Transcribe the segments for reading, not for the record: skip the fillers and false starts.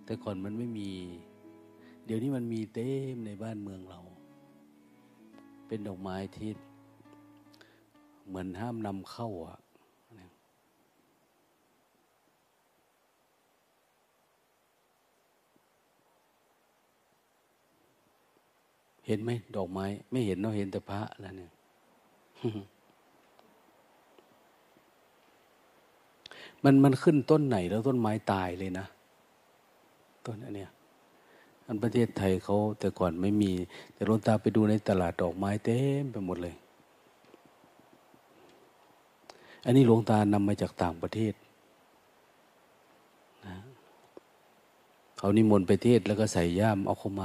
แต่ก่อนมันไม่มี เดี๋ยวนี้มันมีเต็มในบ้านเมืองเราเป็นดอกไม้ที่เหมือนห้ามนำเข้าอ่ะเห็นไหมดอกไม้ไม่เห็นเนาะเห็นแต่พระแล้วเนี่ย มันขึ้นต้นไหนแล้วต้นไม้ตายเลยนะต้นอันเนี้ยอันประเทศไทยเขาแต่ก่อนไม่มีแต่หลวงตาไปดูในตลาดดอกไม้เต็มไปหมดเลยอันนี้หลวงตานำมาจากต่างประเทศนะเขานิมนต์ไปเทศแล้วก็ใส่ย่ามเอาเข้ามา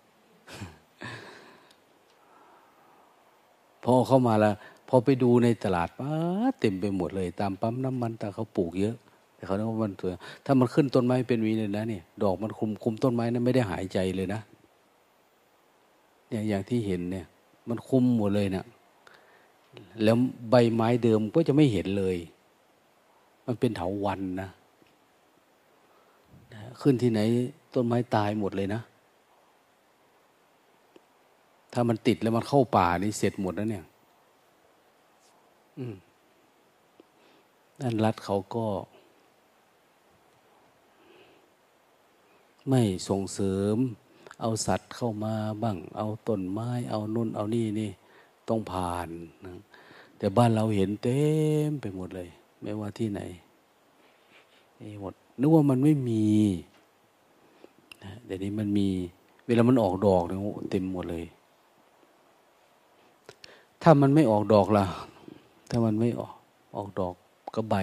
พอเข้ามาแล้วพอไปดูในตลาดป้าเต็มไปหมดเลยตามปั๊มน้ำมันแต่เขาปลูกเยอะแต่เขาเรียกว่ามันสวยถ้ามันขึ้นต้นไม้เป็นวีเลยนะเนี่ยดอกมันคุมต้นไม้นั้นไม่ได้หายใจเลยนะเนี่ยอย่างที่เห็นเนี่ยมันคุมหมดเลยนะแล้วใบไม้เดิมก็จะไม่เห็นเลยมันเป็นเถาวัลย์นะขึ้นที่ไหนต้นไม้ตายหมดเลยนะถ้ามันติดแล้วมันเข้าป่านี่เสร็จหมดแล้วเนี่ยนั่นรัฐเขาก็ไม่ส่งเสริมเอาสัตว์เข้ามาบ้างเอาต้นไม้เอานุ่นเอานี่ต้องผ่านนะแต่บ้านเราเห็นเต็มไปหมดเลยไม่ว่าที่ไหนนี่หมดนึกว่ามันไม่มีนะเดี๋ยวนี้มันมีเวลามันออกดอกเนี่ยเต็มหมดเลยถ้ามันไม่ออกดอกล่ะถ้ามันไม่ออกดอกก็ใบ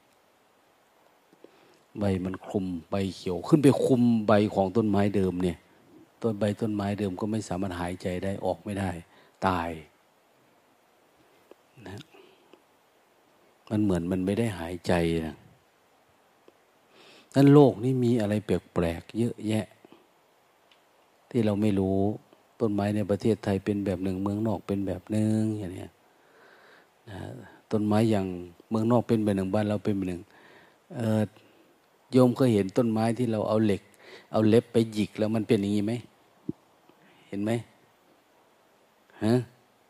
มันคลุมใบเขียวขึ้นไปคลุมใบของต้นไม้เดิมเนี่ยต้นไม้เดิมก็ไม่สามารถหายใจได้ออกไม่ได้ตายนะมันเหมือนมันไม่ได้หายใจนะนั้นโลกนี้มีอะไรแปลกๆเยอะแยะที่เราไม่รู้ต้นไม้ในประเทศไทยเป็นแบบหนึ่งเมืองนอกเป็นแบบหนึ่งอย่างนี้นะต้นไม้อย่างเมืองนอกเป็นแบบหนึ่งบ้านเราเป็นแบบหนึ่งโยมเคยเห็นต้นไม้ที่เราเอาเหล็กเอาเล็บไปหยิกแล้วมันเป็นอย่างนี้ไหมเห็นไหมฮะ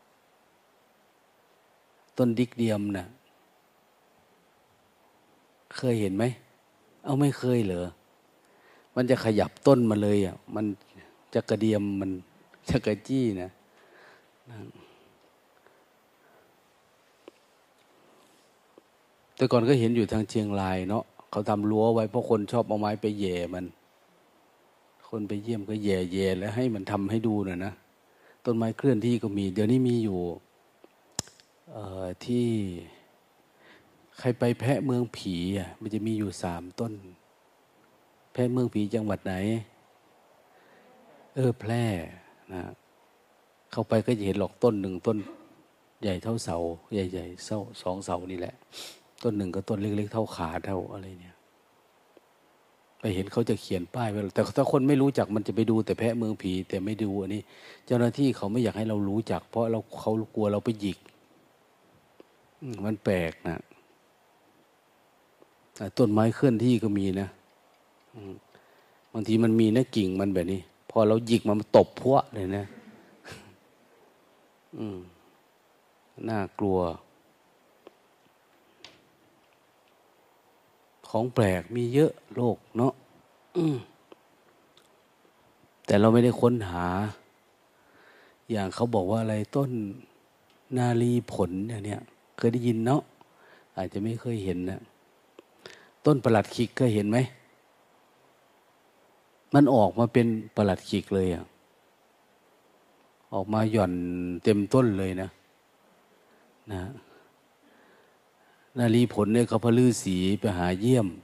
ต้นดิกเดียมน่ะเคยเห็นไหมเอาไม่เคยเหรอมันจะขยับต้นมาเลยอ่ะมันจะกระเดียมมันจะกระจี้นะแต่ก่อนก็เห็นอยู่ทางเชียงรายเนาะเขาทำรั้วไว้เพราะคนชอบเอาไม้ไปแย่มันคนไปเยี่ยมก็แย่แล้วให้มันทำให้ดูน่ะนะต้นไม้เคลื่อนที่ก็มีเดี๋ยวนี้มีอยู่ที่ใครไปแพะเมืองผีอ่ะมันจะมีอยู่3 ต้นแพะเมืองผีจังหวัดไหนแพร่นะเข้าไปก็จะเห็นหรอกต้นหนึ่งต้นใหญ่เท่าเสาใหญ่ๆเสา2 เสานี่แหละต้นหนึ่งก็ต้นเล็กๆเท่าขาเท่าอะไรเนี่ยไปเห็นเขาจะเขียนป้ายไว้แต่ถ้าคนไม่รู้จักมันจะไปดูแต่แพะเมืองผีแต่ไม่ดูอันนี้เจ้าหน้าที่เขาไม่อยากให้เรารู้จักเพราะเขากลัวเราไปหยิกมันแปลกนะต้นไม้เคลื่อนที่ก็มีนะบางทีมันมีนะกิ่งมันแบบนี้พอเราหยิกมันตบพวะเลยนะน่ากลัวของแปลกมีเยอะโลกเนาะแต่เราไม่ได้ค้นหาอย่างเขาบอกว่าอะไรต้นนาลีผลอย่างเนี้ยเคยได้ยินเนาะอาจจะไม่เคยเห็นนะต้นประหลัดขิกเคยเห็นไหมมันออกมาเป็นประหลัดขิกเลยอ่ะออกมาหย่อนเต็มต้นเลยนะนาลีผลเนี่ยเขาพระฤาษีไปหาเยี่ยม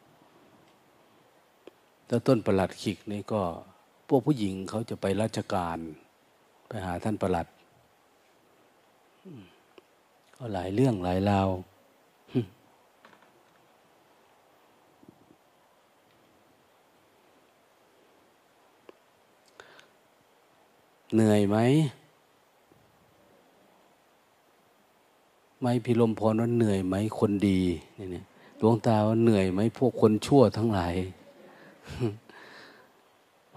แล้วต้นประหลัดขิกนี่ก็พวกผู้หญิงเขาจะไปราชการไปหาท่านประหลัดก็หลายเรื่องหลายราวเหนื่อยไหมไม่พิรมพรว่าเหนื่อยไหมคนดีเนี่ยหลวงตาว่าเหนื่อยไหมพวกคนชั่วทั้งหลาย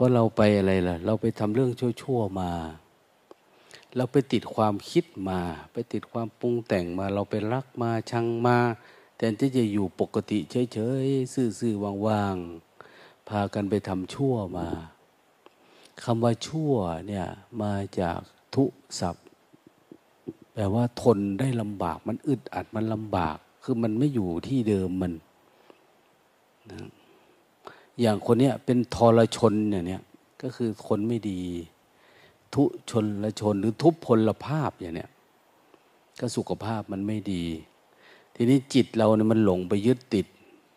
ราะเราไปอะไรล่ะเราไปทำเรื่องชั่วๆมาเราไปติดความคิดมาไปติดความปรุงแต่งมาเราไปรักมาชังมาแทนที่จะอยู่ปกติเฉยๆซื่อๆว่างๆพากันไปทำชั่วมาคำว่าชั่วเนี่ยมาจากทุศัพท์แปลว่าทนได้ลำบากมันอึดอัดมันลำบากคือมันไม่อยู่ที่เดิมมันนะอย่างคนเนี้ยเป็นทรชนเนี่ยก็คือคนไม่ดีทุชนละชนหรือทุพพลภาพอย่างเนี้ยก็สุขภาพมันไม่ดีทีนี้จิตเราเนี่ยมันหลงไปยึดติด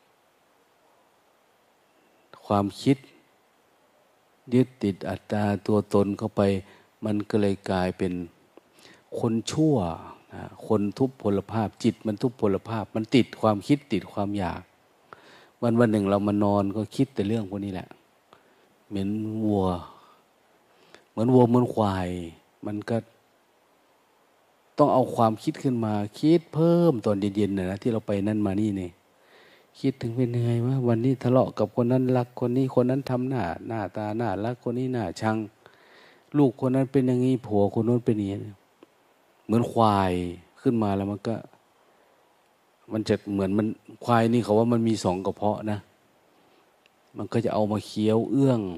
ความคิดยึดติดอัตตาตัวตนเข้าไปมันก็เลยกลายเป็นคนชั่วนะคนทุพพลภาพจิตมันทุพพลภาพมันติดความคิดติดความอยากวันหนึ่งเรามานอนก็คิดแต่เรื่องพวกนี้แหละเหมือนวัวเหมือนควายมันก็ต้องเอาความคิดขึ้นมาคิดเพิ่มตอนเย็นๆนะที่เราไปนั่นมานี่เนี่ยคิดถึงเป็นยังไงวะวันนี้ทะเลาะกับคนนั้นรักคนนี้คนนั้นทำหน้าตาน่ารักคนนี้น่าชังลูกคนนั้นเป็นอย่างนี้ผัวคนโน้นเป็นอย่างนี้เหมือนควายขึ้นมาแล้วมันจะเหมือนมันควายนี่เขาว่ามันมีสองกระเพาะนะมันก็จะเอามาเคี้ยวเอื้อง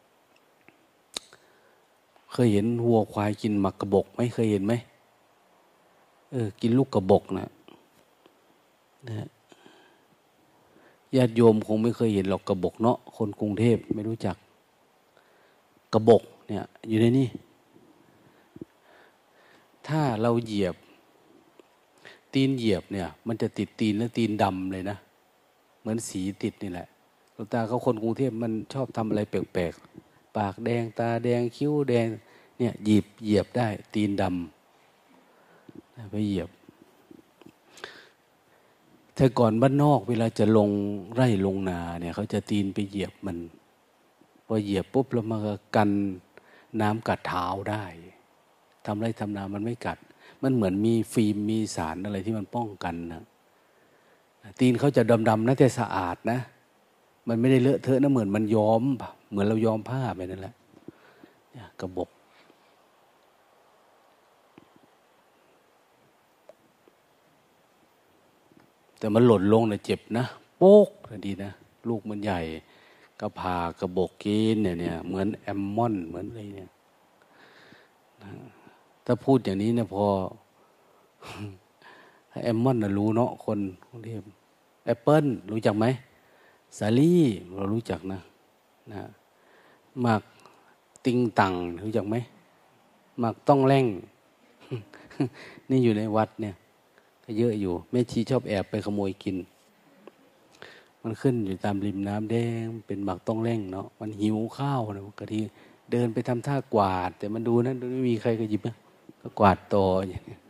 เคยเห็นวัวควายกินหมักกระบอกไหมเคยเห็นไหมกินลูกกระบอกนะญาติโยมคงไม่เคยเห็นหรอกกระบอกเนาะคนกรุงเทพไม่รู้จักกระบอกเนี่ยอยู่ในนี่ถ้าเราเหยียบตีนเหยียบเนี่ยมันจะติดตีนแล้วตีนดำเลยนะเหมือนสีติดนี่แหละหลวงตาเขาคนกรุงเทพมันชอบทำอะไรแปลกๆปากแดงตาแดงคิ้วแดงเนี่ยเหยียบได้ตีนดำไปเหยียบแต่ก่อนบ้านนอกเวลาจะลงไร่ลงนาเนี่ยเขาจะตีนไปเหยียบมันพอเหยียบปุ๊บแล้วมันก็กันน้ำกัดเท้าได้ทำไร่ทำนามันไม่กัดมันเหมือนมีฟิล์มมีสารอะไรที่มันป้องกันนะตีนเขาจะดำๆนะแต่สะอาดนะมันไม่ได้เลอะเทอะนะเหมือนมันย้อมเหมือนเราย้อมผ้าไปนั่นแหละกระบอกแต่มันหล่นลงนะเจ็บนะโป๊กดีนะลูกมันใหญ่ก็พากระบอกกินเนี่ยเหมือนแอมมอนเหมือนอะไรเนี่ยถ้าพูดอย่างนี้เนี่ยพอแอมมอนน่ะรู้เนาะคนเรียกแอปเปิ้ลรู้จักไหมสาลี่เรารู้จักนะหมากติงตังรู้จักไหมหมากต้องแร่ง นี่อยู่ในวัดเนี่ยก็เยอะอยู่แม่ชีชอบแอบไปขโมยกินมันขึ้นอยู่ตามริมน้ำแดงเป็นหมากต้องแร่งเนาะมันหิวข้าวนะกะทีเดินไปทำท่ากวาดแต่มันดูนะไม่มีใครก็หยิบนะก็กวาดต่ออย่างนี้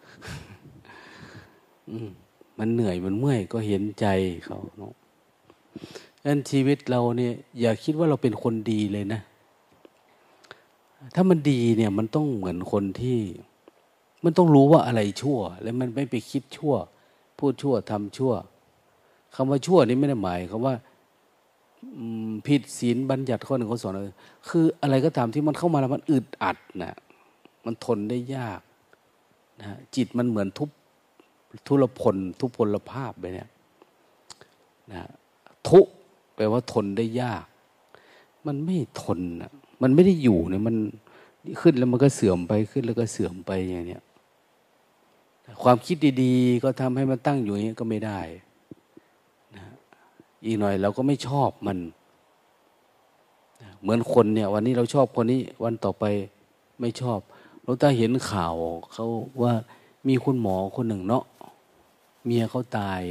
มันเหนื่อยมันเมื่อยก็เห็นใจเขาเนาะงั้นชีวิตเราเนี่ยอย่าคิดว่าเราเป็นคนดีเลยนะถ้ามันดีเนี่ยมันต้องเหมือนคนที่มันต้องรู้ว่าอะไรชั่วแล้วมันไม่ไปคิดชั่วพูดชั่วทำชั่วคำว่าชั่วนี่ไม่ได้หมายคำว่าผิดศีลบัญญัติข้อหนึ่งข้อสองคืออะไรก็ตามที่มันเข้ามาแล้วมันอึดอัดนะมันทนได้ยากนะจิตมันเหมือนทุพพลภาพไปเนี่ยนะทุแปลว่าทนได้ยากมันไม่ทนนะมันไม่ได้อยู่เนี่ยมันขึ้นแล้วมันก็เสื่อมไปขึ้นแล้วก็เสื่อมไปอย่างเนี้ยความคิดดีๆก็ทำให้มันตั้งอยู่อย่างนี้ก็ไม่ได้นะอีกหน่อยเราก็ไม่ชอบมันนะเหมือนคนเนี่ยวันนี้เราชอบคนนี้วันต่อไปไม่ชอบเราตาเห็นข่าวเขาว่ามีคุณหมอคนหนึ่งเนาะเมียเขาตาย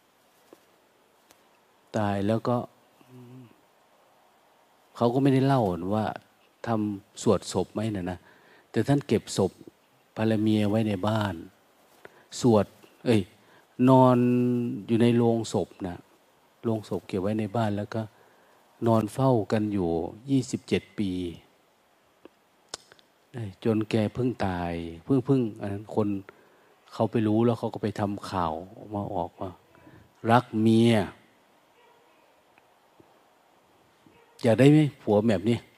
แล้วก็เขาก็ไม่ได้เล่าว่าทำสวดศพไหมนะแต่ท่านเก็บศพภรรยาเมียไว้ในบ้านสวดนอนอยู่ในโรงศพนะโรงศพเก็บไว้ในบ้านแล้วก็นอนเฝ้ากันอยู่27 ปีจนแกเพิ่งตายเพิ่งอันนั้นคนเขาไปรู้แล้วเขาก็ไปทำข่าวมาออกว่ารักเมียอยากได้ไหมผัวแบบนี้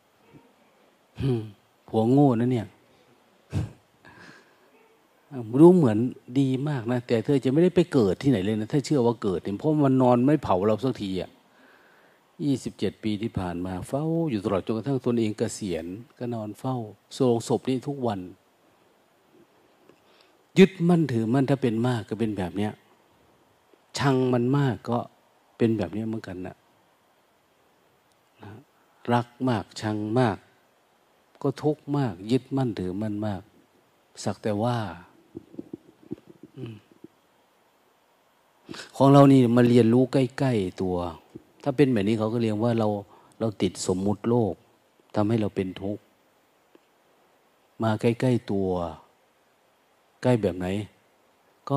ผัวโง่นะเนี่ยรู้เหมือนดีมากนะแต่เธอจะไม่ได้ไปเกิดที่ไหนเลยนะถ้าเชื่อว่าเกิดเนี่ยเพราะมันนอนไม่เผาเราสักที27 ปีที่ผ่านมาเฝ้าอยู่ตลอดจนกระทั่งตนเองเกษียณก็นอนเฝ้าโศกศพนี่ทุกวันยึดมั่นถือมั่นถ้าเป็นมากก็เป็นแบบเนี้ยชังมันมากก็เป็นแบบนี้เหมือนกันนะรักมากชังมากก็ทุกข์มากยึดมั่นถือมั่นมากสักแต่ว่าของเรานี่มาเรียนรู้ใกล้ๆตัวถ้าเป็นแบบนี้เขาก็เรียกว่าเราติดสมมุติโลกทำให้เราเป็นทุกข์มาใกล้ๆตัวใกล้แบบไหนก็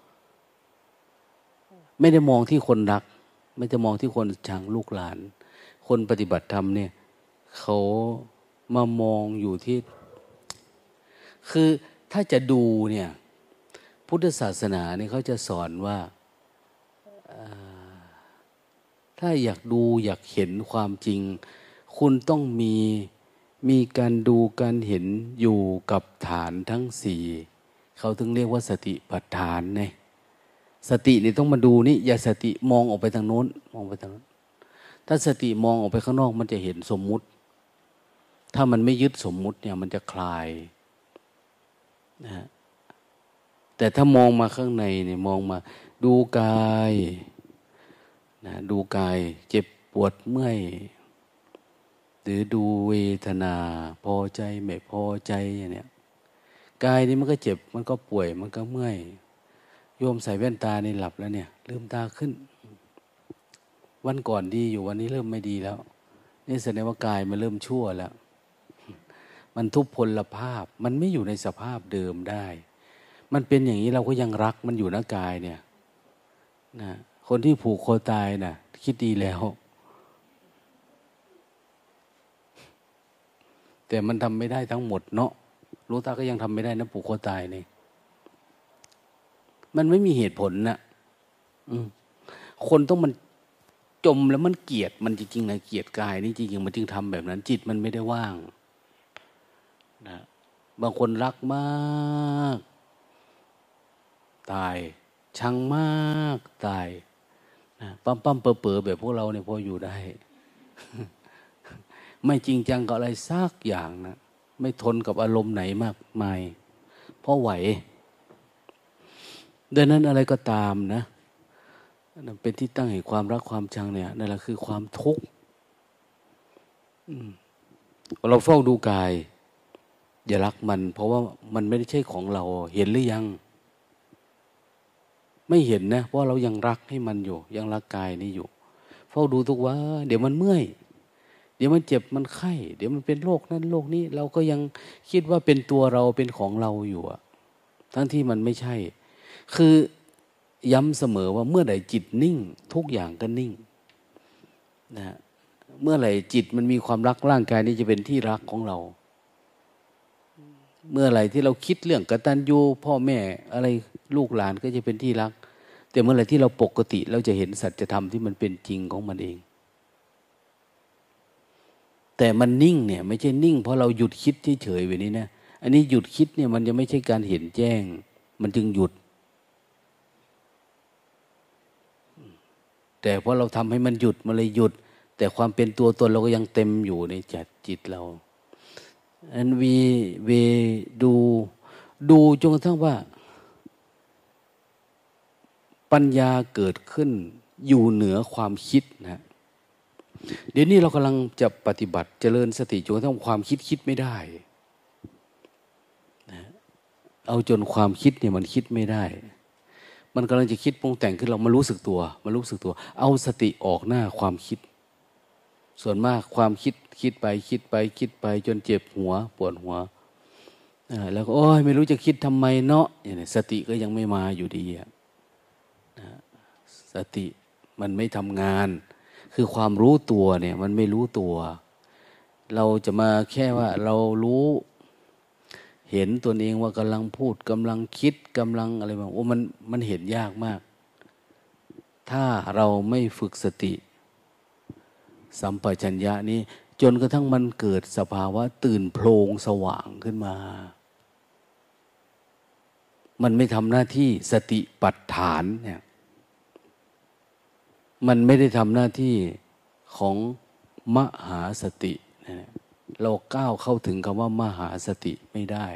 ไม่ได้มองที่คนรักไม่ได้มองที่คนชังลูกหลานคนปฏิบัติธรรมเนี่ยเขามามองอยู่ที่คือถ้าจะดูเนี่ยพุทธศาสนาเนี่ยเขาจะสอนว่าถ้าอยากดูอยากเห็นความจริงคุณต้องมีการดูการเห็นอยู่กับฐานทั้งสี่เขาถึงเรียกว่าสติปัฏฐานไงสตินี่ต้องมาดูนี่อย่าสติมองออกไปทางโน้นมองไปทางโน้นถ้าสติมองออกไปข้างนอกมันจะเห็นสมมุติถ้ามันไม่ยึดสมมุติเนี่ยมันจะคลายนะฮะแต่ถ้ามองมาข้างในเนี่ยมองมาดูกายนะดูกายเจ็บปวดเมื่อยหรือดูเวทนาพอใจไม่พอใจอย่างเนี้ยกายนี่มันก็เจ็บมันก็ป่วยมันก็เมื่อยโยมใส่แว่นตานี่หลับแล้วเนี่ยลืมตาขึ้นวันก่อนดีอยู่วันนี้เริ่มไม่ดีแล้วนี่แสดงว่ากายมันเริ่มชั่วแล้วมันทุพพลภาพมันไม่อยู่ในสภาพเดิมได้มันเป็นอย่างนี้เราก็ยังรักมันอยู่นะกายเนี่ยนะคนที่ผูกคอตายนะคิดดีแล้วแต่มันทำไม่ได้ทั้งหมดเนาะหลวงตาก็ยังทำไม่ได้นะผูกคอตายนี่มันไม่มีเหตุผลนะคนต้องมันจมแล้วมันเกลียดมันจริงๆนะเกลียดกายนี่จริงๆมันจึงทำแบบนั้นจิตมันไม่ได้ว่างนะบางคนรักมากตายชังมากตายนะปั๊มเป๋อแบบพวกเราเนี่ยพออยู่ได้ ไม่จริงจังกับอะไรสักอย่างนะไม่ทนกับอารมณ์ไหนมากมายเพราะไหวดังนั้นอะไรก็ตามนะเป็นที่ตั้งแห่งความรักความชังเนี่ยนั่นแหละคือความทุกข์เราเฝ้าดูกายอย่ารักมันเพราะว่ามันไม่ได้ใช่ของเราเห็นหรือยังไม่เห็นนะเพราะเรายังรักให้มันอยู่ยังรักกายนี้อยู่เฝ้าดูทุกวันเดี๋ยวมันเมื่อยเดี๋ยวมันเจ็บมันไข้เดี๋ยวมันเป็นโรคนั้นโรคนี้เราก็ยังคิดว่าเป็นตัวเราเป็นของเราอยู่ทั้งที่มันไม่ใช่คือย้ำเสมอว่าเมื่อใดจิตนิ่งทุกอย่างก็นิ่งนะเมื่อไหร่จิตมันมีความรักร่างกายนี้จะเป็นที่รักของเราเมื่อไหร่ที่เราคิดเรื่องกตัญญูพ่อแม่อะไรลูกหลานก็จะเป็นที่รักแต่เมื่อไหร่ที่เราปกติเราจะเห็นสัจธรรมที่มันเป็นจริงของมันเองแต่มันนิ่งเนี่ยไม่ใช่นิ่งเพราะเราหยุดคิดเฉยๆแบบนี้นะอันนี้หยุดคิดเนี่ยมันจะไม่ใช่การเห็นแจ้งมันจึงหยุดแต่เพราะเราทำให้มันหยุดมันเลยหยุดแต่ความเป็นตัวตนเราก็ยังเต็มอยู่ในจิตเราอันเวดูจนกระทั่งว่าปัญญาเกิดขึ้นอยู่เหนือความคิดนะเดี๋ยวนี้เรากำลังจะปฏิบัติเจริญสติจนกระทั่งความคิดไม่ได้นะเอาจนความคิดเนี่ยมันคิดไม่ได้มันกำลังจะคิดปรุงแต่งขึ้นเรามารู้สึกตัวเอาสติออกหน้าความคิดส่วนมากความคิดไปจนเจ็บหัวปวดหัวแล้วก็โอ้ยไม่รู้จะคิดทำไมเนาะอย่างนี้สติก็ยังไม่มาอยู่ดีสติมันไม่ทำงานคือความรู้ตัวเนี่ยมันไม่รู้ตัวเราจะมาแค่ว่าเรารู้เห็นตัวเองว่ากำลังพูดกำลังคิดกำลังอะไรแบบมันเห็นยากมากถ้าเราไม่ฝึกสติสัมปชัญญะนี้จนกระทั่งมันเกิดสภาวะตื่นโพลงสว่างขึ้นมามันไม่ทำหน้าที่สติปัฏฐานเนี่ยมันไม่ได้ทำหน้าที่ของมหาสติเนี่ยเราก้าวเข้าถึงคำว่ามหาสติไม่ได้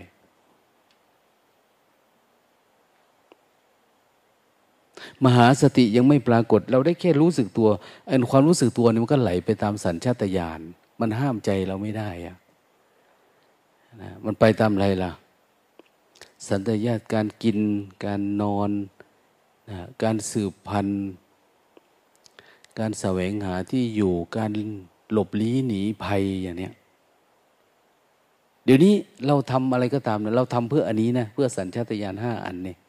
มหาสติยังไม่ปรากฏเราได้แค่รู้สึกตัวไอ้ความรู้สึกตัวนี่มันก็ไหลไปตามสัญชาตญาณมันห้ามใจเราไม่ได้อะนะมันไปตามอะไรล่ะสัญชาตญาณการกินการนอนนะการสืบพันธุ์การแสวงหาที่อยู่การหลบลี้หนีภัยอย่างเนี้ยเดี๋ยวนี้เราทำอะไรก็ตามนะเราทำเพื่ออันนี้นะเพื่อสัญชาตญาณ5 อันนี่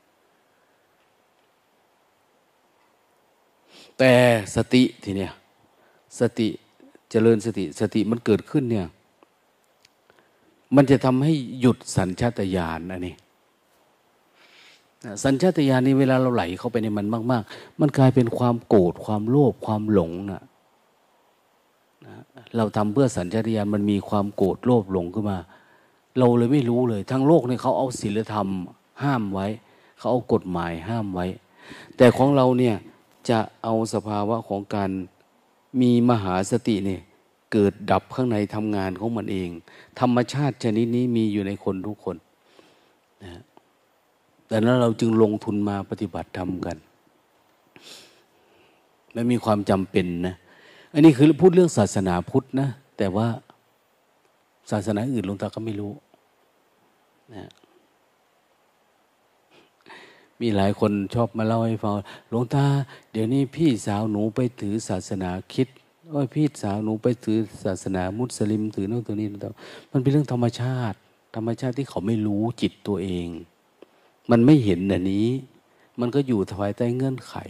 แต่สติทีเนี้ยสติเจริญสติมันเกิดขึ้นเนี่ยมันจะทำให้หยุดสัญชาตญาณอันนี้สัญชาตญาณนี้เวลาเราไหลเข้าไปในมันมากๆมันกลายเป็นความโกรธความโลภความหลงนะเราทำเพื่อสัญชาตญาณมันมีความโกรธโลภหลงขึ้นมาเราเลยไม่รู้เลยทั้งโลกเนี่ยเขาเอาศีลธรรมห้ามไว้เขาเอากฎหมายห้ามไว้แต่ของเราเนี่ยจะเอาสภาวะของการมีมหาสติเนี่ยเกิดดับข้างในทำงานของมันเองธรรมชาติชนิดนี้มีอยู่ในคนทุกคนนะแต่นั้นเราจึงลงทุนมาปฏิบัติธรรมกันไม่มีความจำเป็นนะอันนี้คือพูดเรื่องศาสนาพุทธนะแต่ว่าศาสนาอื่นหลวงตาก็ไม่รู้นะมีหลายคนชอบมาเล่าให้ฟังหลวงตาเดี๋ยวนี้พี่สาวหนูไปถือศาสนาคริสต์พี่สาวหนูไปถือศาสนามุสลิมถือโน่นตัวนี้มันเป็นเรื่องธรรมชาติที่เขาไม่รู้จิตตัวเองมันไม่เห็นอันนี้มันก็อยู่ภายใต้เงื่อนไข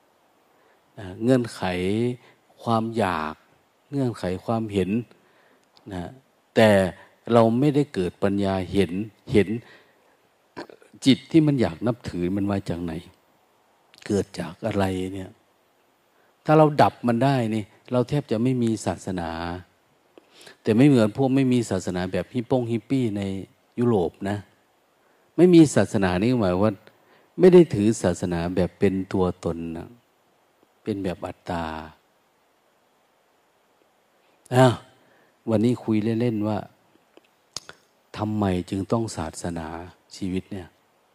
ความอยากเงื่อนไขความเห็นนะแต่เราไม่ได้เกิดปัญญาเห็นจิตที่มันอยากนับถือมันมาจากไหนเกิดจากอะไรเนี่ยถ้าเราดับมันได้นี่เราแทบจะไม่มีศาสนาแต่ไม่เหมือนพวกไม่มีศาสนาแบบฮิปปี้ในยุโรปนะไม่มีศาสนานี่หมายว่าไม่ได้ถือศาสนาแบบเป็นตัวตนนะเป็นแบบอัตตาวันนี้คุยเล่นๆว่าทำไมจึงต้องศาสนาชีวิตเนี่ย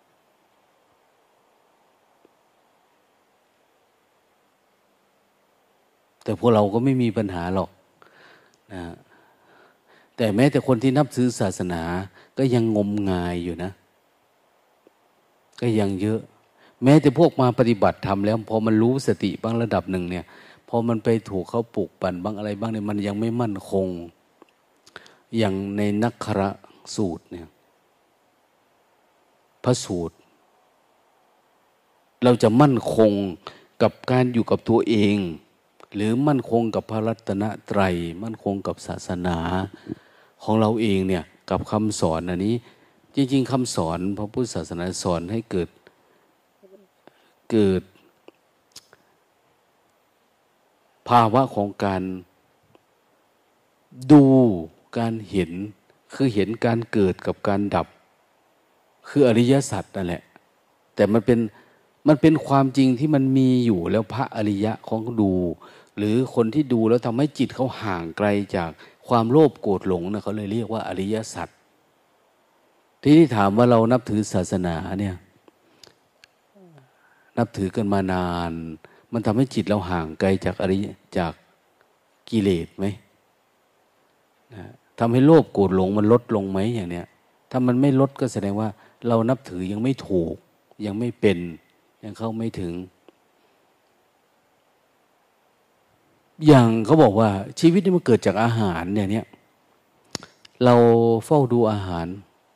แต่พวกเราก็ไม่มีปัญหาหรอกนะแต่แม้แต่คนที่นับถือศาสนาก็ยังงมงายอยู่นะก็ยังเยอะแม้แต่พวกมาปฏิบัติธรรมแล้วพอมันรู้สติบ้างระดับหนึ่งเนี่ยพอมันไปถูกเขาปลุกปั่นบ้างอะไรบ้างเนี่ยมันยังไม่มั่นคงอย่างในนักขระสูตรเนี่ยพระสูตรเราจะมั่นคงกับการอยู่กับตัวเองหรือมั่นคงกับพระรัตนตรัยมั่นคงกับศาสนาของเราเองเนี่ยกับคำสอนอันนี้จริงๆคำสอนพระพุทธศาสนาสอนให้เกิดภาวะของการดูการเห็นคือเห็นการเกิดกับการดับคืออริยสัจนั่นแหละแต่มันเป็นความจริงที่มันมีอยู่แล้วพระอริยะของดูหรือคนที่ดูแล้วทำให้จิตเขาห่างไกลจากความโลภโกรธหลงนะเขาเลยเรียกว่าอริยสัจที่ถามว่าเรานับถือศาสนาเนี่ยนับถือกันมานานมันทำให้จิตเราห่างไกลจากกิเลสไหมนะทำให้โลภโกรธหลงมันลดลงไหมอย่างเนี้ยถ้ามันไม่ลดก็แสดงว่าเรานับถือยังไม่ถูกยังไม่เป็นยังเข้าไม่ถึงอย่างเขาบอกว่าชีวิตนี่มันเกิดจากอาหารเนี่ยเราเฝ้าดูอาหาร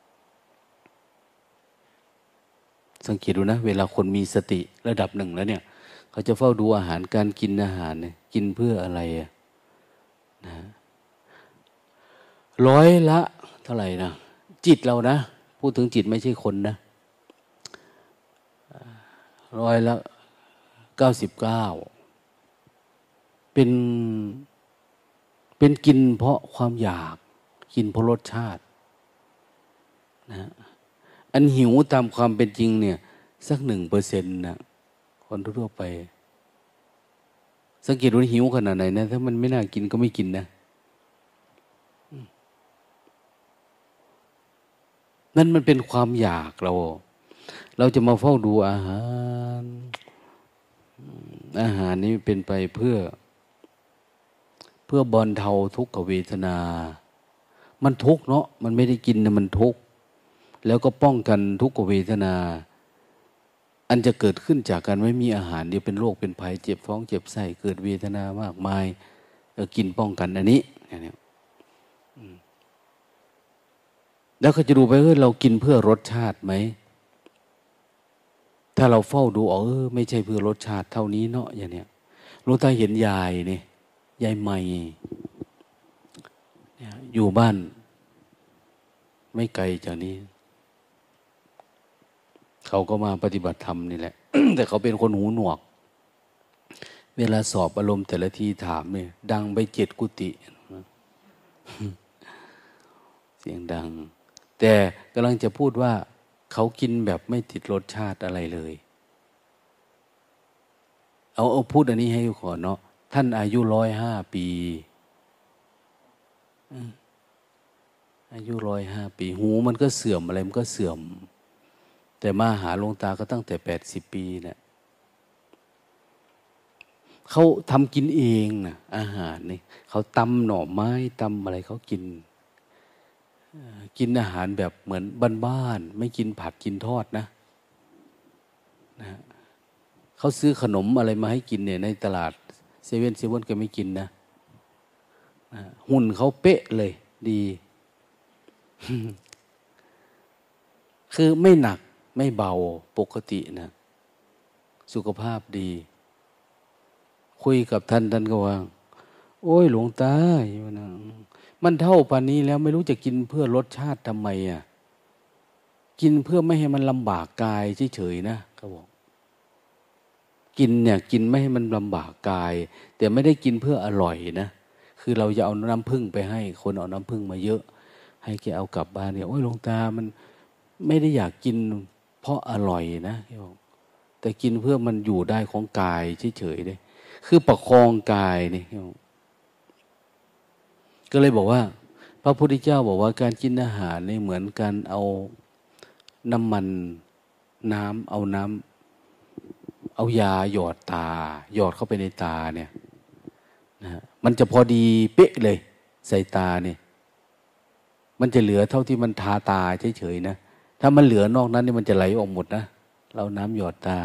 สังเกตดูนะเวลาคนมีสติระดับหนึ่งแล้วเนี่ยเขาจะเฝ้าดูอาหารการกินอาหารเนี่ยกินเพื่ออะไรนะ100 ละเท่าไหร่นะจิตเรานะพูดถึงจิตไม่ใช่คนนะ100 ละ 99เป็นเป็นกินเพราะความอยากกินเพราะรสชาตินะอันหิวตามความเป็นจริงเนี่ยสัก1%นะคนทั่วไปสังเกตว่าหิวขนาดไหนนะถ้ามันไม่น่ากินก็ไม่กินนะนั่นมันเป็นความอยากเราจะมาเฝ้าดูอาหารนี้เป็นไปเพื่อบรรเทาทุกขเวทนามันทุกข์เนาะมันไม่ได้กินนะมันทุกข์แล้วก็ป้องกันทุกขเวทนาอันจะเกิดขึ้นจากการไม่มีอาหารเดี๋ยวเป็นโรคเป็นภัยเจ็บท้องเจ็บไส้เกิดเวทนามากมายกินป้องกันอันนี้แล้วก็จะดูไปเรากินเพื่อรสชาติไหมถ้าเราเฝ้าดูไม่ใช่เพื่อรสชาติเท่านี้เนาะอย่างเนี้ยหลวงตาเห็นยายนี่ยายใหม่อยู่บ้านไม่ไกลจากนี้เขาก็มาปฏิบัติธรรมนี่แหละ แต่เขาเป็นคนหูหนวกเวลาสอบอารมณ์แต่ละทีถามเนี่ยดังไป7 กุฏิเสียงดังแต่กำลังจะพูดว่าเขากินแบบไม่ติดรสชาติอะไรเลยเอาพูดอันนี้ให้ดูก่อนเนาะท่านอายุ105 ปีอายุ105 ปีหูมันก็เสื่อมอะไรมันก็เสื่อมแต่มาหาหลวงตาก็ตั้งแต่80 ปีเนี่ยเขาทำกินเองนะอาหารนี่เขาตำหน่อไม้ตำอะไรเขากินอาหารแบบเหมือนบ้านๆไม่กินผัดกินทอดนะเขาซื้อขนมอะไรมาให้กินเนี่ยในตลาดเซเว่นก็ไม่กินนะหุ่นเขาเป๊ะเลยดี คือไม่หนักไม่เบาปกตินะสุขภาพดีคุยกับท่านก็ว่าโอ้ยหลวงตามันเท่าปานนี้แล้วไม่รู้จะกินเพื่อรสชาติทำไมอ่ะกินเพื่อไม่ให้มันลำบากกายเฉยๆนะเขาบอกกินเนี่ยกินไม่ให้มันลำบากกายแต่ไม่ได้กินเพื่ออร่อยนะคือเราจะเอาน้ำผึ้งไปให้คนเอาน้ำผึ้งมาเยอะให้แกเอากลับบ้านเนี่ยโอ้ยหลวงตามันไม่ได้อยากกินเพราะอร่อยนะแกบอกแต่กินเพื่อมันอยู่ได้ของกายเฉยๆเลยคือประคองกายนี่ก็เลยบอกว่าพระพุทธเจ้าบอกว่าการกินอาหารนี่เหมือนการเอาน้ำมันเอายาหยอดตาหยอดเข้าไปในตาเนี่ยนะมันจะพอดีเป๊ะเลยใส่ตาเนี่ยมันจะเหลือเท่าที่มันทาตาเฉยๆนะถ้ามันเหลือนอกนั้นนี่มันจะไหลออกหมดนะเราน้ำหยอดตา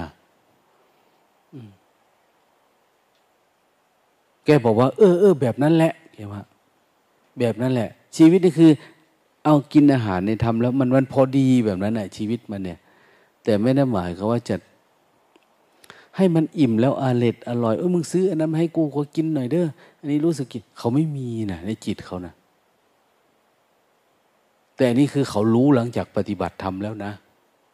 แกบอกว่าแบบนั้นแหละแกว่าแบบนั้นแหละชีวิตนี่คือเอากินอาหารเนี่ยทำแล้วมันพอดีแบบนั้นแหละชีวิตมันเนี่ยแต่ไม่ได้หมายเขาว่าจะให้มันอิ่มแล้วอร่อยมึงซื้ออันนั้นมาให้กูขอกินหน่อยเด้ออันนี้รู้สึกกินเขาไม่มีนะในจิตเขานะแต่นี่คือเขารู้หลังจากปฏิบัติธรรมแล้วนะ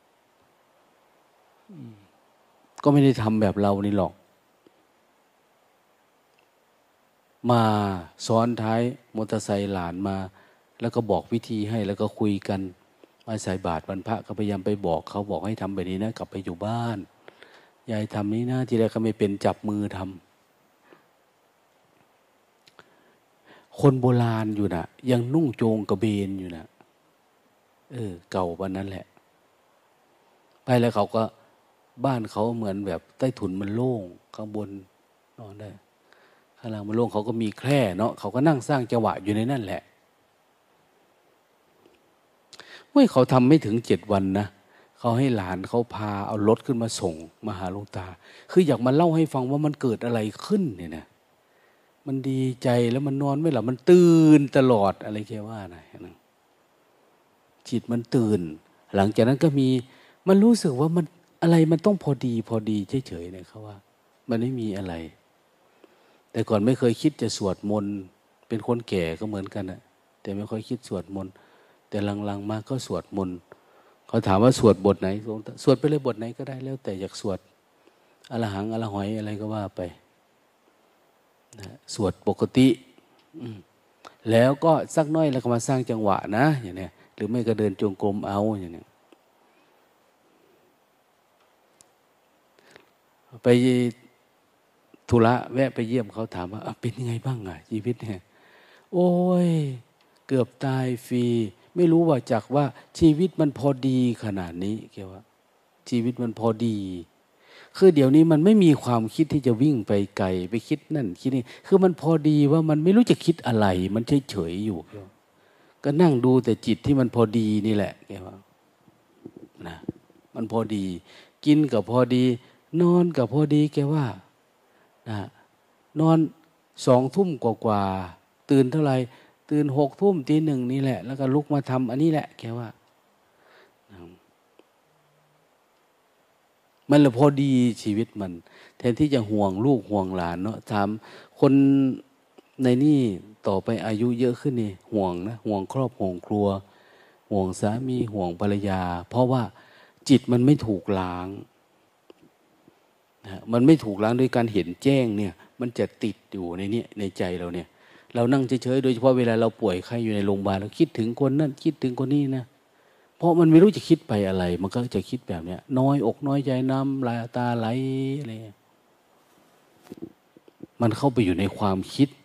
ก็ไม่ได้ทำแบบเรานี่หรอกมาซ้อนท้ายมอเตอร์ไซค์หลานมาแล้วก็บอกวิธีให้แล้วก็คุยกันมาใส่บาตรวันพระก็พยายามไปบอกเขาบอกให้ทำแบบนี้นะกลับไปอยู่บ้านยายทำนี้นะทีแรกก็ไม่เป็นจับมือทำคนโบราณอยู่นะยังนุ่งโจงกระเบนอยู่นะเก่าวันนั้นแหละไปแล้วเขาก็บ้านเขาเหมือนแบบใต้ถุนมันโล่งข้างบนนอนได้ข้างล่างมันโล่งเขาก็มีแคร่เนาะเขาก็นั่งสร้างจังหวะอยู่ในนั่นแหละเขาทำไม่ถึง7 วันนะเขาให้หลานเขาพาเอารถขึ้นมาส่งมาหาหลวงตาคืออยากมาเล่าให้ฟังว่ามันเกิดอะไรขึ้นเนี่ยนะมันดีใจแล้วมันนอนไม่หลับมันตื่นตลอดอะไรแค่ว่านะจิตมันตื่นหลังจากนั้นก็มีมันรู้สึกว่ามันอะไรมันต้องพอดีเฉยๆเนี่ยเขาว่ามันไม่มีอะไรแต่ก่อนไม่เคยคิดจะสวดมนต์เป็นคนแก่ก็เหมือนกันนะแต่ไม่ค่อยคิดสวดมนต์แต่หลังๆมาก็สวดมนต์เขาถามว่าสวดบทไหนสวดไปเลยบทไหนก็ได้แล้วแต่อยากสวดอรหังอรหอยอะไรก็ว่าไปนะสวดปกติแล้วก็สักน้อยแล้วก็มาสร้างจังหวะนะอย่างเนี้ยหรือไม่ก็เดินจงกรมเอาอย่างเนี้ยไปธุระแวะไปเยี่ยมเขาถามว่าเป็นยังไงบ้างชีวิตเนี่ยโอ้ยเกือบตายฟรีไม่รู้ว่าจักว่าชีวิตมันพอดีขนาดนี้แกว่าชีวิตมันพอดีคือเดี๋ยวนี้มันไม่มีความคิดที่จะวิ่งไปไกลไปคิดนั่นคิดนี่คือมันพอดีว่ามันไม่รู้จะคิดอะไรมันเฉยๆอยู่ก็นั่งดูแต่จิตที่มันพอดีนี่แหละแกว่านะมันพอดีกินกับพอดีนอนกับพอดีแกว่านะนอน20:00กว่าตื่นเท่าไหร่ตื่น6:00 1:00นี่แหละแล้วก็ลุกมาทำอันนี้แหละแกว่ามันละพอดีชีวิตมันแทนที่จะห่วงลูกห่วงหลานเนาะถามคนในนี่ต่อไปอายุเยอะขึ้นนี่ห่วงนะห่วงครอบห่วงครัวห่วงสามีห่วงภรรยาเพราะว่าจิตมันไม่ถูกล้างนะมันไม่ถูกล้างด้วยการเห็นแจ้งเนี่ยมันจะติดอยู่ในนี้ในใจเราเนี่ยเรานั่งเฉยๆโดยเฉพาะเวลาเราป่วยไข้อยู่ในโรงพยาบาลเราคิดถึงคนนั้นคิดถึงคนนี้นะเพราะมันไม่รู้จะคิดไปอะไรมันก็จะคิดแบบเนี้ยน้อยอกน้อยใจน้ำลายตาไหลอะไรมันเข้าไปอยู่ในความคิด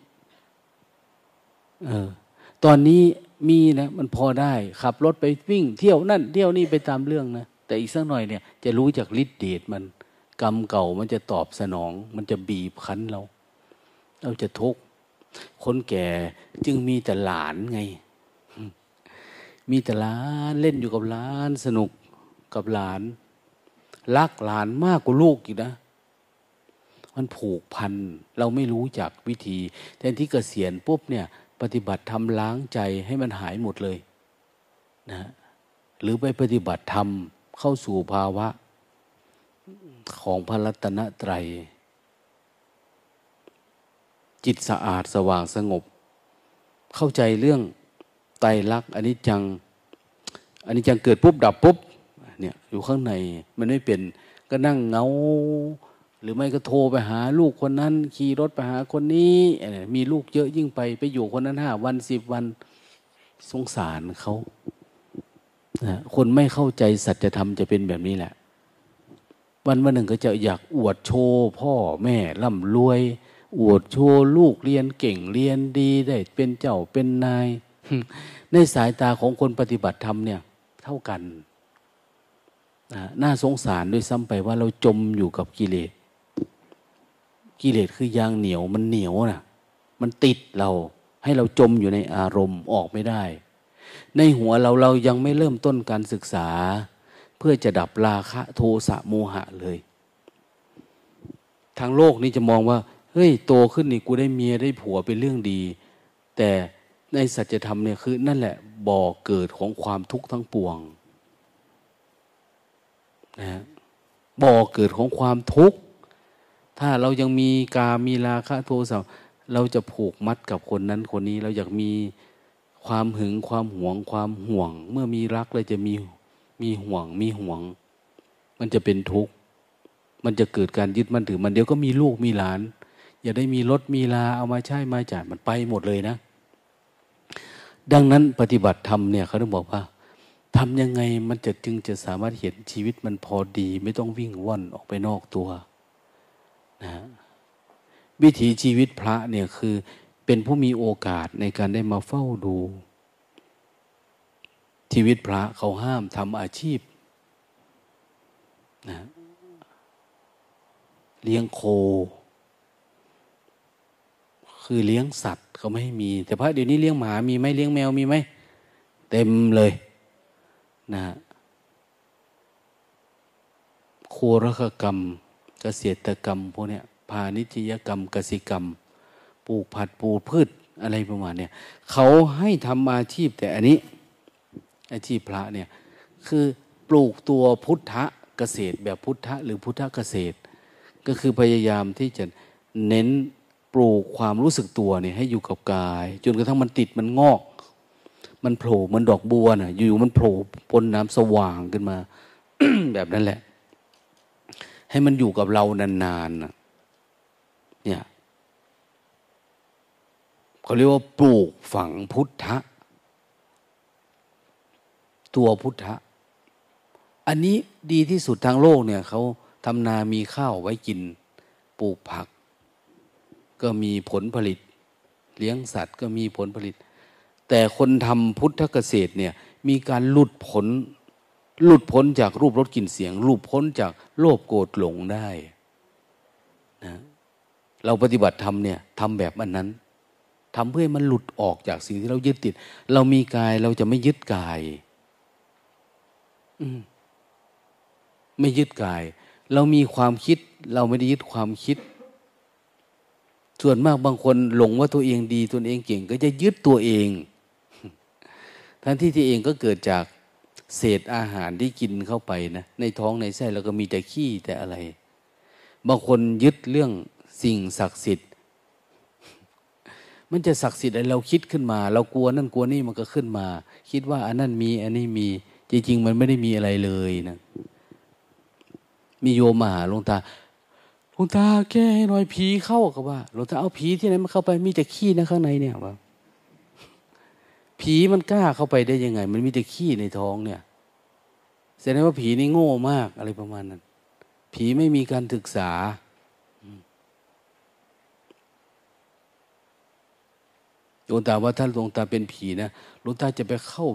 ตอนนี้มีนะมันพอได้ขับรถไปวิ่งเที่ยวนั่นเที่ยวนี่ไปตามเรื่องนะแต่อีกสักหน่อยเนี่ยจะรู้จากฤทธิ์เดชมันกรรมเก่ามันจะตอบสนองมันจะบีบคั้นเราจะทุกข์คนแก่จึงมีแต่หลานไงมีแต่หลานเล่นอยู่กับหลานสนุกกับหลานรักหลานมากกว่าลูกอีกนะมันผูกพันเราไม่รู้จักวิธีแทนที่เกษียณปุ๊บเนี่ยปฏิบัติธรรมล้างใจให้มันหายหมดเลยนะหรือไปปฏิบัติธรรมเข้าสู่ภาวะของพระรัตนตรัยจิตสะอาดสว่างสงบเข้าใจเรื่องไตรลักษณ์อนิจจังเกิดปุ๊บดับปุ๊บเนี่ยอยู่ข้างในมันไม่เป็นก็นั่งเงาหรือไม่ก็โทรไปหาลูกคนนั้นขี่รถไปหาคนนี้มีลูกเยอะยิ่งไปอยู่คนนั้น5 วัน10 วันสงสารเขาคนไม่เข้าใจสัจธรรมจะเป็นแบบนี้แหละวันหนึ่งก็จะอยากอวดโชว์พ่อแม่ร่ำรวยอวดโชว์ลูกเรียนเก่งเรียนดีได้เป็นเจ้าเป็นนายในสายตาของคนปฏิบัติธรรมเนี่ยเท่ากันน่าสงสารด้วยซ้ำไปว่าเราจมอยู่กับกิเลสคือยางเหนียวมันเหนียวนะมันติดเราให้เราจมอยู่ในอารมณ์ออกไม่ได้ในหัวเรายังไม่เริ่มต้นการศึกษาเพื่อจะดับราคะโทสะโมหะเลยทางโลกนี่จะมองว่าเฮ้ยโตขึ้นนี่กูได้เมียได้ผัวเป็นเรื่องดีแต่ในสัจธรรมเนี่ยคือนั่นแหละบ่อเกิดของความทุกข์ทั้งปวงนะบ่อเกิดของความทุกข์ถ้าเรายังมีกามมีราคะโทสะเราจะผูกมัดกับคนนั้นคนนี้เราอยากมีความหึงความหวงความห่วงเมื่อมีรักเลยจะมีห่วงมันจะเป็นทุกข์มันจะเกิดการยึดมั่นถือมันเดี๋ยวก็มีลูกมีหลานอย่าได้มีรถมีลาเอามาใช้มาจ่ายมันไปหมดเลยนะดังนั้นปฏิบัติธรรมเนี่ยเขาต้องบอกว่าทำยังไงมันจึงจะสามารถเห็นชีวิตมันพอดีไม่ต้องวิ่งว่อนออกไปนอกตัวนะวิถีชีวิตพระเนี่ยคือเป็นผู้มีโอกาสในการได้มาเฝ้าดูชีวิตพระเขาห้ามทำอาชีพนะเลี้ยงโคคือเลี้ยงสัตว์เขาไม่ให้มีแต่พระเดี๋ยวนี้เลี้ยงหมามีไหมเลี้ยงแมวมีไหมเต็มเลยนะโครคกรรมเกษตรกรรมพวกเนี้ยพาณิชยกรรมกสิกรรมปลูกผักปลูกพืชอะไรประมาณเนี่ยเขาให้ทำอาชีพแต่อันนี้อาชีพพระเนี่ยคือปลูกตัวพุทธเกษตรแบบพุทธหรือพุทธเกษตรก็คือพยายามที่จะเน้นปลูกความรู้สึกตัวเนี่ยให้อยู่กับกายจนกระทั่งมันติดมันงอกมันโผล่มันดอกบัวน่ะอยู่ๆมันโผล่ปนน้ำสว่างขึ้นมา แบบนั้นแหละให้มันอยู่กับเรานานๆเนี่ยเขาเรียกว่าปลูกฝังพุทธะตัวพุทธะอันนี้ดีที่สุดทางโลกเนี่ยเขาทำนามีข้าวไว้กินปลูกผักก็มีผลผลิตเลี้ยงสัตว์ก็มีผลผลิตแต่คนทำพุทธเกษตรเนี่ยมีการหลุดพ้นจากรูปรสกลิ่นเสียงหลุดพ้นจากโลภโกรธหลงได้นะเราปฏิบัติธรรมเนี่ยทำแบบอันนั้นทำเพื่อให้มันหลุดออกจากสิ่งที่เรายึดติดเรามีกายเราจะไม่ยึดกายไม่ยึดกายเรามีความคิดเราไม่ได้ยึดความคิดส่วนมากบางคนหลงว่าตัวเองดีตัวเองเก่งก็จะยึดตัวเองทั้งที่ตัวเองก็เกิดจากเศษอาหารที่กินเข้าไปนะในท้องในไส้แล้วก็มีแต่ขี้แต่อะไรบางคนยึดเรื่องสิ่งศักดิ์สิทธิ์มันจะศักดิ์สิทธิ์อะไรเราคิดขึ้นมาเรากลัวนั่นกลัวนี่มันก็ขึ้นมาคิดว่าอันนั้นมีอันนี้มีจริงๆมันไม่ได้มีอะไรเลยนะมีโยมมาหาหลวงตาแก้ให้หน่อยผีเข้าก็ว่าหลวงตาเอาผีที่ไหนมาเข้าไปมีแต่ขี้นะข้างในเนี่ยว่าผีมันกล้าเข้าไปได้ยังไงมันมีแต่ขี้ในท้องเนี่ยแสดงว่าผีนี่โง่มากอะไรประมาณนั้นผีไม่มีการศึกษาหลวงตาว่าถ้าหลวงตาเป็นผีนะหลวงตาจะไปเข้า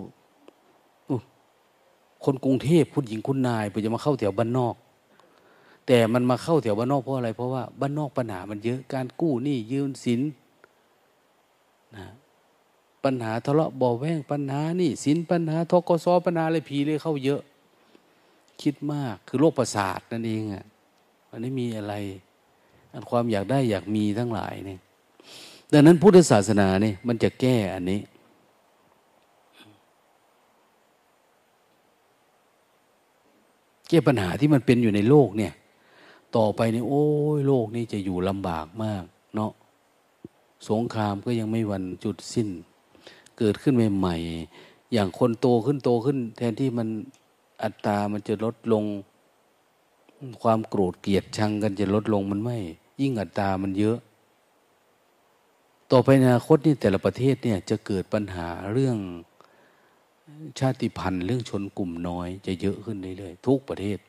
คนกรุงเทพผู้หญิงคุณนายเพื่อจะมาเข้าแถวบ้านนอกแต่มันมาเข้าแถวบ้านนอกเพราะอะไรเพราะว่าบ้านนอกปัญหามันเยอะการกู้หนี้ยืมสินนะปัญหาทะเลาะเบาะแว้งปัญหานี่สินปัญหาทกสปัญหาอะไรผีเลยเข้าเยอะคิดมากคือโรคประสาทนั่นเองอ่ะมันไม่มีอะไรอันความอยากได้อยากมีทั้งหลายเนี่ยดังนั้นพุทธศาสนาเนี่ยมันจะแก้อันนี้แก้ปัญหาที่มันเป็นอยู่ในโลกเนี่ยต่อไปเนี่ยโอ้ยโลกนี้จะอยู่ลำบากมากเนาะสงครามก็ยังไม่วันจุดสิ้นเกิดขึ้นใหม่ๆอย่างคนโตขึ้นแทนที่มันอัตรามันจะลดลงความโกรธเกลียดชังกันจะลดลงมันไม่ยิ่งอัตรามันเยอะต่อไปในอนาคตนี่แต่ละประเทศเนี่ยจะเกิดปัญหาเรื่องชาติพันธุ์เรื่องชนกลุ่มน้อยจะเยอะขึ้นเรื่อยๆทุกประเทศ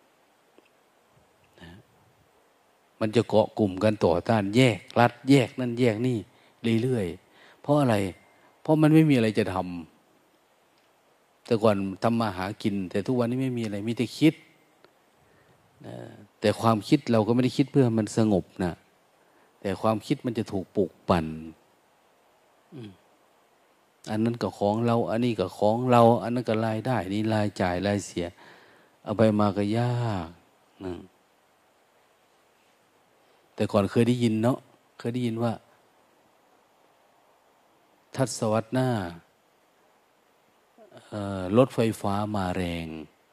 นะมันจะเกาะกลุ่มกันต่อต้านแยกรัฐแยกนั่นแยกนี่เรื่อยๆเพราะอะไรเพราะมันไม่มีอะไรจะทำแต่ก่อนทำมาหากินแต่ทุกวันนี้ไม่มีอะไรมีแต่คิดนะแต่ความคิดเราก็ไม่ได้คิดเพื่อมันสงบนะแต่ความคิดมันจะถูกปลุกปั่นอันนั้นก็ของเราอันนี้ก็ของเราอันนั้นก็รายได้นี่รายจ่ายรายเสียเอาไปมาก็ยากนะแต่ก่อนเคยได้ยินเนาะเคยได้ยินว่าทศวรรษหน้ารถไฟฟ้ามาแรง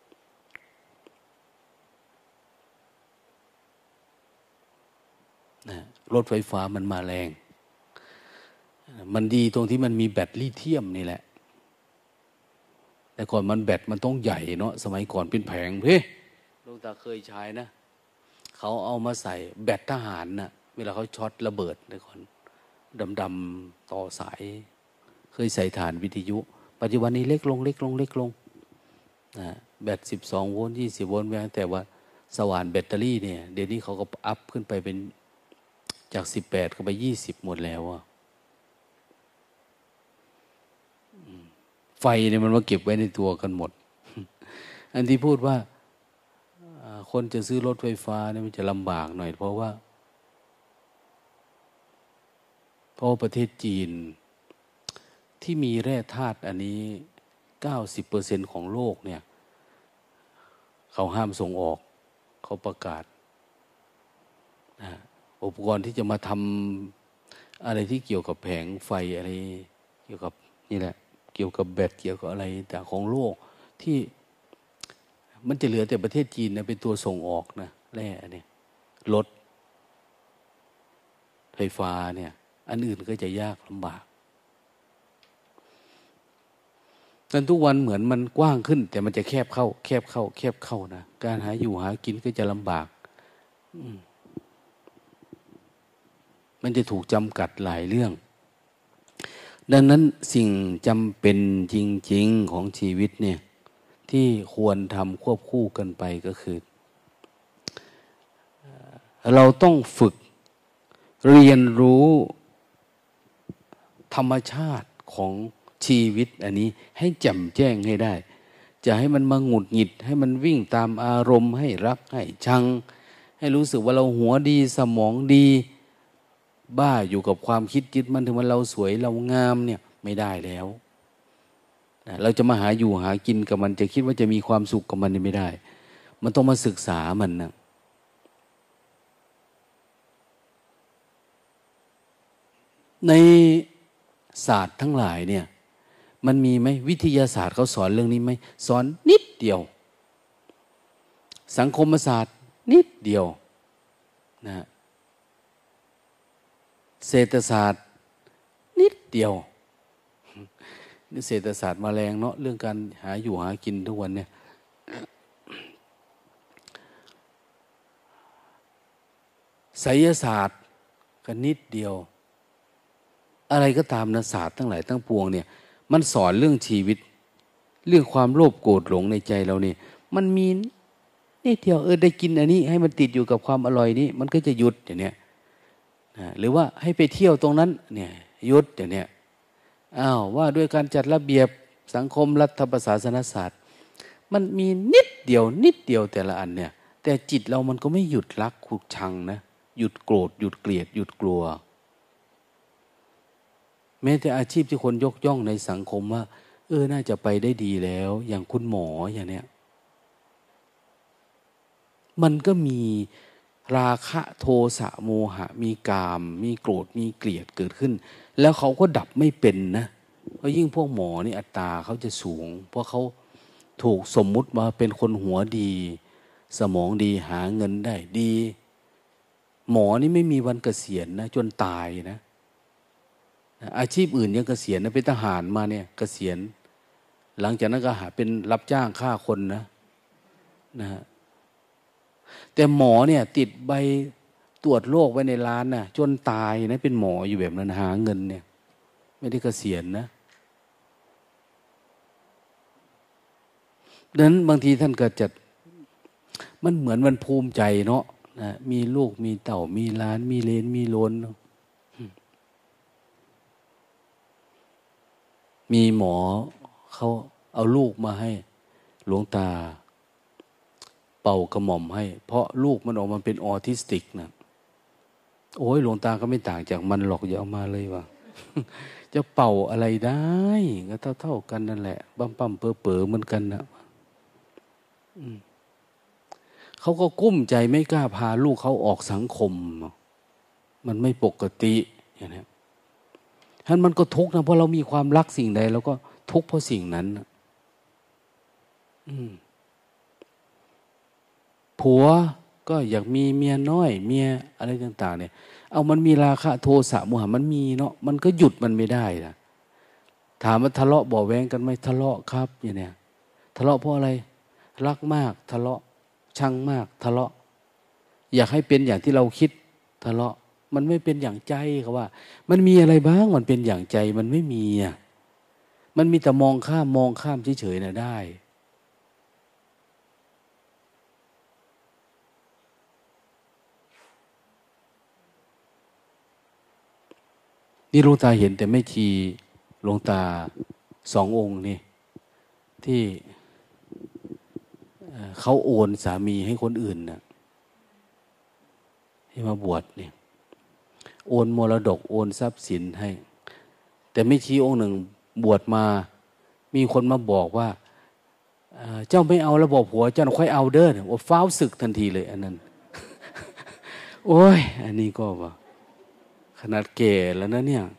นะรถไฟฟ้ามันมาแรงมันดีตรงที่มันมีแบตลิเธียมนี่แหละแต่ก่อนมันแบตมันต้องใหญ่เนาะสมัยก่อนเป็นแผงหลวงตาเคยใช้นะเขาเอามาใส่แบตทหารน่ะเวลาเขาช็อตระเบิดแต่ก่อนดำๆต่อสายเคยใส่ฐานวิทยุปัจจุบันนี้เล็กลงนะแบต12 โวลต์20 โวลต์แต่ว่าสว่านแบตเตอรี่เนี่ยเดี๋ยวนี้เขาก็อัพขึ้นไปเป็นจาก18ก็ไป20หมดแล้วอะไฟเนี่ยมันมาเก็บไว้ในตัวกันหมดอันที่พูดว่าคนจะซื้อรถไฟฟ้าเนี่ยมันจะลำบากหน่อยเพราะว่าประเทศจีนที่มีแร่ธาตุอันนี้ 90% ของโลกเนี่ยเขาห้ามส่งออกเขาประกาศนะอุปกรณ์ที่จะมาทำอะไรที่เกี่ยวกับแผงไฟอะไรเกี่ยวกับนี่แหละเกี่ยวกับแบตเกี่ยวกับอะไรต่างของโลกที่มันจะเหลือแต่ประเทศจีนนะเป็นตัวส่งออกนะแร่เนี่ยรถไฟฟ้าเนี่ยอันอื่นก็จะยากลำบากกันทุกวันเหมือนมันกว้างขึ้นแต่มันจะแคบเข้านะการหาอยู่หากินก็จะลำบากมันจะถูกจำกัดหลายเรื่องดังนั้นสิ่งจำเป็นจริงๆของชีวิตเนี่ยที่ควรทำควบคู่กันไปก็คือเราต้องฝึกเรียนรู้ธรรมชาติของชีวิตอันนี้ให้แจ่มแจ้งให้ได้จะให้มันมาหงุดหงิดให้มันวิ่งตามอารมณ์ให้รักให้ชังให้รู้สึกว่าเราหัวดีสมองดีบ้าอยู่กับความคิดยึดมันถึงว่าเราสวยเรางามเนี่ยไม่ได้แล้วเราจะมาหาอยู่หากินกับมันจะคิดว่าจะมีความสุขกับมันนี่ไม่ได้มันต้องมาศึกษามันนะในศาสตร์ทั้งหลายเนี่ยมันมีไหมวิทยาศาสตร์เขาสอนเรื่องนี้ไหมสอนนิดเดียวสังคมศาสตร์นิดเดียวนะเศรษฐศาสตร์นิดเดียวนี่เศรษฐศาสตร์มาแรงเนาะเรื่องการหาอยู่หากินทุกวันเนี่ยไสยศาสตร์ก็นิดเดียวอะไรก็ตามนะศาสตร์ทั้งหลายทั้งปวงเนี่ยมันสอนเรื่องชีวิตเรื่องความโลภโกรธหลงในใจเราเนี่ยมันมีนิดเดียวได้กินอันนี้ให้มันติดอยู่กับความอร่อยนี้มันก็จะหยุดอย่างเนี้ยหรือว่าให้ไปเที่ยวตรงนั้นเนี่ยหยุดอย่างเนี้ยว่าด้วยการจัดระเบียบสังคมรัฐประศาสนศาสตร์มันมีนิดเดียวแต่ละอันเนี่ยแต่จิตเรามันก็ไม่หยุดรักขุกชังนะหยุดโกรธหยุดเกลียดหยุดกลัวแม้แต่อาชีพที่คนยกย่องในสังคมว่าน่าจะไปได้ดีแล้วอย่างคุณหมออย่างเนี้ยมันก็มีราคะโทสะโมหะมีกามมีโกรธมีเกลียดเกิดขึ้นแล้วเขาก็ดับไม่เป็นนะเพราะยิ่งพวกหมอนี่อัตราเขาจะสูงเพราะเขาถูกสมมุติมาเป็นคนหัวดีสมองดีหาเงินได้ดีหมอนี่ไม่มีวันเกษียณนะจนตายนะอาชีพอื่นยังเกษียณนะเป็นทหารมาเนี่ยเกษียณหลังจากนั้นก็หาเป็นรับจ้างฆ่าคนนะฮะแต่หมอเนี่ยติดใบตรวจโรคไว้ในร้านนะจนตายนะเป็นหมออยู่แบบนั้นหาเงินเนี่ยไม่ได้เกษียณนะดังนั้นบางทีท่านก็จะมันเหมือนมันภูมิใจเนาะนะมีลูกมีเต่ามีล้านมีเลนมีโลนมีหมอเขาเอาลูกมาให้หลวงตาเป่ากระหม่อมให้เพราะลูกมันออกมาเป็นออทิสติกนะโอ้ยหลวงตาก็ไม่ต่างจากมันหรอกอย่าเอามาเลยว่ะ จะเป่าอะไรได้ก็เท่ากันนั่นแหละปั๊มเป๋อเหมือนกันนะเขาก็กุ้มใจไม่กล้าพาลูกเขาออกสังคมมันไม่ปกติอย่างนี้ท่านมันก็ทุกข์นะเพราะเรามีความรักสิ่งใดเราก็ทุกข์เพราะสิ่งนั้นผัวก็อยากมีเมียน้อยเมียอะไรต่างๆเนี่ยมันมีราคะโทสะโมหะมันมีเนาะมันก็หยุดมันไม่ได้นะถามว่าทะเลาะเบาะแว้งกันไหมทะเลาะครับอย่างเนี้ยทะเลาะเพราะอะไรรักมากทะเลาะชังมากทะเลาะอยากให้เป็นอย่างที่เราคิดทะเลาะมันไม่เป็นอย่างใจเขาว่ามันมีอะไรบ้างมันเป็นอย่างใจมันไม่มีอ่ะมันมีแต่มองข้ามเฉยๆนะได้นี่หลวงตาเห็นแต่ไม่ชีหลวงตา2 องค์นี่ที่เขาโอนสามีให้คนอื่นนะให้มาบวชเนี่ยโอนมรดกโอนทรัพย์สินให้แต่ไม่ชีองค์หนึ่งบวชมามีคนมาบอกว่าเจ้าไม่เอาแล้วบอกผัวเจ้าค่อยเอาเด้อว่าฟ้าวศึกทันทีเลยอันนั้น โอ้ยอันนี้ก็ว่าขนาดแก่แล้วนะเนี่ย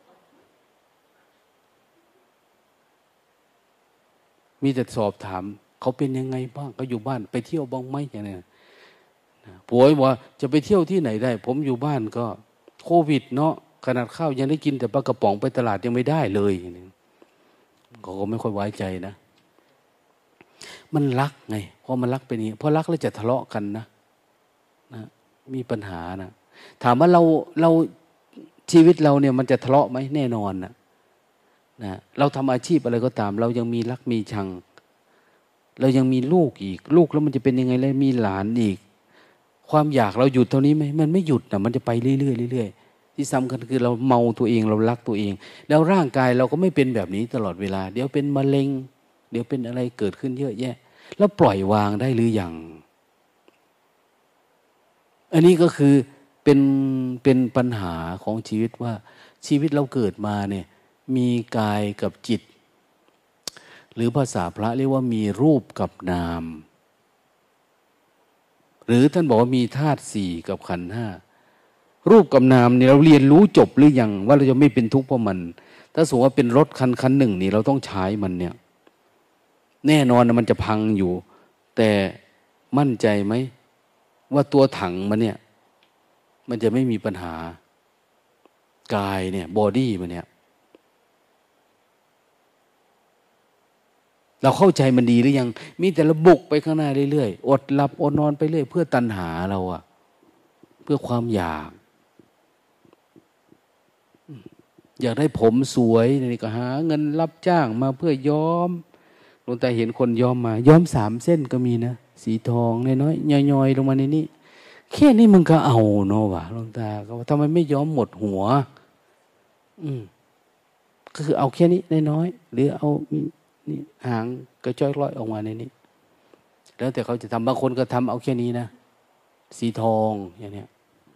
มีแต่สอบถามเขาเป็นยังไงบ้างเขาอยู่บ้านไปเที่ยวบ้างไหมอย่างนี้ผัวบอกว่าจะไปเที่ยวที่ไหนได้ผมอยู่บ้านก็โควิดเนาะขนาดข้าวยังได้กินแต่ปลากระป๋องไปตลาดยังไม่ได้เลยเขาก็ไม่ค่อยไว้ใจนะมันรักไงพอมันรักเป็นอย่างนี้พอรักแล้วจะทะเลาะกันนะมีปัญหานะถามว่าเราชีวิตเราเนี่ยมันจะทะเลาะไหมแน่นอนนะนะเราทำอาชีพอะไรก็ตามเรายังมีรักมีชังเรายังมีลูกอีกลูกแล้วมันจะเป็นยังไงแล้วมีหลานอีกความอยากเราหยุดเท่านี้ไหมมันไม่หยุดนะมันจะไปเรื่อยๆเรื่อยๆที่สำคัญคือเราเมาตัวเองเรารักตัวเองแล้วร่างกายเราก็ไม่เป็นแบบนี้ตลอดเวลาเดี๋ยวเป็นมะเร็งเดี๋ยวเป็นอะไรเกิดขึ้นเยอะแยะแล้วปล่อยวางได้หรือยังอันนี้ก็คือเป็นปัญหาของชีวิตว่าชีวิตเราเกิดมาเนี่ยมีกายกับจิตหรือภาษาพระเรียกว่ามีรูปกับนามหรือท่านบอกว่ามีธาตุสี่กับขันธ์ห้ารูปกับนามเนี่ยเราเรียนรู้จบหรือยังว่าเราจะไม่เป็นทุกข์เพราะมันถ้าสมมติว่าเป็นรถคันหนึ่งนี่เราต้องใช้มันเนี่ยแน่นอนมันจะพังอยู่แต่มั่นใจไหมว่าตัวถังมันเนี่ยมันจะไม่มีปัญหากายเนี่ยบอดี้มันเนี่ยเราเข้าใจมันดีหรือยังมีแต่ระบุกไปข้างหน้าเรื่อยๆอดหลับอดนอนไปเรื่อยเพื่อตัณหาเราอะเพื่อความอยากได้ผมสวยนี่ก็หาเงินรับจ้างมาเพื่อย้อมหลวงตาเห็นคนย้อมมาย้อม3 เส้นก็มีนะสีทองน้อยๆย่อยๆลงมาในนี้แค่นี้มึงก็เอาเนาะวะหลวงตาก็ว่าทำไมไม่ย้อมหมดหัวก็คือเอาแค่นี้น้อยๆหรือเอานี่หางกระจ้อยร้อยออกมาในนี้แล้วแต่เขาจะทำบางคนก็ทำเอาแค่นี้นะสีทองอย่างเนี้ย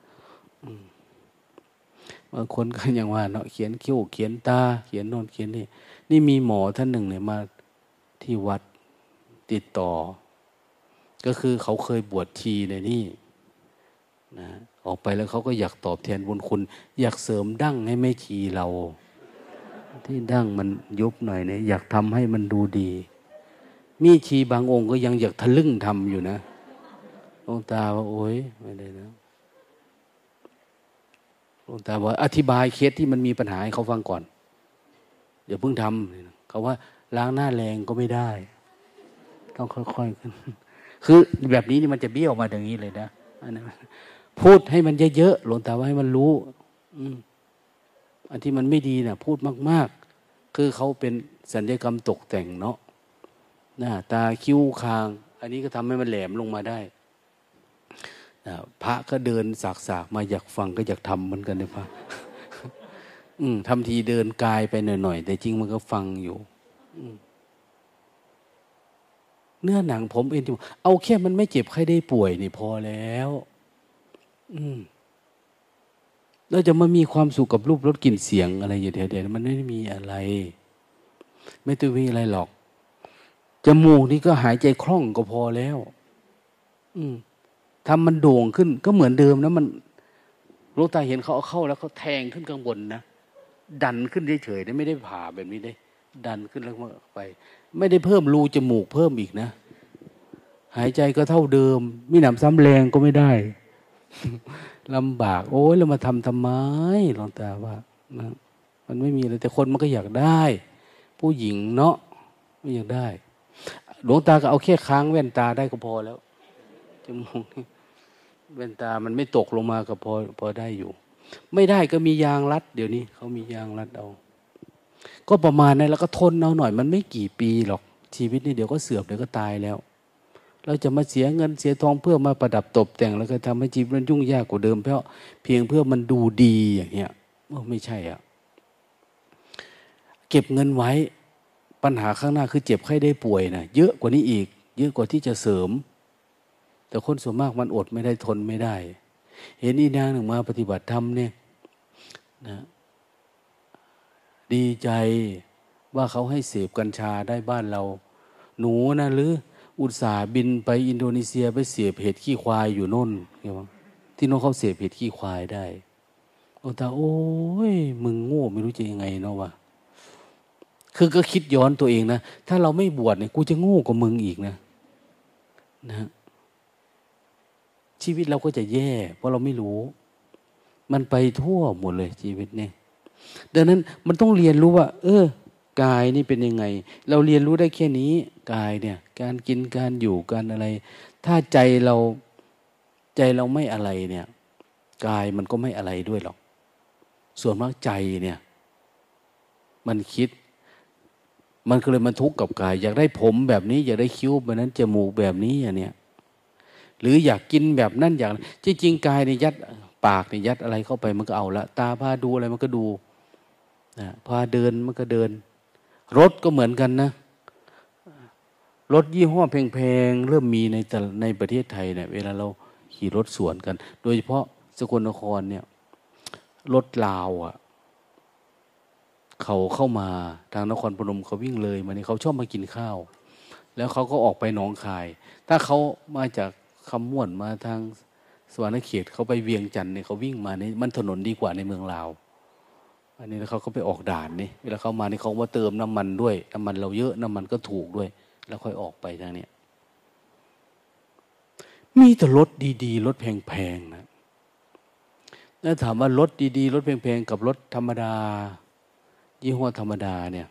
บางคนก็อย่างว่าเนาะเขียนคิ้วเขียนตาเขียนโน่นเขียนนี่มีหมอท่านหนึ่งเนี่ยมาที่วัดติดต่อก็คือเขาเคยบวชชีในนี่นะออกไปแล้วเขาก็อยากตอบแทนบุญคุณอยากเสริมดั้งให้แม่ชีเราที่ดั้งมันยุบหน่อยเนี่ยอยากทำให้มันดูดีมีชีบางองค์ก็ยังอยากทะลึ่งทำอยู่นะหลวงตาว่าโอ๊ยไม่ได้นะหลวงตาบอกอธิบายเคสที่มันมีปัญหาให้เขาฟังก่อนอย่าเพิ่งทำเขาว่าล้างหน้าแรงก็ไม่ได้ต้องค่อยๆขึ้นคือแบบนี้นี่มันจะเบี้ยวมาอย่างนี้เลยนะพูดให้มันเยอะๆหลวงตาว่าให้มันรู้อันที่มันไม่ดีน่ะพูดมากๆคือเขาเป็นศัลยกรรมตกแต่งเนาะหน้าตาคิ้วคางอันนี้ก็ทำให้มันแหลมลงมาได้พระก็เดินสากๆมาอยากฟังก็อยากทำเหมือนกันเลยพระทำทีเดินกายไปหน่อยๆแต่จริงมันก็ฟังอยู่เนื้อหนังผมเองที่เอาแค่มันไม่เจ็บไข้ได้ป่วยนี่พอแล้วเราจะมามีความสุขกับรูปรสกลิ่นเสียงอะไรอยู่เดี๋ยวมันไม่ได้มีอะไรไม่ต้องมีอะไรหรอกจมูกนี่ก็หายใจคล่องก็พอแล้วทำมันโด่งขึ้นก็เหมือนเดิมนะมันหลวงตาเห็นเขาเอาเข้าแล้วเขาแทงขึ้นข้างบนนะดันขึ้นเฉยๆนะไม่ได้ผ่าแบบนี้ได้ดันขึ้นแล้วไปไม่ได้เพิ่มรูจมูกเพิ่มอีกนะหายใจก็เท่าเดิมมีหนำซ้ำแรงก็ไม่ได้ลำบากโอ้ยเรามาทำไมหลวงตาว่านะมันไม่มีอะไรแต่คนมันก็อยากได้ผู้หญิงเนาะไม่อยากได้หลวงตาก็เอาแค่ค้างแว่นตาได้ก็พอแล้วจมูกแว่นตามันไม่ตกลงมาก็พอได้อยู่ไม่ได้ก็มียางรัดเดี๋ยวนี้เขามียางรัดเอาก็ประมาณนั้นแล้วก็ทนเอาหน่อยมันไม่กี่ปีหรอกชีวิตนี่เดี๋ยวก็เสื่อมเดี๋ยวก็ตายแล้วเราจะมาเสียเงินเสียทองเพื่อมาประดับตกแต่งแล้วก็ทำให้ชีวิตมันยุ่งยากกว่าเดิมเพื่อมันดูดีอย่างเงี้ยไม่ใช่อ่ะเก็บเงินไว้ปัญหาข้างหน้าคือเจ็บไข้ได้ป่วยนะเยอะกว่านี้อีกเยอะกว่าที่จะเสริมแต่คนส่วนมากมันอดไม่ได้ทนไม่ได้เห็นอีนางหนึ่งมาปฏิบัติธรรมเนี่ยนะดีใจว่าเขาให้เสพกัญชาได้บ้านเราหนูนะหรืออุตส่าห์บินไปอินโดนีเซียไปเสพเห็ดขี้ควายอยู่โน่นที่โน่นเขาเสพเห็ดขี้ควายได้โอ้ตาโอ้ยมึงโง่ไม่รู้จะยังไงเนาะวะคือก็คิดย้อนตัวเองนะถ้าเราไม่บวชเนี่ยกูจะโง่กว่ามึงอีกนะชีวิตเราก็จะแย่เพราะเราไม่รู้มันไปทั่วหมดเลยชีวิตเนี่ยดังนั้นมันต้องเรียนรู้ว่ากายนี่เป็นยังไงเราเรียนรู้ได้แค่นี้กายเนี่ยการกินการอยู่การอะไรถ้าใจเราไม่อะไรเนี่ยกายมันก็ไม่อะไรด้วยหรอกส่วนมากใจเนี่ยมันคิดมันก็เลยมันทุกข์กับกายอยากได้ผมแบบนี้อยากได้คิ้วแบบนั้นจมูกแบบนี้อย่างเนี้ยหรืออยากกินแบบนั้นอย่างจริงๆกายในยัดปากในยัดอะไรเข้าไปมันก็เอาละตาพาดูอะไรมันก็ดูนะพาเดินมันก็เดินรถก็เหมือนกันนะรถยี่ห้อแพงๆเริ่มมีในประเทศไทยเนี่ยเวลาเราขี่รถสวนกันโดยเฉพาะสกลนครเนี่ยรถลาวอ่ะเขาเข้ามาทางนครพนมเขาวิ่งเลยมานี่เขาชอบมากินข้าวแล้วเขาก็ออกไปหนองคายถ้าเขามาจากคำม่วนมาทางสวรรณเขตเขาไปเวียงจันทร์เนี่ยเขาวิ่งมานี่มันถนนดีกว่าในเมืองลาวอันนี้แล้วเขาก็ไปออกด่านนี่เวลาเขามานี่เขามาเติมน้ำมันด้วยน้ำมันเราเยอะน้ำมันก็ถูกด้วยแล้วค่อยออกไปทางนี้มีแต่รถดีๆรถแพงๆนะแล้วถามว่ารถดีๆรถแพงๆกับรถธรรมดายี่ห้อธรรมดาเนี่ย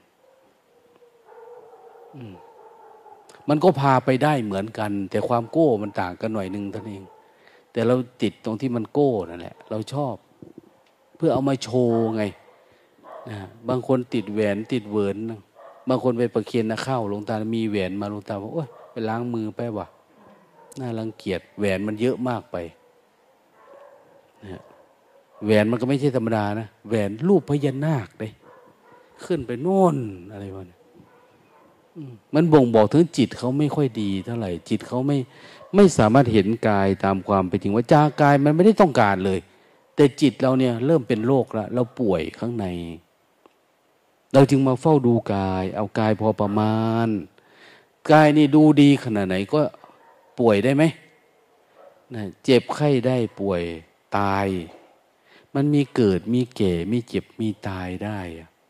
มันก็พาไปได้เหมือนกันแต่ความโก้มันต่างกันหน่อยนึงเท่านั้นเองแต่เราติดตรงที่มันโก้นั่นแหละเราชอบเพื่อเอามาโชว์ไงนะบางคนติดแหวนติดเวิร์นบางคนไปประเคนนะข้าวหลวงตามีแหวนมาหลวงตาบอกโอ๊ยไปล้างมือไปวะน่ารังเกียจแหวนมันเยอะมากไปนะแหวนมันก็ไม่ใช่ธรรมดานะแหวนรูปพญานาคเลยขึ้นไปโน่นอะไรวะเนี่ยมันบ่งบอกถึงจิตเขาไม่ค่อยดีเท่าไหร่จิตเขาไม่สามารถเห็นกายตามความเป็นจริงว่าจากายมันไม่ได้ต้องการเลยแต่จิตเราเนี่ยเริ่มเป็นโรคแล้วเราป่วยข้างในเราจึงมาเฝ้าดูกายเอากายพอประมาณกายนี่ดูดีขนาดไหนก็ป่วยได้ไหมนะเจ็บไข้ได้ป่วยตายมันมีเกิดมีแก่มีเจ็บมีตายได้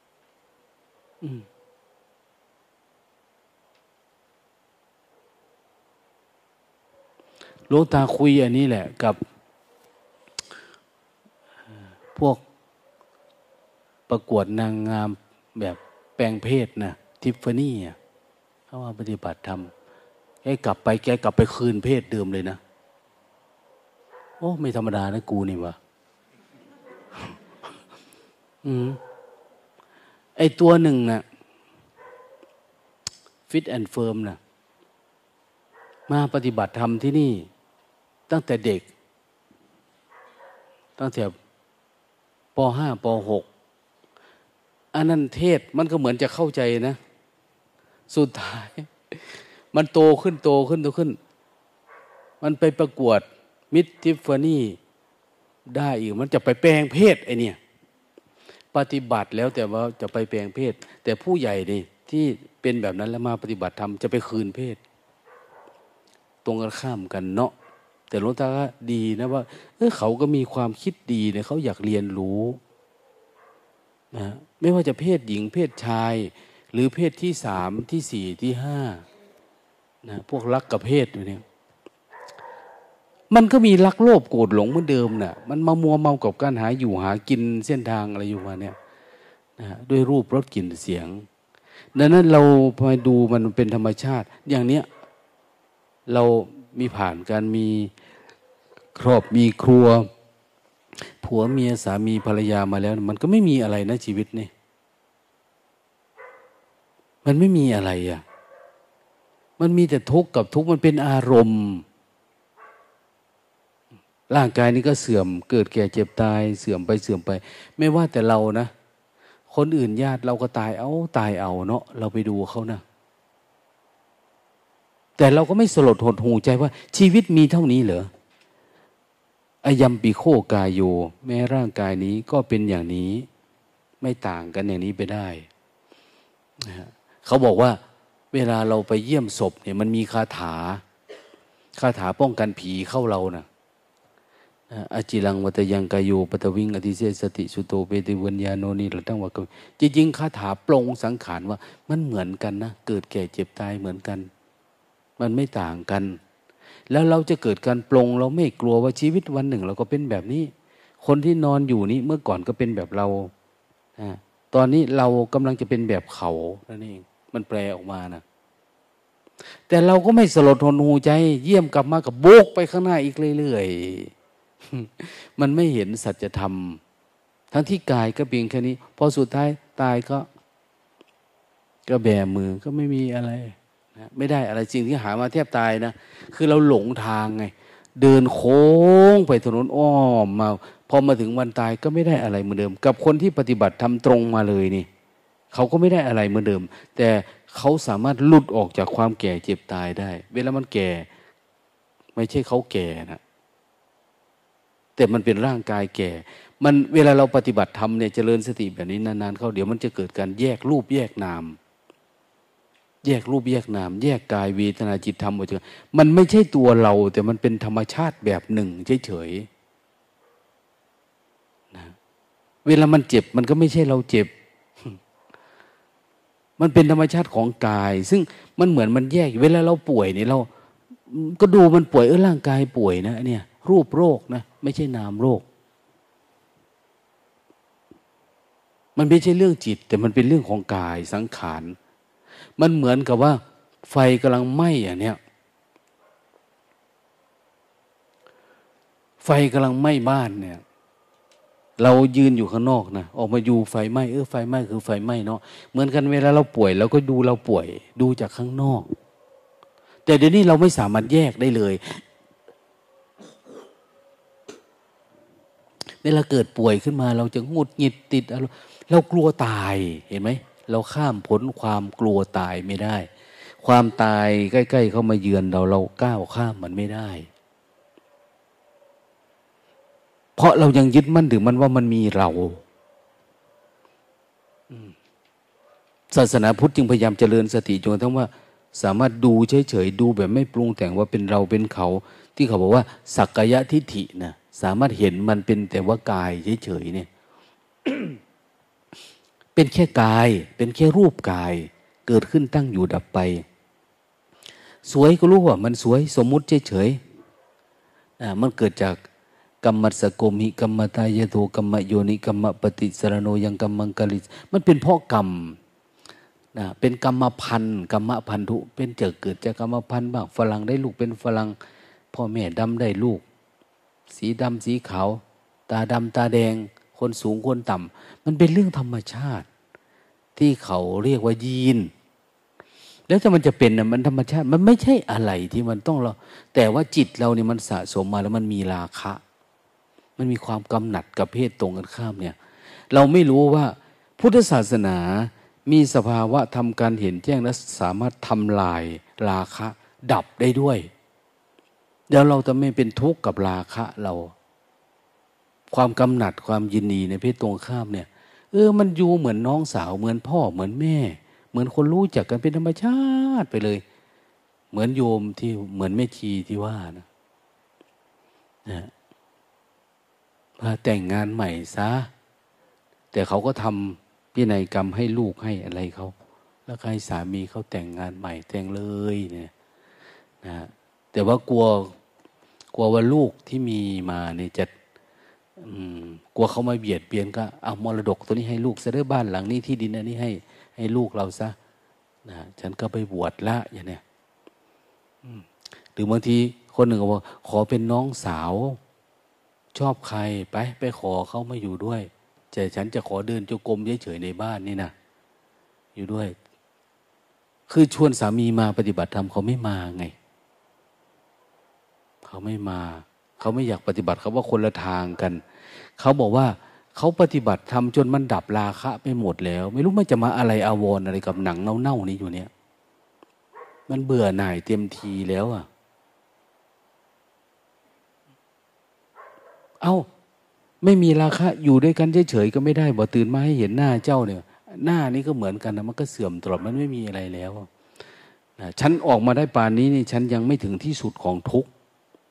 หลวงตาคุยอันนี้แหละกับพวกประกวดนางงามแบบแปลงเพศนะทิฟฟานี่เขาว่าปฏิบัติธรรมแกกลับไปคืนเพศเดิมเลยนะโอ้ไม่ธรรมดานะกูนี่วะไอตัวหนึ่งนะฟิตแอนด์เฟิร์มนะมาปฏิบัติธรรมที่นี่ตั้งแต่เด็กตั้งแต่ป .5 ป .6 อันนั้นเทศมันก็เหมือนจะเข้าใจนะสุดท้ายมันโตขึ้นมันไปประกวดมิสทิฟฟานี่ได้อีกมันจะไปแปลงเพศไอเนี่ยปฏิบัติแล้วแต่ว่าจะไปแปลงเพศแต่ผู้ใหญ่นี่ที่เป็นแบบนั้นแล้วมาปฏิบัติธรรมจะไปคืนเพศตรงกันข้ามกันเนาะแต่หลวงตาก็ดีนะว่าเขาก็มีความคิดดีเนี่ยเขาอยากเรียนรู้นะไม่ว่าจะเพศหญิงเพศชายหรือเพศที่3ที่4ที่5นะพวกรักกับเพศอยู่เนี่ยมันก็มีรักโลภโกรธหลงเหมือนเดิมน่ะมันมามัวเมากับการหาอยู่หากินเส้นทางอะไรอยู่มาเนี่ยนะด้วยรูปรสกลิ่นเสียงดังนั้นเราพอดูมันเป็นธรรมชาติอย่างเนี้ยเรามีผ่านการมีครอบมีครัวผัวเมียสามีภรรยามาแล้วมันก็ไม่มีอะไรนะชีวิตนี่มันไม่มีอะไรมันมีแต่ทุกข์กับทุกข์มันเป็นอารมณ์ร่างกายนี้ก็เสื่อมเกิดแก่เจ็บตายเสื่อมไปไม่ว่าแต่เรานะคนอื่นญาติเราก็ตายเอาเนาะเราไปดูเขานะแต่เราก็ไม่สลดหดหูใจว่าชีวิตมีเท่านี้เหรออายัมปิโคกายโยแม้ร่างกายนี้ก็เป็นอย่างนี้ไม่ต่างกันอย่างนี้ไปได้นะฮะเขาบอกว่าเวลาเราไปเยี่ยมศพเนี่ยมันมีคาถาป้องกันผีเข้าเรานะอาจิรังวัตยังกายโยปตวิงอธิเสสติสุโตเปติวัญญาโนนี่เราตั้งว่าจริงๆคาถาปลงสังขารว่ามันเหมือนกันนะเกิดแก่เจ็บตายเหมือนกันมันไม่ต่างกันแล้วเราจะเกิดการปลงเราไม่กลัวว่าชีวิตวันหนึ่งเราก็เป็นแบบนี้คนที่นอนอยู่นี้เมื่อก่อนก็เป็นแบบเราตอนนี้เรากำลังจะเป็นแบบเขานั่นเองมันแปลออกมานะแต่เราก็ไม่สลดหดหูใจเยี่ยมกลับมากับโบกไปข้างหน้าอีกเรื่อยๆมันไม่เห็นสัจธรรมทั้งที่กายก็เพียงแค่นี้พอสุดท้ายตายก็ก็แบมือก็ไม่มีอะไรนะไม่ได้อะไรจริงที่หามาแทบตายนะคือเราหลงทางไงเดินโค้งไปถนนอ้อมมาพอมาถึงวันตายก็ไม่ได้อะไรเหมือนเดิมกับคนที่ปฏิบัติทำตรงมาเลยนี่เขาก็ไม่ได้อะไรเหมือนเดิมแต่เขาสามารถหลุดออกจากความแก่เจ็บตายได้เวลามันแก่ไม่ใช่เขาแก่นะแต่มันเป็นร่างกายแก่มันเวลาเราปฏิบัติธรรมเนี่ยเจริญสติแบบนี้นานๆเข้าเดี๋ยวมันจะเกิดการแยกรูปแยกนามแยกรูปแยกนามแยกกายเวทนาจิตธรรมออกจากมันไม่ใช่ตัวเราแต่มันเป็นธรรมชาติแบบหนึ่งเฉยๆนะเวลามันเจ็บมันก็ไม่ใช่เราเจ็บมันเป็นธรรมชาติของกายซึ่งมันเหมือนมันแยกเวลาเราป่วยเนี่ยเราก็ดูมันป่วยร่างกายป่วยนะเนี่ยรูปโรคนะไม่ใช่นามโรคมันไม่ใช่เรื่องจิตแต่มันเป็นเรื่องของกายสังขารมันเหมือนกับว่าไฟกำลังไหม้อย่างเนี้ยไฟกำลังไหม้บ้านเนี่ยเรายืนอยู่ข้างนอกนะออกมาอยู่ไฟไหม้ไฟไหม้คือไฟไหม้เนาะเหมือนกันเวลาเราป่วยเราก็ดูเราป่วยดูจากข้างนอกแต่เดี๋ยวนี้เราไม่สามารถแยกได้เลยเวลาเกิดป่วยขึ้นมาเราจะหงุดหงิดติดเรากลัวตายเห็นไหมเราข้ามพ้นความกลัวตายไม่ได้ความตายใกล้ๆเข้ามาเยือนเราก้าวข้ามมันไม่ได้เพราะเรายังยึดมั่นถือมันว่ามันมีเราศาสนาพุทธจึงพยายามเจริญสติจนกระทั่งว่าสามารถดูเฉยๆดูแบบไม่ปรุงแต่งว่าเป็นเราเป็นเขาที่เขาบอกว่าสักกายทิฏฐินะสามารถเห็นมันเป็นแต่ว่ากายเฉยๆเนี่ย เป็นแค่กายเป็นแค่รูปกายเกิดขึ้นตั้งอยู่ดับไปสวยก็รู้ว่ามันสวยสมมุติเฉยๆมันเกิดจากกรรมสกมิกรรมตายโทกรรมโยนิกรรมปฏิสรโนยังกรรมังกลิมันเป็นเพราะกรรมเป็นกรรมพันธุ์กรรมพันธุเป็นเกิดจากกรรมพันธุ์บ้างฝรั่งได้ลูกเป็นฝรั่งพ่อแม่ดำได้ลูกสีดำสีขาวตาดำตาแดงคนสูงคนต่ำมันเป็นเรื่องธรรมชาติที่เขาเรียกว่ายีนแล้วถ้ามันจะเป็นมันธรรมชาติมันไม่ใช่อะไรที่มันต้องเราแต่ว่าจิตเราเนี่ยมันสะสมมาแล้วมันมีราคะมันมีความกำหนัดกับเพศตรงกันข้ามเนี่ยเราไม่รู้ว่าพุทธศาสนามีสภาวะทำการเห็นแจ้งและสามารถทำลายราคะดับได้ด้วยแล้วเราจะไม่เป็นทุกข์กับราคะเราความกำหนัดความยินดีในเพศตรงข้ามเนี่ยมันอยู่เหมือนน้องสาวเหมือนพ่อเหมือนแม่เหมือนคนรู้จักกันเป็นธรรมชาติไปเลยเหมือนโยมที่เหมือนแม่ชีที่ว่านะพาแต่งงานใหม่ซะแต่เขาก็ทำพินัยกรรมให้ลูกให้อะไรเขาแล้วให้สามีเขาแต่งงานใหม่แต่งเลยเนี่ยนะแต่ว่ากลัวว่าลูกที่มีมาเนี่ยจะกลัวเขามาเบียดเบียนก็เอามรดกตัวนี้ให้ลูกซะเด้อบ้านหลังนี้ที่ดินอันนี้ให้ลูกเราซะนะฉันก็ไปบวชละอย่างเนี้ยหรือบางทีคนหนึ่งก็บอกขอเป็นน้องสาวชอบใครไปขอเขามาอยู่ด้วยแต่ฉันจะขอเดินจงกรมเฉยๆในบ้านนี่นะอยู่ด้วยคือชวนสามีมาปฏิบัติธรรมเขาไม่มาไงเขาไม่มาเขาไม่อยากปฏิบัติเขาว่าคนละทางกันเขาบอกว่าเขาปฏิบัติธรรมจนมันดับราคะไปหมดแล้วไม่รู้มันจะมาอะไรอาวรณ์อะไรกับหนังเน่าๆนี้อยู่เนี่ยมันเบื่อหน่ายเต็มทีแล้วอ่ะไม่มีราคะอยู่ด้วยกันเฉยๆก็ไม่ได้บอกตื่นมาให้เห็นหน้าเจ้าเนี่ยหน้านี้ก็เหมือนกันนะมันก็เสื่อมตลอดมันไม่มีอะไรแล้วนะฉันออกมาได้ป่านนี้นี่ฉันยังไม่ถึงที่สุดของทุกข์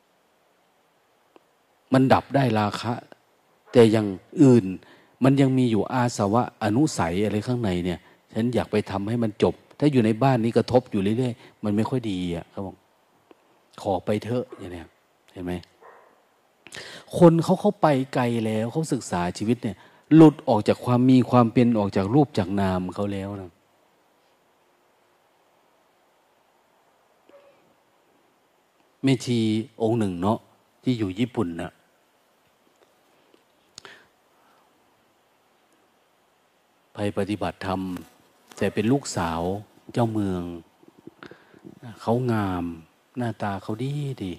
มันดับได้ราคะแต่อย่างอื่นมันยังมีอยู่อาสวะอนุสัยอะไรข้างในเนี่ยฉันอยากไปทำให้มันจบถ้าอยู่ในบ้านนี้กระทบอยู่เรื่อยๆมันไม่ค่อยดีอ่ะเขาบอกขอไปเถอะอย่างนี้เห็นไหมคนเขาไปไกลแล้วเขาศึกษาชีวิตเนี่ยหลุดออกจากความมีความเป็นออกจากรูปจากนามเขาแล้วนะแม่ชีองค์หนึ่งเนาะที่อยู่ญี่ปุ่นน่ะไปปฏิบัติธรรมแต่เป็นลูกสาวเจ้าเมืองเขางามหน้าตาเขาดีดี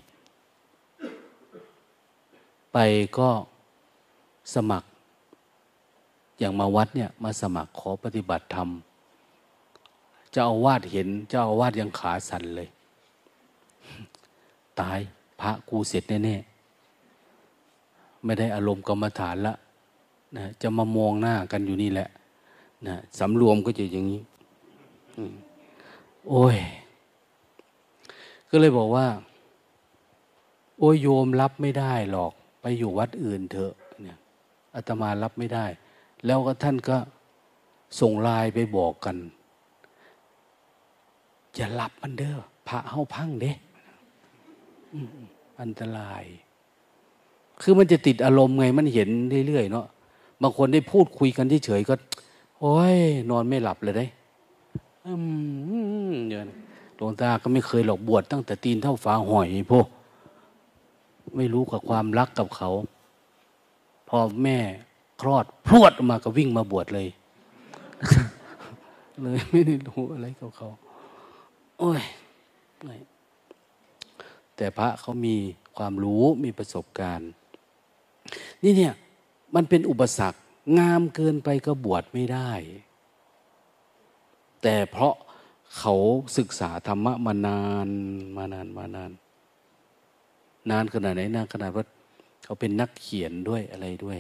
ไปก็สมัครอย่างมาวัดเนี่ยมาสมัครขอปฏิบัติธรรมเจ้าอาวาสเห็นเจ้าอาวาสยังขาสั่นเลยตายพระกูเสร็จแน่ๆไม่ได้อารมณ์กรรมฐานละนะจะมามองหน้ากันอยู่นี่แหละนะสำรวมก็จะอย่างนี้โอ้ยก็เลยบอกว่าโอ้ยโยมรับไม่ได้หรอกไปอยู่วัดอื่นเถอะเนี่ยอาตมารับไม่ได้แล้วก็ท่านก็ส่งไลน์ไปบอกกันอย่าหลับมันเด้อพระเฮาพังเด้อันตรายคือมันจะติดอารมณ์ไงมันเห็นเรื่อยๆเนาะบางคนได้พูดคุยกันเฉยๆก็โอ้ยนอนไม่หลับเลยได้เนี่ยหลวงตาก็ไม่เคยหลอกบวชตั้งแต่ตีนเท่าฝาหอยพวกไม่รู้กับความรักกับเขาพอแม่คลอดพรวดออกมาก็วิ่งมาบวชเลย เลยไม่ได้รู้อะไรกับเขาโอ้ยแต่พระเขามีความรู้มีประสบการณ์นี่เนี่ยมันเป็นอุปสรรงามเกินไปก็บวชไม่ได้แต่เพราะเขาศึกษาธรรมะมานานนานขนาดไหนนานขนาดว่าเขาเป็นนักเขียนด้วยอะไรด้วย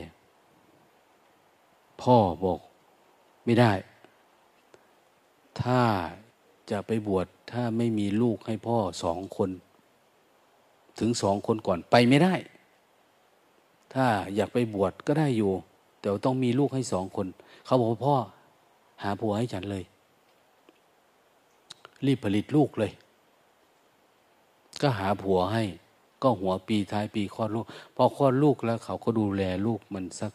พ่อบอกไม่ได้ถ้าจะไปบวชถ้าไม่มีลูกให้พ่อ2 คนถึง2 คนก่อนไปไม่ได้ถ้าอยากไปบวชก็ได้อยู่แต่ต้องมีลูกให้2 คนเขาบอกว่าพ่อหาผัวให้ฉันเลยรีบผลิตลูกเลยก็หาผัวให้ก็หัวปีท้ายปีคลอดลูกพอคลอดลูกแล้วเขาก็ดูแลลูกมันสัก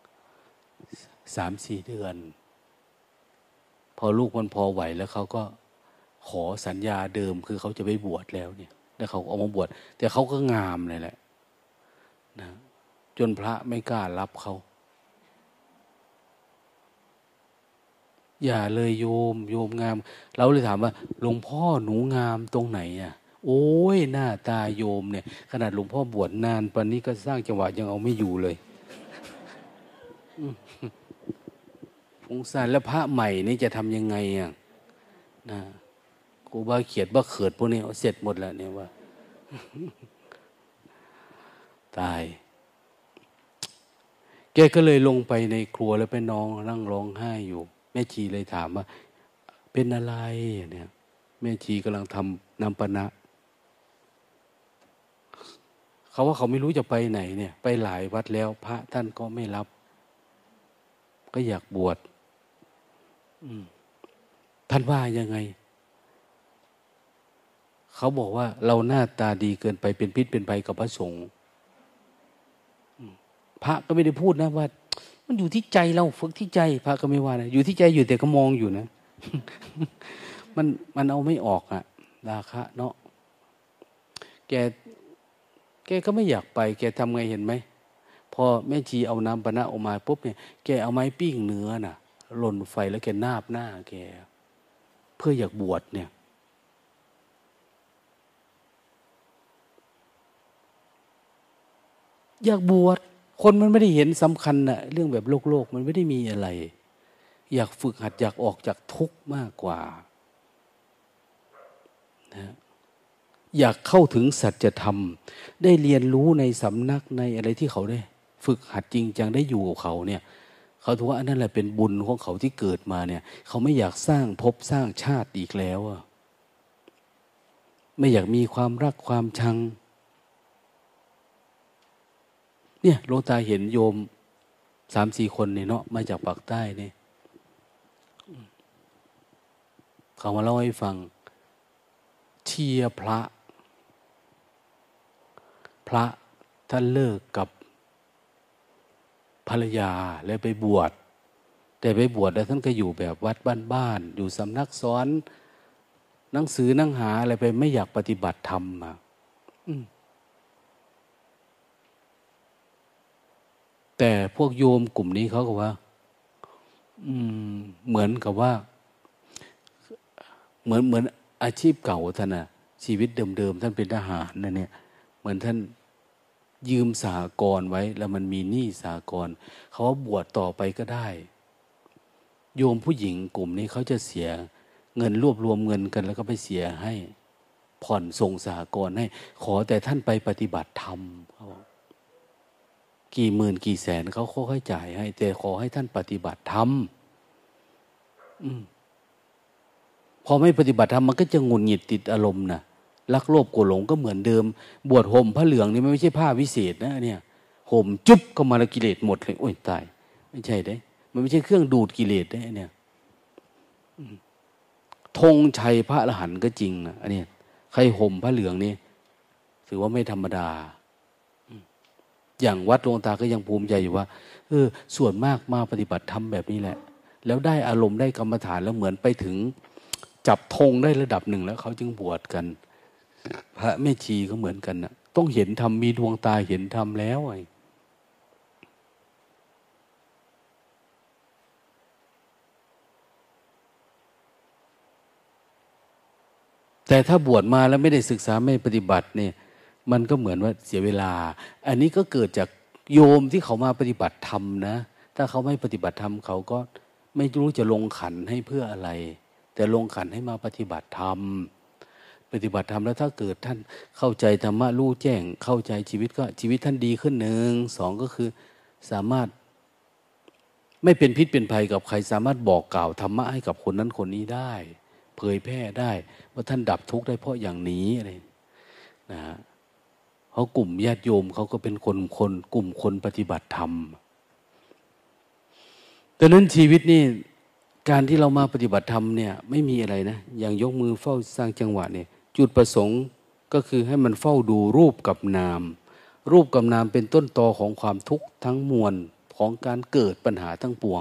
3-4 เดือนพอลูกมันพอไหวแล้วเขาก็ขอสัญญาเดิมคือเขาจะไปบวชแล้วเนี่ยแล้วเขาเอามาบวชแต่เขาก็งามเลยแหละนะจนพระไม่กล้ารับเขาอย่าเลยโยมงามเราเลยถามว่าหลวงพ่อหนูงามตรงไหนอ่ะโอ้ยหน้าตาโยมเนี่ยขนาดหลวงพ่อบวชนานปานนี้ก็สร้างจังหวะยังเอาไม่อยู่เลยสงสารแล้วพระใหม่นี่จะทำยังไงอ่ะนะกูบ้าเขียดบ้าเขิดพวกนี้เสร็จหมดแล้วเนี่ยว่าตายแกก็เลยลงไปในครัวแล้วไปนั่งร้องไห้อยู่แม่ชีเลยถามว่าเป็นอะไรเนี่ยแม่ชีกำลังทำน้ำปนะเขาว่าเขาไม่รู้จะไปไหนเนี่ยไปหลายวัดแล้วพระท่านก็ไม่รับก็อยากบวชท่านว่ายังไงเขาบอกว่าเราหน้าตาดีเกินไปเป็นพิษเป็นภัยกับพระสงฆ์พระก็ไม่ได้พูดนะว่ามันอยู่ที่ใจเราฝึกที่ใจพระก็ไม่ว่านะอยู่ที่ใจอยู่แต่ก็มองอยู่นะ มันเอาไม่ออกอะราคะเนาะแกก็ไม่อยากไปแกทำไงเห็นไหมพอแม่ชีเอาน้ำปนะออกมาปุ๊บเนี่ยแกเอาไม้ปิ้งเนื้อน่ะหล่นไฟแล้วแกนาบหน้าแกเพื่ออยากบวชเนี่ยอยากบวชคนมันไม่ได้เห็นสำคัญนะเรื่องแบบโลกมันไม่ได้มีอะไรอยากฝึกหัดอยากออกจากทุกข์มากกว่านะอยากเข้าถึงสัจธรรมได้เรียนรู้ในสำนักในอะไรที่เขาได้ฝึกหัดจริงจังได้อยู่กับเขาเนี่ยเขาถือว่าอันนั้นแหละเป็นบุญของเขาที่เกิดมาเนี่ยเขาไม่อยากสร้างภพสร้างชาติอีกแล้วไม่อยากมีความรักความชังเนี่ยหลวงตาเห็นโยม3-4 คนเนี่ยเนาะมาจากปากใต้เนี่ยเขามาเล่าให้ฟังเชียร์พระท่านเลิกกับภรรยาแล้วไปบวชแต่ไปบวชแล้วท่านก็อยู่แบบวัดบ้านๆอยู่สำนักสอนหนังสือนั่งหาอะไรไปไม่อยากปฏิบัติธรรมมาแต่พวกโยมกลุ่มนี้เขาก็ว่าเหมือนกับว่าเหมือนอาชีพเก่าท่านน่ะชีวิตเดิมๆท่านเป็นทหารนะเนี่ยเหมือนท่านยืมสหกรณ์ไว้แล้วมันมีหนี้สหกรณ์เขาว่าบวชต่อไปก็ได้โยมผู้หญิงกลุ่มนี้เขาจะเสียเงินรวบรวมเงินกันแล้วก็ไปเสียให้ผ่อนส่งสหกรณ์ให้ขอแต่ท่านไปปฏิบัติธรรมเขาบอกกี่หมื่นกี่แสนเขาค่อยๆจ่ายให้แต่ขอให้ท่านปฏิบัติธรรมพอไม่ปฏิบัติธรรมมันก็จะหงุดหงิดติดอารมณ์นะรักโลภโกรธหลงก็เหมือนเดิมบวชห่มผ้าเหลืองนี่ไม่ใช่ผ้าวิเศษนะเนี่ยห่มจุ๊บก็มาละกิเลสหมดเลยโอ้ยตายไม่ใช่เด้มันไม่ใช่เครื่องดูดกิเลสได้เนี่ยธงชัยพระอรหันต์ก็จริงนะอันนี้ใครห่มผ้าเหลืองนี่ถือว่าไม่ธรรมดาอย่างวัดหลวงตาก็ยังภูมิใจอยู่ว่าส่วนมากมาปฏิบัติธรรมแบบนี้แหละแล้วได้อารมณ์ได้กรรมฐานแล้วเหมือนไปถึงจับธงได้ระดับหนึ่งแล้วเขาจึงบวชกันพระแม่ชีก็เหมือนกันนะต้องเห็นธรรมมีดวงตาเห็นธรรมแล้วไงแต่ถ้าบวชมาแล้วไม่ได้ศึกษาไม่ปฏิบัติเนี่ยมันก็เหมือนว่าเสียเวลาอันนี้ก็เกิดจากโยมที่เขามาปฏิบัติธรรมนะถ้าเขาไม่ปฏิบัติธรรมเขาก็ไม่รู้จะลงขันให้เพื่ออะไรแต่ลงขันให้มาปฏิบัติธรรมปฏิบัติธรรมแล้วถ้าเกิดท่านเข้าใจธรรมะรู้แจ้งเข้าใจชีวิตก็ชีวิตท่านดีขึ้นหนึ่งสองก็คือสามารถไม่เป็นพิษเป็นภัยกับใครสามารถบอกกล่าวธรรมะให้กับคนนั้นคนนี้ได้เผยแพร่ได้ว่าท่านดับทุกข์ได้เพราะอย่างนี้อะไรนะฮะเพราะกลุ่มญาติโยมเขาก็เป็นกลุ่มคนปฏิบัติธรรมดังนั้นชีวิตนี่การที่เรามาปฏิบัติธรรมเนี่ยไม่มีอะไรนะอย่างยกมือเฝ้าสร้างจังหวะเนี่ยจุดประสงค์ก็คือให้มันเฝ้าดูรูปกับนามรูปกับนามเป็นต้นตอของความทุกข์ทั้งมวลของการเกิดปัญหาทั้งปวง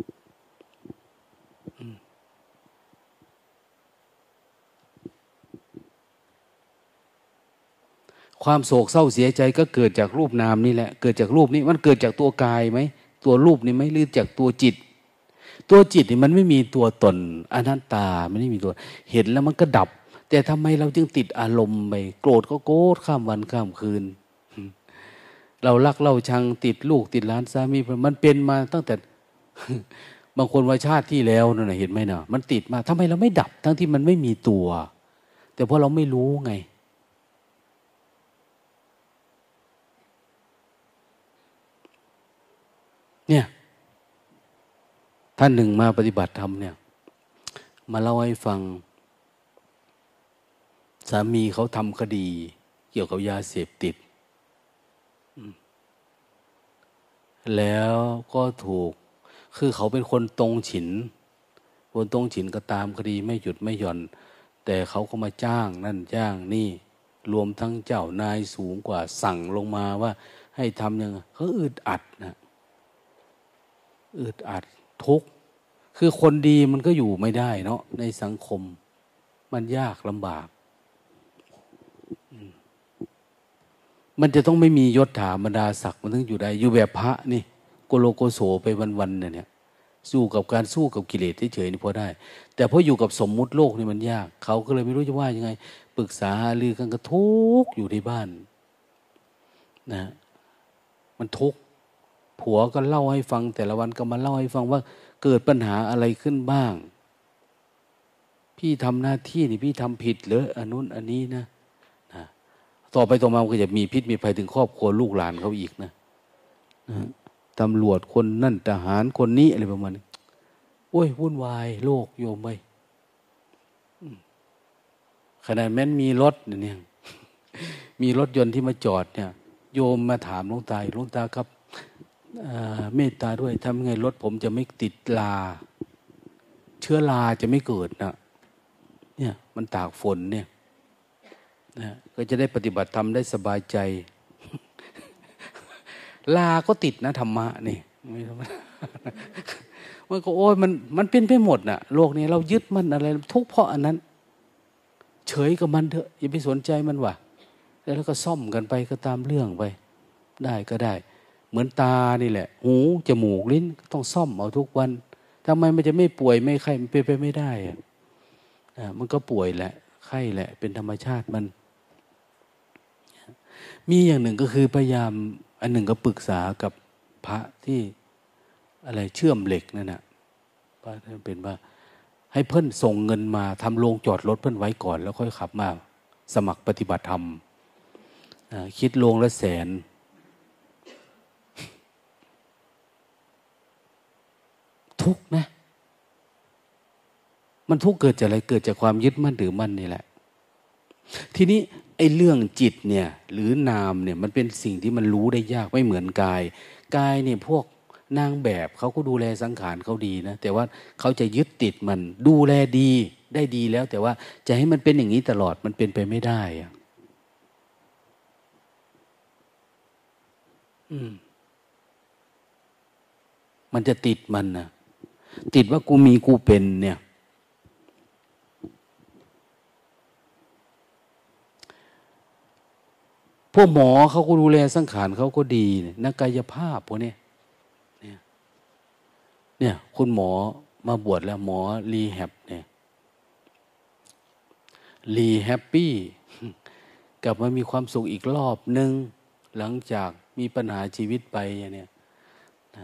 ความโศกเศร้าเสียใจก็เกิดจากรูปนามนี่แหละเกิดจากรูปนี้มันเกิดจากตัวกายไหมตัวรูปนี่ไหมหรือจากตัวจิตนี่มันไม่มีตัวตนอนัตตามันไม่มีตัวเห็นแล้วมันก็ดับแต่ทำไมเราจึงติดอารมณ์ไปโกรธก็โกรธข้ามวันข้ามคืนเรารักเราชังติดลูกติดหลานสามีมันเป็นมาตั้งแต่ บางคนว่าชาติที่แล้วนั่นนะเห็นไหมเนาะมันติดมาทำไมเราไม่ดับทั้งที่มันไม่มีตัวแต่เพราะเราไม่รู้ไงเนี่ยท่านหนึ่งมาปฏิบัติธรรมเนี่ยมาเล่าให้ฟังสามีเขาทำคดีเกี่ยวกับยาเสพติดแล้วก็ถูกคือเขาเป็นคนตรงฉินคนตรงฉินก็ตามคดีไม่หยุดไม่หย่อนแต่เขาก็มาจ้างนั่นจ้างนี่รวมทั้งเจ้านายสูงกว่าสั่งลงมาว่าให้ทำยังไงเขาอึดอัดนะอึดอัดทุกข์คือคนดีมันก็อยู่ไม่ได้เนาะในสังคมมันยากลำบากมันจะต้องไม่มียศถาบรรดาศักดิ์มันถึงอยู่ได้อยู่แบบพระนี่โกโลโกโสไปวันๆเนี่ยสู้กับกิเลสเฉยๆนี่พอได้แต่พออยู่กับสมมุติโลกนี่มันยากเขาก็เลยไม่รู้จะว่ายังไงปรึกษาหารือกันก็ทุกข์อยู่ในบ้านนะมันทุกข์ผัวก็เล่าให้ฟังแต่ละวันก็มาเล่าให้ฟังว่าเกิดปัญหาอะไรขึ้นบ้างพี่ทำหน้าที่นี่พี่ทำผิดเหรออันนู้นอันนี้นะต่อไปต่อมาก็จะมีพิษมีภัยถึงครอบครัวลูกหลานเขาอีกนะตำรวจคนนั่นทหารคนนี้อะไรประมาณนี้โอ้ยวุ่นวายโลกโยมไปขนาดแม้นมีรถเนี่ยมีรถยนต์ที่มาจอดเนี่ยโยมมาถามหลวงตาครับเมตตาด้วยทำไงรถผมจะไม่ติดลาเชื้อราจะไม่เกิดนะเนี่ยมันตากฝนเนี่ยนะก็จะได้ปฏิบัติธรรมได้สบายใจลาก็ติดนะธรรมะนี่ไม่ธรรมดามันก็โอ้ยมันเป็นไปหมดน่ะโลกนี้เรายึดมันอะไรทุกเพราะอันนั้นเฉยกับมันเถอะอย่าไปสนใจมันว่ะแล้วก็ซ่อมกันไปก็ตามเรื่องไปได้ก็ได้เหมือนตานี่แหละหูจมูกลิ้นต้องซ่อมเอาทุกวันทำไมมันจะไม่ป่วยไม่ไข้มันเป็นไปไม่ได้มันก็ป่วยแหละไข้แหละเป็นธรรมชาติมันมีอย่างหนึ่งก็คือพยายามอันหนึ่งก็ปรึกษากับพระที่อะไรเชื่อมเหล็กนั่นน่ะว่าเป็นว่าให้เพิ่นส่งเงินมาทำโรงจอดรถเพิ่นไว้ก่อนแล้วค่อยขับมาสมัครปฏิบัติธรรมคิดโรงละ100,000ทุกข์นะมันทุกข์เกิดจากอะไรเกิดจากความยึดมั่นถือมั่นนี่แหละทีนี้ไอ้เรื่องจิตเนี่ยหรือนามเนี่ยมันเป็นสิ่งที่มันรู้ได้ยากไม่เหมือนกายเนี่ยพวกนางแบบเขาก็ดูแลสังขารเขาดีนะแต่ว่าเขาจะยึดติดมันดูแลดีได้ดีแล้วแต่ว่าจะให้มันเป็นอย่างนี้ตลอดมันเป็นไปไม่ได้อะมันจะติดมันนะติดว่ากูมีกูเป็นเนี่ยพวกหมอเขาก็ดูแลสังขารเขาก็ดีนักกายภาพพวกนี้เนี่ยคุณหมอมาบวชแล้วหมอรีแฮบเนี่ยรีแฮปปี้กลับมามีความสุขอีกรอบนึงหลังจากมีปัญหาชีวิตไปอย่างเนี้ยนะ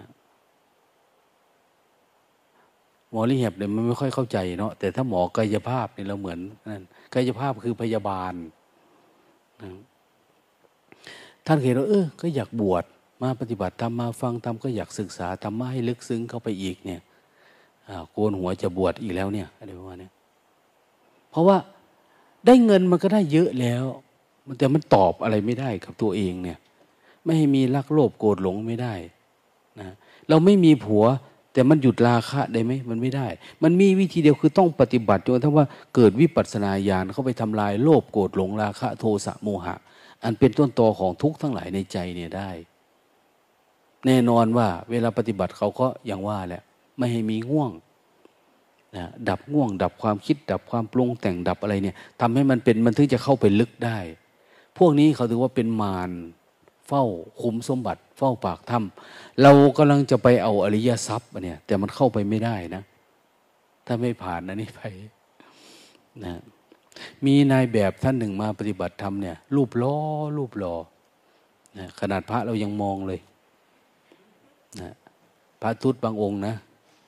หมอรีแฮบเนี่ยมันไม่ค่อยเข้าใจเนาะแต่ถ้าหมอกายภาพเนี่ยเราเหมือนนั่นกายภาพคือพยาบาลนะท่านเห็นว่าก็อยากบวชมาปฏิบัติธรรมมาฟังธรรมก็อยากศึกษาธรรมะให้ลึกซึ้งเข้าไปอีกเนี่ยโกนหัวจะบวชอีกแล้วเนี่ยอะไรประมาณนี้เพราะว่าได้เงินมันก็ได้เยอะแล้วแต่มันตอบอะไรไม่ได้กับตัวเองเนี่ยไม่ให้มีรักโลภโกรธหลงไม่ได้นะเราไม่มีผัวแต่มันหยุดราคะได้ไหมมันไม่ได้มันมีวิธีเดียวคือต้องปฏิบัติจนกระทั่งว่าเกิดวิปัสสนาญาณเข้าไปทำลายโลภโกรธหลงราคะโทสะโมหะอันเป็นต้นตอของทุกข์ทั้งหลายในใจเนี่ยได้แน่นอนว่าเวลาปฏิบัติเขาก็อย่างว่าแหละไม่ให้มีง่วงนะดับง่วงดับความคิดดับความปรุงแต่งดับอะไรเนี่ยทำให้มันเป็นมันถึงจะเข้าไปลึกได้พวกนี้เขาถือว่าเป็นมารเฝ้าขุมสมบัติเฝ้าปากถ้ำเรากำลังจะไปเอาอริยทรัพย์เนี่ยแต่มันเข้าไปไม่ได้นะถ้าไม่ผ่านอันนี้ไปนะมีนายแบบท่านหนึ่งมาปฏิบัติธรรมเนี่ยรูปหล่อนะขนาดพระเรายังมองเลยนะพระทุตบางองค์นะ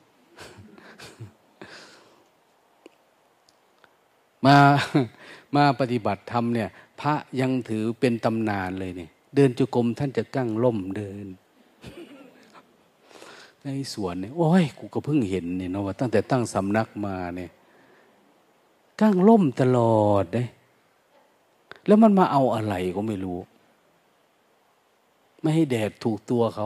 มาปฏิบัติธรรมเนี่ยพระยังถือเป็นตำนานเลยเนี่ยเดินจุกรมท่านจะกั้งล่มเดิน ในสวนเนี่ยโอ้ยกูก็เพิ่งเห็นเนี่ยนะว่าตั้งแต่ตั้งสำนักมาเนี่ยกั้งล่มตลอดเลยแล้วมันมาเอาอะไรก็ไม่รู้ไม่ให้แดดถูกตัวเขา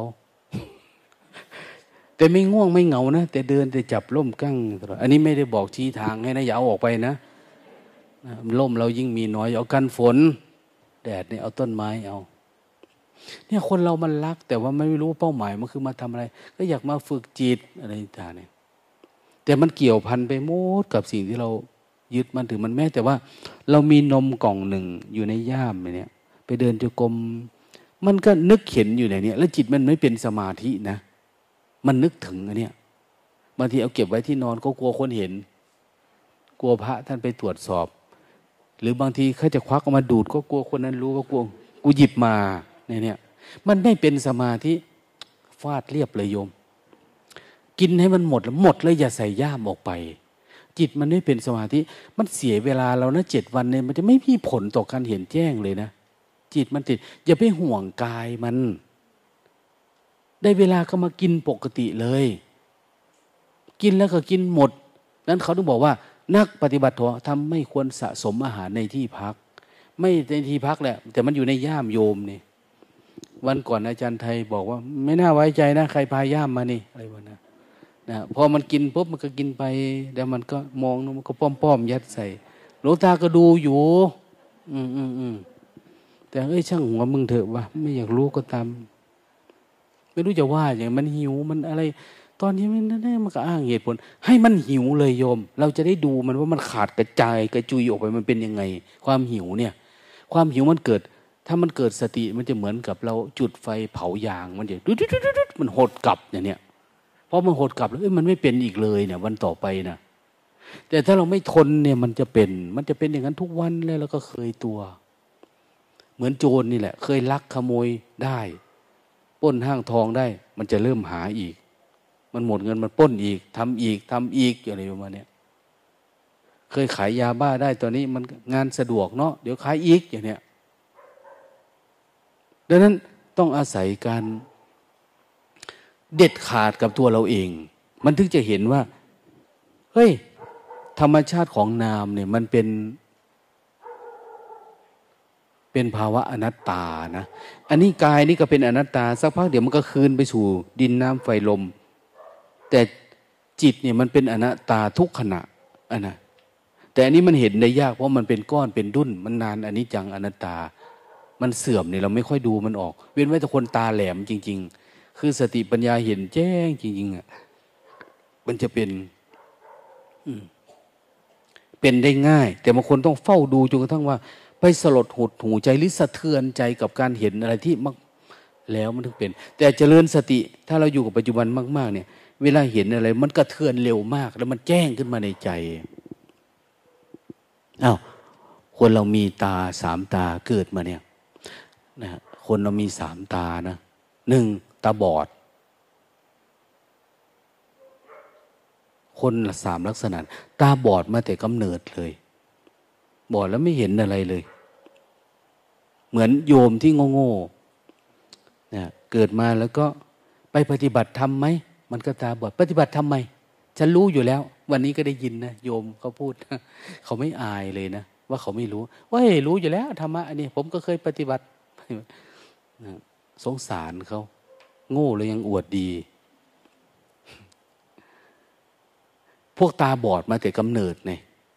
แต่ไม่ง่วงไม่เหงานะแต่เดินแต่จับล่มกั้งตลอดอันนี้ไม่ได้บอกชี้ทางให้นะอย่าเอาออกไปนะล่มเรายิ่งมีน้อยเอากันฝนแดดเนี่ยเอาต้นไม้เอาเนี่ยคนเรามันรักแต่ว่าไม่รู้เป้าหมายมันคือมาทำอะไรก็อยากมาฝึกจิตอะไรต่างเนี่ยแต่มันเกี่ยวพันไปหมดกับสิ่งที่เรายึดมันถือมันแม้แต่ว่าเรามีนมกล่องหนึ่งอยู่ในย่ามเนี่ยไปเดินจงกรมมันก็นึกเห็นอยู่ในนี้แล้วจิตมันไม่เป็นสมาธินะมันนึกถึงอันเนี้ยบางทีเอาเก็บไว้ที่นอนก็กลัวคนเห็นกลัวพระท่านไปตรวจสอบหรือบางทีเขาจะควักออกมาดูดก็กลัวคนนั้นรู้ก็กลัวกูหยิบมาเนี่ยมันไม่เป็นสมาธิฟาดเรียบเลยโยมกินให้มันหมดแล้วอย่าใส่ย่ามออกไปจิตมันไม่เป็นสมาธิมันเสียเวลาเรานะ7 วันเนี่ยมันจะไม่มีผลต่อการเห็นแจ้งเลยนะจิตมันติดอย่าไปห่วงกายมันได้เวลาก็มากินปกติเลยกินแล้วก็กินหมดนั้นเขาต้องบอกว่านักปฏิบัติธรรมไม่ควรสะสมอาหารในที่พักไม่ในที่พักแหละแต่มันอยู่ในย่ามโยมนี่วันก่อนอาจารย์ไทยบอกว่าไม่น่าไว้ใจนะใครพาย่ามมานี่อะไรวะนะพอมันกินปุ๊บมันก็กินไปแล้วมันก็มองมันก็ป้อมยัดใส่หลวงตาก็ดูอยู่แต่ช่างหัวมึงเถอะวะไม่อยากรู้ก็ตามไม่รู้จะว่าอย่างมันหิวมันอะไรตอนนี้มันก็อ้างเหตุผลให้มันหิวเลยโยมเราจะได้ดูมันว่ามันขาดกระจายกระจุยออกไปมันเป็นยังไงความหิวเนี่ยความหิวมันเกิดถ้ามันเกิดสติมันจะเหมือนกับเราจุดไฟเผายางมันจะมันหดกลับเนี่ยพอมันหดกลับแล้วมันไม่เป็นอีกเลยเนี่ยวันต่อไปนะแต่ถ้าเราไม่ทนเนี่ยมันจะเป็นอย่างนั้นทุกวันเลยแล้วก็เคยตัวเหมือนโจรนี่แหละเคยลักขโมยได้ปล้นห้างทองได้มันจะเริ่มหาอีกมันหมดเงินมันปล้นอีกทำอีกอะไรประมาณนี้เคยขายยาบ้าได้ตอนนี้มันงานสะดวกเนาะเดี๋ยวขายอีกอย่างเนี้ยดังนั้นต้องอาศัยการเด็ดขาดกับตัวเราเองมันถึงจะเห็นว่าเฮ้ยธรรมชาติของนามเนี่ยมันเป็นภาวะอนัตตานะอันนี้กายนี่ก็เป็นอนัตตาสักพักเดี๋ยวมันก็คืนไปสู่ดินน้ำไฟลมแต่จิตเนี่ยมันเป็นอนัตตาทุกขณะนะแต่อันนี้มันเห็นได้ยากเพราะมันเป็นก้อนเป็นดุ้นมันนานอันนี้จังอนัตตามันเสื่อมเนี่ยเราไม่ค่อยดูมันออกเว้นไว้แต่คนตาแหลมจริงๆคือสติปัญญาเห็นแจ้งจริงๆอ่ะมันจะเป็นได้ง่ายแต่บางคนต้องเฝ้าดูจนกระทั่งว่าไปสลดหดหูใจหรือสะเทือนใจกับการเห็นอะไรที่มักแล้วมันถึงเป็นแต่เจริญสติถ้าเราอยู่กับปัจจุบันมากๆเนี่ยเวลาเห็นอะไรมันกระเทือนเร็วมากแล้วมันแจ้งขึ้นมาในใจอ้าวคนเรามีตาสามตาเกิดมาเนี่ยนะคนเรามีสามตานะหนึ่งตาบอดคนละสามลักษณะตาบอดมาแต่กำเนิดเลยบอดแล้วไม่เห็นอะไรเลยเหมือนโยมที่โง่ๆเนี่ยเกิดมาแล้วก็ไปปฏิบัติธรรมไหมมันก็ตาบอดปฏิบัติธรรมไหมฉันรู้อยู่แล้ววันนี้ก็ได้ยินนะโยมเขาพูด เขาไม่อายเลยนะว่าเขาไม่รู้ว่าเฮ้ยรู้อยู่แล้วธรรมะอันนี้ผมก็เคยปฏิบัติ สงสารเขาโง่เลยยังอวดดีพวกตาบอดมาแต่กำเนิดเนี่ย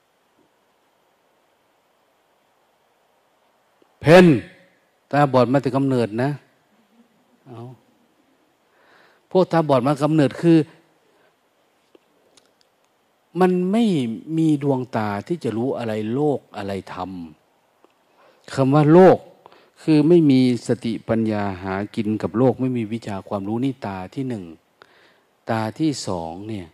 เพนตาบอดมาแต่กำเนิดนะเอาพวกตาบอดมากำเนิดคือมันไม่มีดวงตาที่จะรู้อะไรโลกอะไรธรรมคำว่าโลกคือไม่มีสติปัญญาหากินกับโลกไม่มีวิชาความรู้นี่ตาที่หนึ่งตาที่สองเนี่ย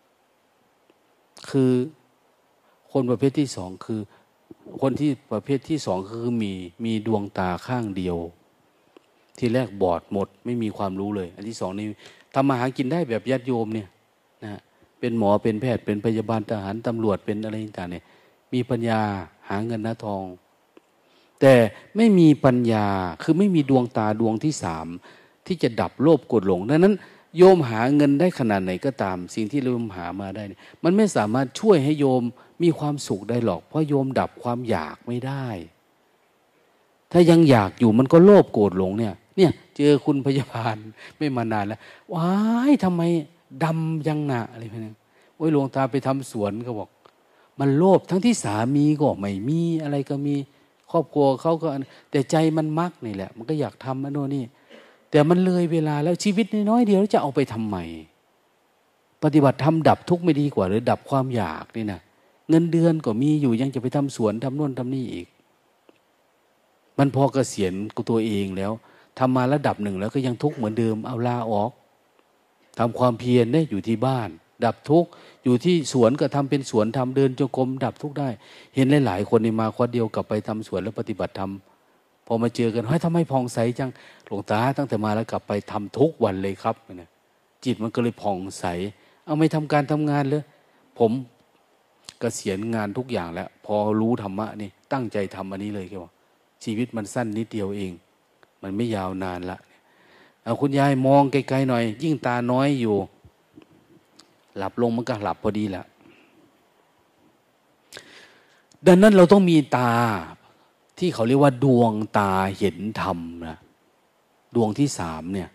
คือคนประเภทที่สองคือคนที่ประเภทที่สองคือมีดวงตาข้างเดียวที่แรกบอดหมดไม่มีความรู้เลยอันที่สองนี่ทำมาหากินได้แบบญาติโยมเนี่ยนะเป็นหมอเป็นแพทย์เป็นพยาบาลทหารตำรวจเป็นอะไรต่างๆเนี่ยมีปัญญาหาเงินหาทองแต่ไม่มีปัญญาคือไม่มีดวงตาดวงที่สามที่จะดับโลภโกรธหลงดังนั้นโยมหาเงินได้ขนาดไหนก็ตามสิ่งที่โยมหามาได้มันไม่สามารถช่วยให้โยมมีความสุขได้หรอกเพราะโยมดับความอยากไม่ได้ถ้ายังอยากอยู่มันก็โลภโกรธหลงเนี่ยเจอคุณพยาบาลไม่มานานแล้วว้ายทำไมดำยังหนาอะไรพวกนี้โอ้ยหลวงตาไปทำสวนก็บอกมันโลภทั้งที่สามีก็ไม่มีอะไรก็มีครอบครัวเขาก็แต่ใจมันมักนี่แหละมันก็อยากทำอันโน่นนี่แต่มันเลยเวลาแล้วชีวิตน้อยเดียวจะเอาไปทำไมปฏิบัติธรรมดับทุกข์ไม่ดีกว่าหรือดับความอยากนี่นะเงินเดือนก็มีอยู่ยังจะไปทำสวนทำโน่นทำนี่อีกมันพอเกษียณกับตัวเองแล้วทำมาระดับหนึ่งแล้วก็ยังทุกข์เหมือนเดิมเอาลาออกทำความเพียรได้อยู่ที่บ้านดับทุกข์อยู่ที่สวนก็ทำเป็นสวนทำเดินจงกรมดับทุกข์ได้เห็นหลายๆคนในมาคอเดียวกลับไปทำสวนแล้วปฏิบัติธรรมพอมาเจอกันเฮ้ยทำไมผ่องใสจังหลวงตาตั้งแต่มาแล้วกลับไปทำทุกวันเลยครับเนี่ยจิตมันก็เลยผ่องใสเอาไม่ทำการทำงานเลยผมเกษียณงานทุกอย่างแล้วพอรู้ธรรมะนี่ตั้งใจทำอันนี้เลยแกบอกชีวิตมันสั้นนิดเดียวเองมันไม่ยาวนานละเอาคุณยายมองไกลๆหน่อยยิ่งตาน้อยอยู่หลับลงมันก็หลับพอดีแหละดังนั้นเราต้องมีตาที่เขาเรียกว่าดวงตาเห็นธรรมนะดวงที่สามเนี่ย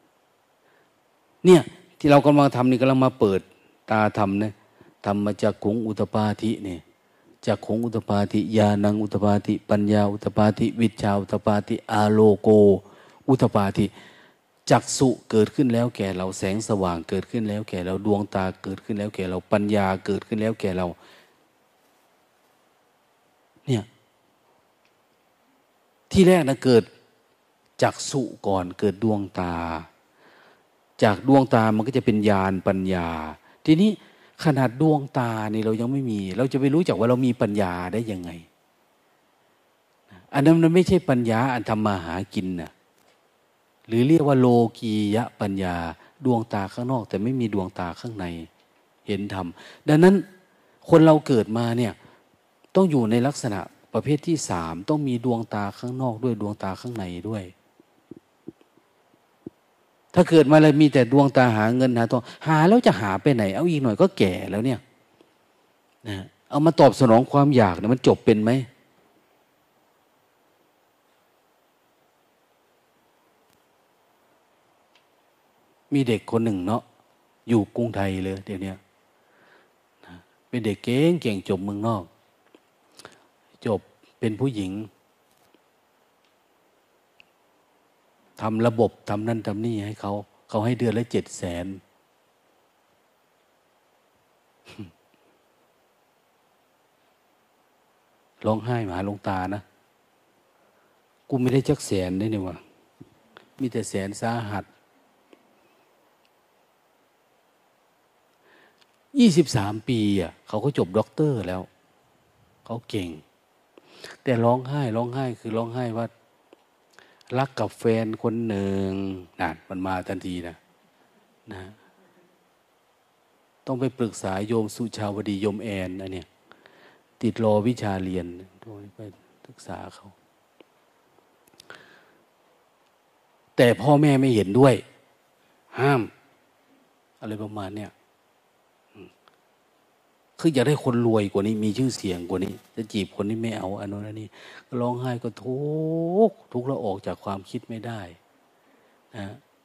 ที่เรากำลังทำนี่กำลังมาเปิดตาธรรมเนี่ยธรรมจักขุงอุตปาธิเนี่ยจักขุงอุตปาธิญาณังอุตปาธิปัญญาอุตปาธิวิชชาอุตปาธิอาโลโกอุตปาธิจักษุเกิดขึ้นแล้วแก่เราแสงสว่างเกิดขึ้นแล้วแก่เราดวงตาเกิดขึ้นแล้วแก่เราปัญญาเกิดขึ้นแล้วแก่เราเนี่ยที่แรกนะเกิดจักษุก่อนเกิดดวงตาจากดวงตามันก็จะเป็นญาณปัญญาทีนี้ขนาดดวงตานี่เรายังไม่มีเราจะไปรู้จักว่าเรามีปัญญาได้ยังไงอันนั้นมันไม่ใช่ปัญญาอันทำมาหากินนะหรือเรียกว่าโลกียะปัญญาดวงตาข้างนอกแต่ไม่มีดวงตาข้างในเห็นธรรมดังนั้นคนเราเกิดมาเนี่ยต้องอยู่ในลักษณะประเภทที่สามต้องมีดวงตาข้างนอกด้วยดวงตาข้างในด้วยถ้าเกิดมาเลยมีแต่ดวงตาหาเงินหาทองหาแล้วจะหาไปไหนเอาอีกหน่อยก็แก่แล้วเนี่ยนะเอามาตอบสนองความอยากเนี่ยมันจบเป็นไหมมีเด็กคนหนึ่งเนาะอยู่กรุงไทยเลยเดี๋ยวนี้นะเป็นเด็กเก่งจบเมืองนอกจบเป็นผู้หญิงทำระบบทำนั่นทำนี่ให้เขาให้เดือนละ700,000ร้องไห้มาหาหลวงตานะกูไม่ได้จักแสนได้เนี่ยวะมีแต่แสนสาหัส23 ปีอ่ะเขาก็จบด็อกเตอร์แล้วเขาเก่งแต่ร้องไห้คือร้องไห้ว่ารักกับแฟนคนหนึ่งนั่นมันมาทันทีนะต้องไปปรึกษาโยมสุชาวดีโยมแอนนะเนี่ยติดรอวิชาเรียนต้องไปศึกษาเขาแต่พ่อแม่ไม่เห็นด้วยห้ามอะไรประมาณเนี่ยคืออยากได้คนรวยกว่านี้มีชื่อเสียงกว่านี้จะจีบคนนี้ไม่เอาอันนั้นอันนี้ร้องไห้ก็ทุกข์แล้วออกจากความคิดไม่ได้นะ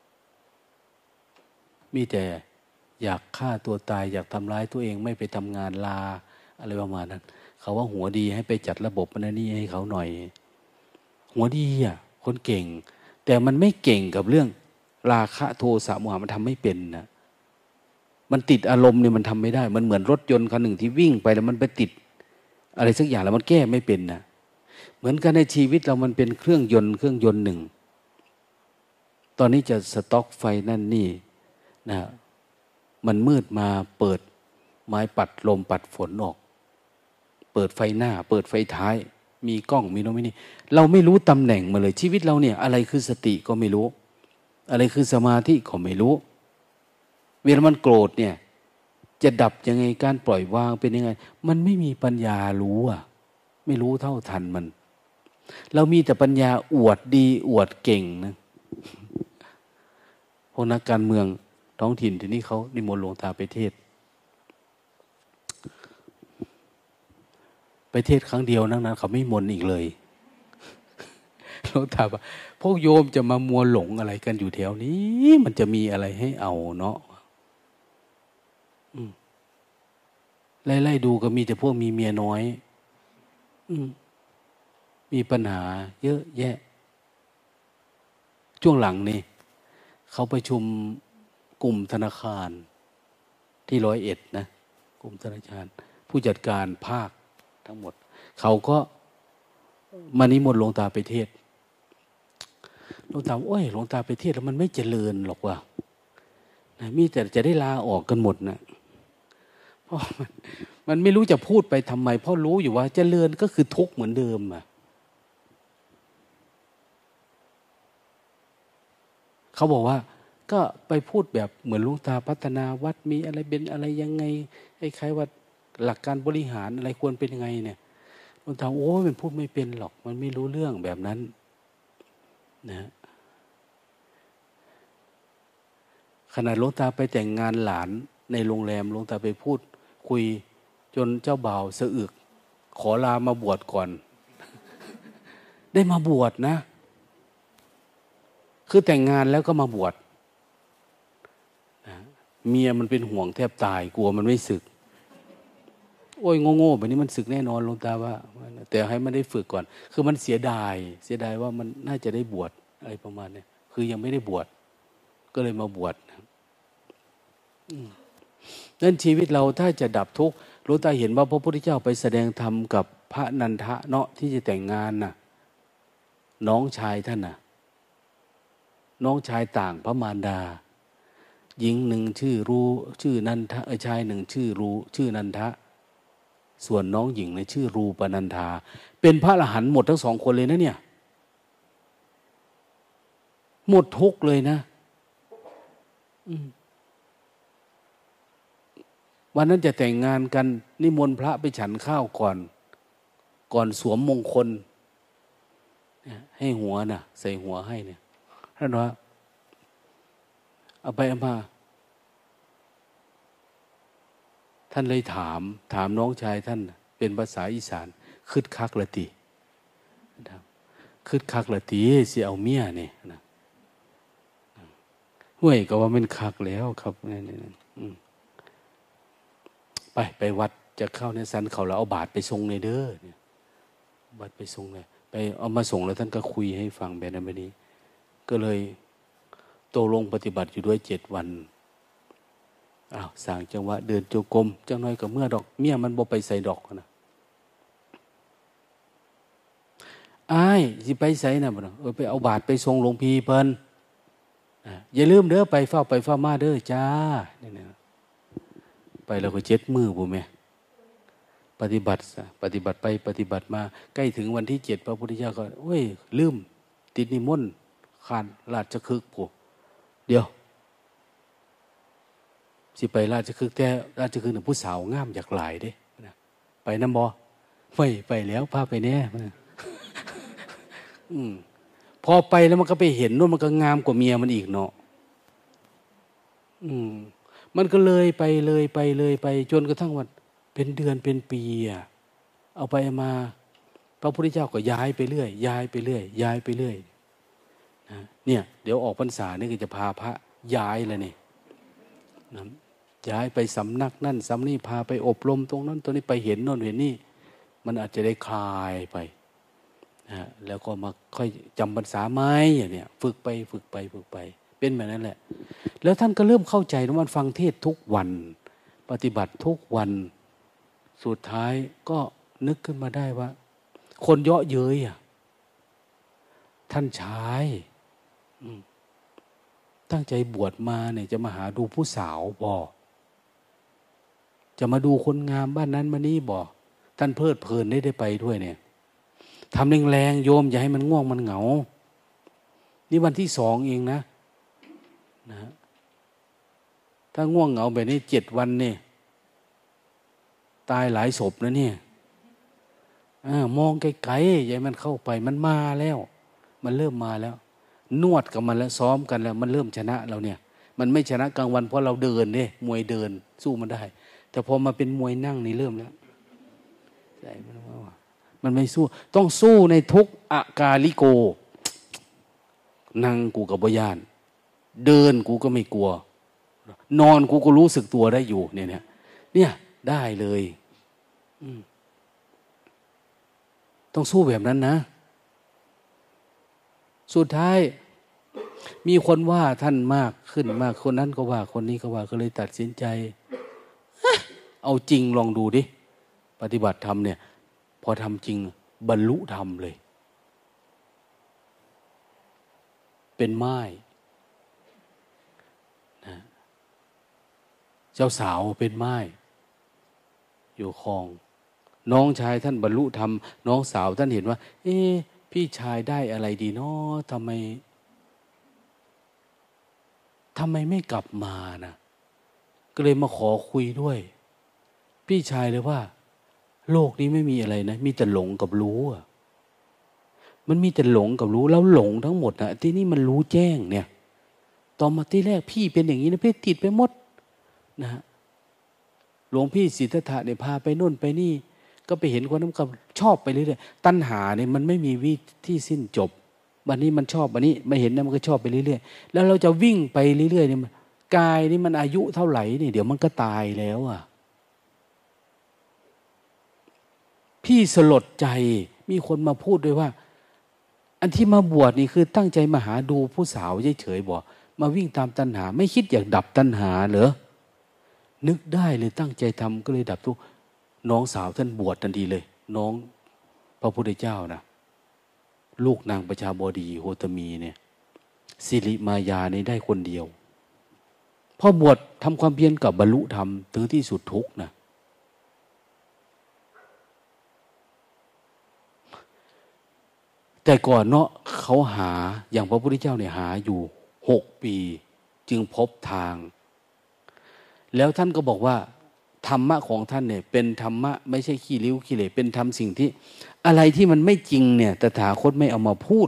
มีแต่อยากฆ่าตัวตายอยากทำร้ายตัวเองไม่ไปทำงานลาอะไรประมาณนั้นเขาว่าหัวดีให้ไปจัดระบบมันนี่ให้เขาหน่อยหัวดีอ่ะคนเก่งแต่มันไม่เก่งกับเรื่องราคะโทสะโมหะมันทำไม่เป็นนะมันติดอารมณ์เนี่ยมันทำไม่ได้มันเหมือนรถยนต์คันหนึ่งที่วิ่งไปแล้วมันไปติดอะไรสักอย่างแล้วมันแก้ไม่เป็นนะเหมือนกันในชีวิตเรามันเป็นเครื่องยนต์หนึ่งตอนนี้จะสต็อกไฟนั่นนี่นะมันมืดมาเปิดไม้ปัดลมปัดฝนออกเปิดไฟหน้าเปิดไฟท้ายมีกล้องมีโน้นมีนี่เราไม่รู้ตำแหน่งมาเลยชีวิตเราเนี่ยอะไรคือสติก็ไม่รู้อะไรคือสมาธิก็ไม่รู้เวลามันโกรธเนี่ยจะดับยังไงการปล่อยวางเป็นยังไงมันไม่มีปัญญารู้อ่ะไม่รู้เท่าทันมันเรามีแต่ปัญญาอวดดีอวดเก่งนะพวกนักการเมืองท้องถิ่นที่นี่เขานิมนต์หลวงตาไปเทศครั้งเดียวนั้นเขาไม่มนต์อีกเลยหลวงตาบอกพวกโยมจะมามัวหลงอะไรกันอยู่แถวนี้มันจะมีอะไรให้เอาเนาะไล่ดูก็มีแต่พวกมีเมียน้อยมีปัญหาเยอะแยะช่วงหลังนี่เขาประชุมกลุ่มธนาคารที่101นะกลุ่มธนาคารผู้จัดการภาคทั้งหมดเขาก็มานิมนต์หลวงตาไปเทศหลวงตาโอ้ยหลวงตาไปเทศแล้วมันไม่เจริญหรอกว่ะนะมีแต่จะได้ลาออกกันหมดนะเพราะมันไม่รู้จะพูดไปทำไมเพราะรู้อยู่ว่าเจริญก็คือทุกข์เหมือนเดิมอ่ะเขาบอกว่าก็ไปพูดแบบเหมือนหลวงตาพัฒนาวัดมีอะไรเป็นอะไรยังไงคล้ายๆว่าหลักการบริหารอะไรควรเป็นยังไงเนี่ยหลวงตาโอ้ยมันพูดไม่เป็นหรอกมันไม่รู้เรื่องแบบนั้นนะขนาดหลวงตาไปแต่งงานหลานในโรงแรมหลวงตาไปพูดคุยจนเจ้าบ่าวสะอึกขอลามาบวชก่อนได้มาบวชนะคือแต่งงานแล้วก็มาบวชนะเมียมันเป็นห่วงแทบตายกลัวมันไม่สึกโอ้ยโง่ๆแบบนี้มันสึกแน่นอนหลวงตาว่าแต่ให้มันได้ฝึกก่อนคือมันเสียดายว่ามันน่าจะได้บวชอะไรประมาณนี้คือยังไม่ได้บวชก็เลยมาบวชนั่นชีวิตเราถ้าจะดับทุกข์หลวงตาเห็นว่าพระพุทธเจ้าไปแสดงธรรมกับพระนันทะเนาะที่จะแต่งงานน่ะน้องชายท่านน่ะน้องชายต่างพระมารดาหญิงหนึ่งชื่อรู้ชื่อนันทะชายหนึ่งชื่อรู้ชื่อนันทะส่วนน้องหญิงในชื่อรูปนันธาเป็นพระอรหันต์หมดทั้งสองคนเลยนะเนี่ยหมดทุกเลยนะวันนั้นจะแต่งงานกันนิมนต์พระไปฉันข้าวก่อนสวมมงคลให้หัวน่ะใส่หัวให้เนี่ยท่านว่าเอาไปเอามาท่านเลยถามน้องชายท่านเป็นภาษาอีสานคึดคักละติคึดคักละติสิเอาเมียเนี่ยนะห้วยก็ว่ามันคักแล้วครับไปวัดจะเข้าในสันเขาแล้วเอาบาตรไปส่งในเด้อเนี่ยบาตรไปส่งเลยไปเอามาส่งแล้วท่านก็คุยให้ฟังแบบนั้นแบบนี้ก็เลยตกลงปฏิบัติอยู่ด้วย7 วันสร้างจังหวะเดินจงกรมจังน้อยกับเมื่อดอกเมียมันบ่ไปใส่ดอกนะอ้ายสิไปใส่นะบ่ไปเอาบาตรไปส่งหลวงพี่เพิ่นอย่าลืมเด้อไปเฝ้ามาเด้อจ้านี่นะไปแล้วก็7 มื้อบ่แม่ปฏิบัติไปปฏิบัติมาใกล้ถึงวันที่7พระพุทธเจ้าก็โอ้ยลืมติดนิมนต์ขานราชคฤห์ผู้เดี๋ยวสิไปราชคฤห์แต่ราชคฤห์น่ะผู้สาวงามอยากหลายเด้นะไปนำบ่ไปแล้วพาไปแน่พอไปแล้วมันก็ไปเห็นนู่นมันก็งามกว่าเมียมันอีกเนาะมันก็เลยไปจนกระทั่งวันเป็นเดือนเป็นปีเอาไปมาพระพุทธเจ้าก็ย้ายไปเรื่อยนะเนี่ยเดี๋ยวออกพรรษานี่ก็จะพาพระย้ายแล้วนี่นะย้ายไปสำนักนั่นสำนี่พาไปอบรมตรงนั้นตรงนี้ไปเห็นโน่นเห็นนี่มันอาจจะได้คลายไปนะแล้วก็มาค่อยจำพรรษาไหมอย่างเนี้ยฝึกไปเป็นแบบนั้นแหละแล้วท่านก็เริ่มเข้าใจว่ามันฟังเทศทุกวันปฏิบัติทุกวันสุดท้ายก็นึกขึ้นมาได้ว่าคนเยาะเย้ยท่านชายตั้งใจบวชมาเนี่ยจะมาหาดูผู้สาวบ่จะมาดูคนงามบ้านนั้นมานี่บ่ท่านเพลิดเพลินได้ไปด้วยเนี่ยทำแรงๆโยมอย่าให้มันง่วงมันเหงานี่วันที่2เองนะถ้าง่วงเหงาแบบนี้7 วันเนี่ยตายหลายศพนะเนี่ยมองไกลๆอย่าให้มันเข้าไปมันมาแล้วมันเริ่มมาแล้วนวดกับมันแล้วซ้อมกันแล้วมันเริ่มชนะเราเนี่ยมันไม่ชนะกลางวันเพราะเราเดินเนี่ยมวยเดินสู้มันได้แต่พอมาเป็นมวยนั่งนี่เริ่มแล้วใจมันไม่สู้ต้องสู้ในทุกอากาลิโกนั่งกูกับบ่ย่านเดินกูก็ไม่กลัวนอนกูก็รู้สึกตัวได้อยู่เนี่ยได้เลยต้องสู้แบบนั้นนะสุดท้ายมีคนว่าท่านมากขึ้นมากคนนั้นก็ว่าคนนี้ก็ว่าก็เลยตัดสินใจเอาจริงลองดูดิปฏิบัติธรรมเนี่ยพอทำจริงบรรลุธรรมเลยเป็นไม้นะเจ้าสาวเป็นไม้อยู่คลองน้องชายท่านบรรลุธรรมน้องสาวท่านเห็นว่าพี่ชายได้อะไรดีเนาะทำไมไม่กลับมานะก็เลยมาขอคุยด้วยพี่ชายเลยว่าโลกนี้ไม่มีอะไรนะมีแต่หลงกับรู้มันมีแต่หลงกับรู้แล้วหลงทั้งหมดนะที่นี่มันรู้แจ้งเนี่ยตอนมาที่แรกพี่เป็นอย่างนี้นะพี่ติดไปหมดนะหลวงพี่สิทธัตถะเนี่ยพาไปโน่นไปนี่ก็ไปเห็นคนนั้นก็ชอบไปเรื่อยๆตัณหาเนี่ยมันไม่มีวิธีสิ้นจบวันนี้มันชอบวันนี้ไม่เห็นนะมันก็ชอบไปเรื่อยๆแล้วเราจะวิ่งไปเรื่อยๆเนี่ยกายนี่มันอายุเท่าไหร่นี่เดี๋ยวมันก็ตายแล้วพี่สลดใจมีคนมาพูดด้วยว่าอันที่มาบวชนี่คือตั้งใจมาหาดูผู้สาวเฉยๆบ่มาวิ่งตามตัณหาไม่คิดอยากดับตัณหาเหรอนึกได้เลยตั้งใจทำก็เลยดับทุกข์น้องสาวท่านบวชทันทีเลยน้องพระพุทธเจ้านะลูกนางประชาบดีโหตมีเนี่ยสิริมายานี่ได้คนเดียวพอบวชทำความเพียรกับบรรลุธรรมถึงที่สุดทุกข์นะแต่ก่อนเนาะเขาหาอย่างพระพุทธเจ้าเนี่ยหาอยู่6 ปีจึงพบทางแล้วท่านก็บอกว่าธรรมะของท่านเนี่ยเป็นธรรมะไม่ใช่ขี้ริ้วขี้เหร่เป็นธรรมสิ่งที่อะไรที่มันไม่จริงเนี่ยตถาคตไม่เอามาพูด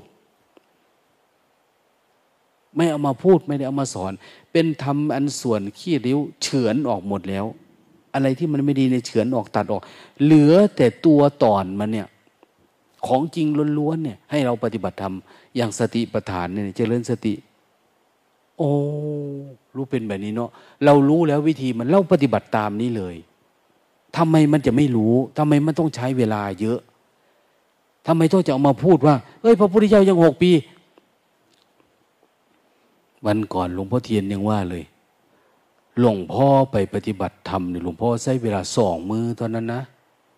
ไม่เอามาพูดไม่ได้เอามาสอนเป็นธรรมอันส่วนขี้ริ้วเฉือนออกหมดแล้วอะไรที่มันไม่ดีเนี่ยเฉือนออกตัดออกเหลือแต่ตัวตอนมันเนี่ยของจริงล้วนๆเนี่ยให้เราปฏิบัติธรรมอย่างสติปัฏฐานเนี่ยเจริญสติโอ้รู้เป็นแบบนี้เนาะเรารู้แล้ววิธีมันเราปฏิบัติตามนี้เลยทำไมมันจะไม่รู้ทำไมมันต้องใช้เวลาเยอะทำไมต้องจะเอามาพูดว่าเอ้ยพระพุทธเจ้ายัง6 ปีวันก่อนหลวงพ่อเทียนยังว่าเลยหลวงพ่อไปปฏิบัติธรรมเนี่ยหลวงพ่อใช้เวลา2 มื้อตอนนั้นนะ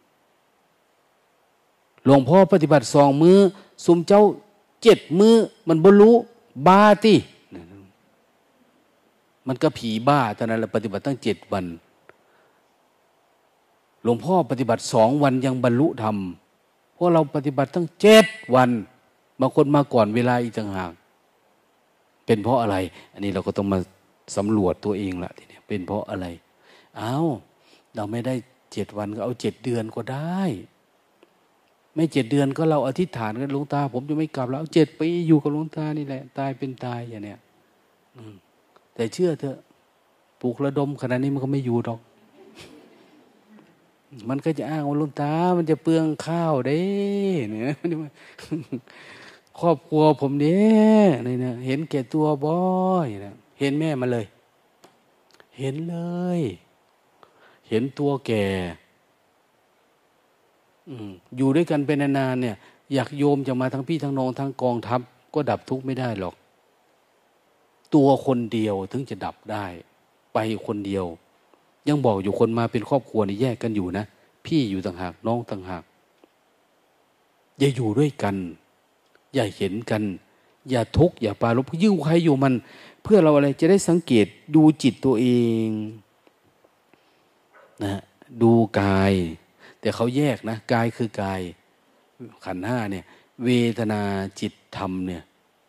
หลวงพ่อปฏิบัติ2 มื้อสุมเจ้า7 มื้อมันบรรลุบ้าติมันก็ผีบ้าตอนนั้นเราปฏิบัติตั้ง7 วันหลวงพ่อปฏิบัติ2 วันยังบรรลุธรรมเพราะเราปฏิบัติตั้ง7 วันบางคนมาก่อนเวลาอีกต่างหากเป็นเพราะอะไรอันนี้เราก็ต้องมาสำรวจตัวเองละทีนี้เป็นเพราะอะไรเราไม่ได้7 วันก็เอา7 เดือนก็ได้ไม่7 เดือนก็เราอธิษฐานกันหลวงตาผมจะไม่กลับแล้วเอา7 ปีอยู่กับหลวงตานี่แหละตายเป็นตายอย่างเนี้ยแต่เชื่อเถอะปลูกระดมขนาดนี้มันก็ไม่อยู่หรอกมันก็จะอ้างว่าหลวงตามันจะเปลืองข้าวเด้เนี่ยครอบครัวผมเนี่ยนี่นะเห็นแก่ตัวบ่อยนะเห็นแม่มาเลยเห็นเลยเห็นตัวแก่อยู่ด้วยกันเป็นนานๆเนี่ยอยากโยมจะมาทั้งพี่ทั้งน้องทั้งกองทัพก็ดับทุกข์ไม่ได้หรอกตัวคนเดียวถึงจะดับได้ไปคนเดียวยังบอกอยู่คนมาเป็นครอบครัวนี่แยกกันอยู่นะพี่อยู่ต่างหากน้องต่างหากอย่าอยู่ด้วยกันอย่าเห็นกันอย่าทุกข์อย่าปรารภยิ่งใครอยู่มันเพื่อเราอะไรจะได้สังเกตดูจิตตัวเองนะดูกายแต่เขาแยกนะกายคือกายขันธ์ 5เนี่ยเวทนาจิตธรรมเนี่ย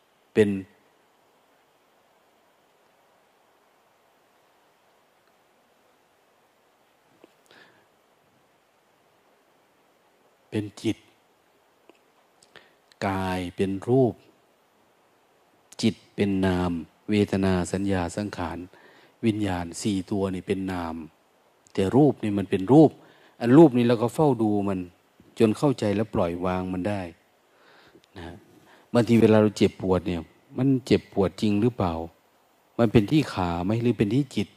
เป็นจิตกายเป็นรูปจิตเป็นนามเวทนาสัญญาสังขารวิญญาณ4 ตัวนี่เป็นนามแต่รูปนี่มันเป็นรูปอันรูปนี้เราก็เฝ้าดูมันจนเข้าใจแล้วปล่อยวางมันได้นะบางทีเวลาเราเจ็บปวดเนี่ยมันเจ็บปวดจริงหรือเปล่ามันเป็นที่ขาไหมหรือเป็นที่จิต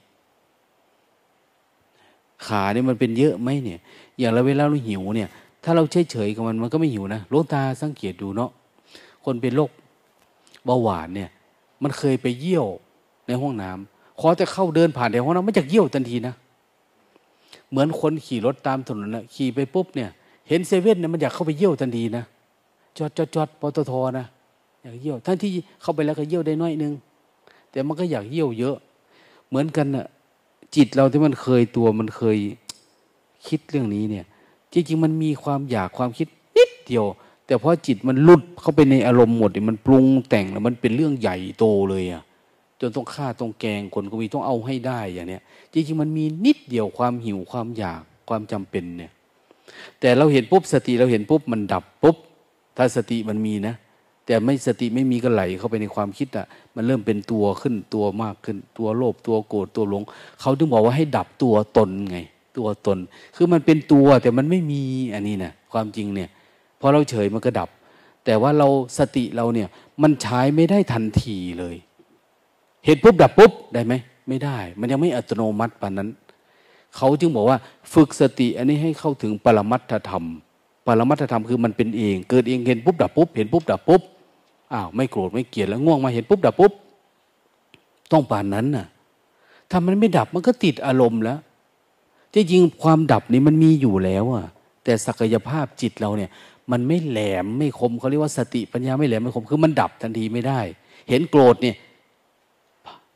ขาเนี่ยมันเป็นเยอะไหมเนี่ยอย่างเราเวลาเราหิวเนี่ยถ้าเราเฉยๆกับมันก็ไม่หิวนะหลวงตาสังเกตดูเนาะคนเป็นโรคเบาหวานเนี่ยมันเคยไปเยี่ยวในห้องน้ำขอแต่เข้าเดินผ่านในห้องน้ำมันจะเยี่ยวทันทีนะเหมือนคนขี่รถตามถนนนะขี่ไปปุ๊บเนี่ยเห็นเซเว่นเนี่ยมันอยากเข้าไปเยี่ยวทันทีนะจอดปตทนะอยากเยี่ยวทั้งที่เข้าไปแล้วก็เยี่ยวได้น้อยนึงแต่มันก็อยากเยี่ยวเยอะเหมือนกันน่ะจิตเราที่มันเคยมันเคยคิดเรื่องนี้เนี่ยจริงๆมันมีความอยากความคิดนิดเดียวแต่พอจิตมันหลุดเข้าไปในอารมณ์หมดเนี่ยมันปรุงแต่งแล้วมันเป็นเรื่องใหญ่โตเลยอ่ะจนต้องฆ่าต้องแกงคนก็มีต้องเอาให้ได้อย่างเนี้ยจริงๆมันมีนิดเดียวความหิวความอยากความจำเป็นเนี่ยแต่เราเห็นปุ๊บสติเราเห็นปุ๊บมันดับปุ๊บถ้าสติมันมีนะแต่ไม่สติไม่มีก็ไหลเข้าไปในความคิดอ่ะมันเริ่มเป็นตัวขึ้นตัวมากขึ้นตัวโลภตัวโกรธตัวหลงเขาถึงบอกว่าให้ดับตัวตนไงตัวตนคือมันเป็นตัวแต่มันไม่มีอันนี้นะความจริงเนี่ยพอเราเฉยมันก็ดับแต่ว่าเราสติเราเนี่ยมันใช้ไม่ได้ทันทีเลยเห็นปุ๊บดับปุ๊บได้ไหมไม่ได้มันยังไม่อัตโนมัติปานนั้นเขาจึงบอกว่าฝึกสติอันนี้ให้เข้าถึงปรมัตถธรรมปรมัตถธรรมคือมันเป็นเองเกิดเองเห็นปุ๊บดับปุ๊บเห็นปุ๊บดับปุ๊บไม่โกรธไม่เกลียดแล้วง่วงมาเห็นปุ๊บดับปุ๊บต้องปานนั้นน่ะถ้ามันไม่ดับมันก็ติดอารมณ์แล้วที่จริงความดับนี่มันมีอยู่แล้วอ่ะแต่ศักยภาพจิตเราเนี่ยมันไม่แหลมไม่คมเขาเรียกว่าสติปัญญาไม่แหลมไม่คมคือมันดับทันทีไม่ได้เห็นโกรธเนี่ยแ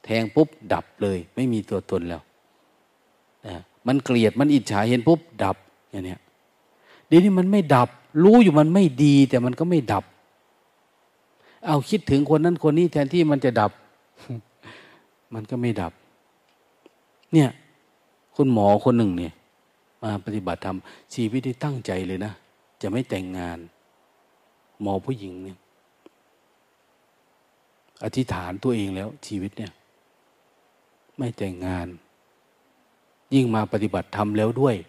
แทงปุ๊บดับเลยไม่มีตัวตนแล้วมันเกลียดมันอิจฉาเห็นปุ๊บดับอย่างเนี้ยเดี๋ยวนี้มันไม่ดับรู้อยู่มันไม่ดีแต่มันก็ไม่ดับเอาคิดถึงคนนั้นคนนี้แทนที่มันจะดับ มันก็ไม่ดับเนี่ยคุณหมอคนหนึ่งเนี่ยมาปฏิบัติธรรมชีวิตที่ตั้งใจเลยนะจะไม่แต่งงานหมอผู้หญิงเนี่ยอธิษฐานตัวเองแล้วชีวิตเนี่ยไม่แต่งงานยิ่งมาปฏิบัติธรรมแล้วด้วย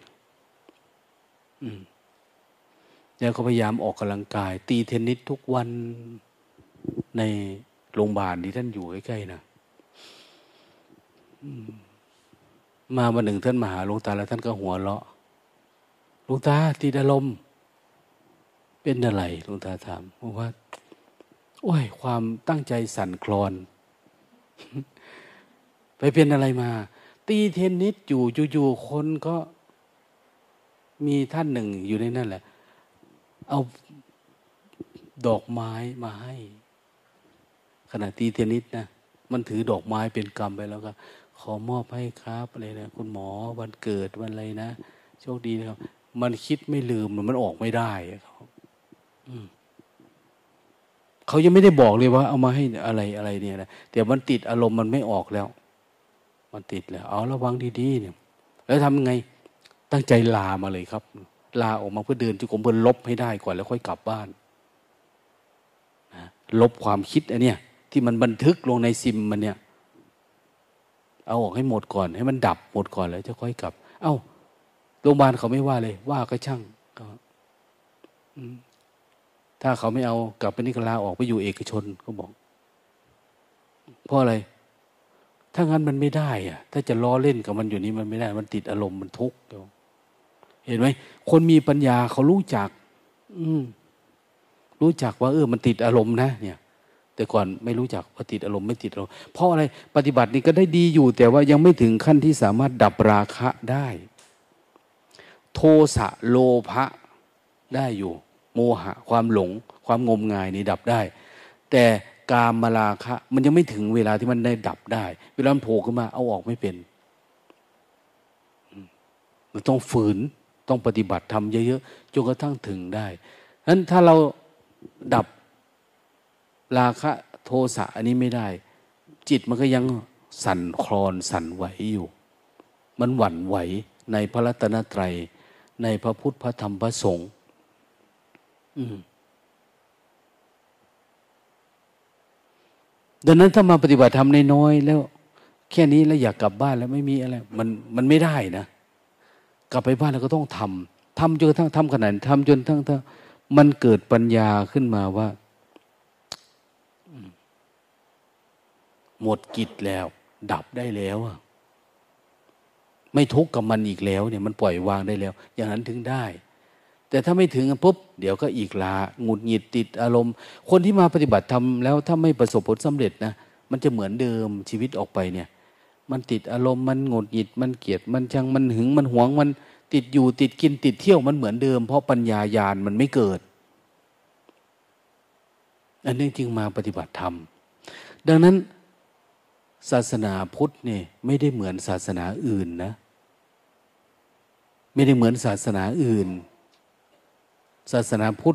แล้วก็พยายามออกกำลังกายตีเทนนิสทุกวันในโรงพยาบาลที่ท่านอยู่ใกล้ๆนะมาวันหนึ่งท่านมาหาหลวงตาแล้วท่านก็หัวเราะหลวงตาติดอารมณ์เป็นอะไรหลวงตาถามบอกว่าโอ้ยความตั้งใจสั่นคลอน ไปเป็นอะไรมาตีเทนนิสอยู่คนก็มีท่านหนึ่งอยู่ในนั่นแหละเอาดอกไม้มาให้ขณะตีเทนนิสนะมันถือดอกไม้เป็นกำไปแล้วก็ขอมอบให้ครับอะไรนะคุณหมอวันเกิดวันอะไรนะโชคดีนะครับมันคิดไม่ลืมมันออกไม่ได้เขายังไม่ได้บอกเลยว่าเอามาให้อะไรเนี่ยนะแต่มันติดอารมณ์มันไม่ออกแล้วมันติดแล้วเอาระวังดีๆเนี่ยแล้วทำไงตั้งใจลามาเลยครับลาออกมาเพื่อเดินจุกรมเพื่อลบให้ได้ก่อนแล้วค่อยกลับบ้านนะลบความคิดอันเนี้ยที่มันบันทึกลงในซิมมันเนี่ยเอาออกให้หมดก่อนให้มันดับหมดก่อนแล้วจะค่อยกลับเอ้าโรงพยาบาลเขาไม่ว่าเลยว่าก็ช่างก็ถ้าเขาไม่เอากลับไปนี่ก็ลาออกไปอยู่เอกชนเขาบอกเพราะอะไรถ้างั้นมันไม่ได้อะถ้าจะล้อเล่นกับมันอยู่นี้มันไม่ได้มันติดอารมณ์มันทุกข์เห็นไหมคนมีปัญญาเขารู้จักรู้จักว่ามันติดอารมณ์นะเนี่ยแต่ก่อนไม่รู้จักว่าติดอารมณ์ไม่ติดอารมณ์เพราะอะไรปฏิบัตินี่ก็ได้ดีอยู่แต่ว่ายังไม่ถึงขั้นที่สามารถดับราคะได้โทสะโลภะได้อยู่โมหะความหลงความงมงายนี่ดับได้แต่กามราคะมันยังไม่ถึงเวลาที่มันได้ดับได้เวลามันโผล่ขึ้นมาเอาออกไม่เป็นมันต้องฝืนต้องปฏิบัติทำเยอะๆจนกระทั่งถึงได้นั้นถ้าเราดับราคะโทสะอันนี้ไม่ได้จิตมันก็ยังสั่นคลอนสั่นไหวอยู่มันหวั่นไหวในพระรัตนตรัยในพระพุทธพระธรรมพระสงฆ์ดังนั้นถ้ามาปฏิบัติธรรมน้อยๆแล้วแค่นี้แล้วอยากกลับบ้านแล้วไม่มีอะไรมันไม่ได้นะกลับไปบ้านแล้วก็ต้องทำจนกระทั่งทำขนาดทำจนทั้งมันเกิดปัญญาขึ้นมาว่าหมดกิจแล้วดับได้แล้วไม่ทุกข์กับมันอีกแล้วเนี่ยมันปล่อยวางได้แล้วอย่างนั้นถึงได้แต่ถ้าไม่ถึงปุ๊บเดี๋ยวก็อีกละหงุดหงิดติดอารมณ์คนที่มาปฏิบัติธรรมแล้วถ้าไม่ประสบผลสำเร็จนะมันจะเหมือนเดิมชีวิตออกไปเนี่ยมันติดอารมณ์มันหงุดหงิดมันเกลียดมันชังมันหึงมันหวงมันติดอยู่ติดกินติดเที่ยวมันเหมือนเดิมเพราะปัญญาญาณมันไม่เกิดอันนี้จึงมาปฏิบัติธรรมดังนั้นศาสนาพุทธเนี่ยไม่ได้เหมือนศาสนาอื่นนะไม่ได้เหมือนศาสนาอื่นศาสนาพุทธ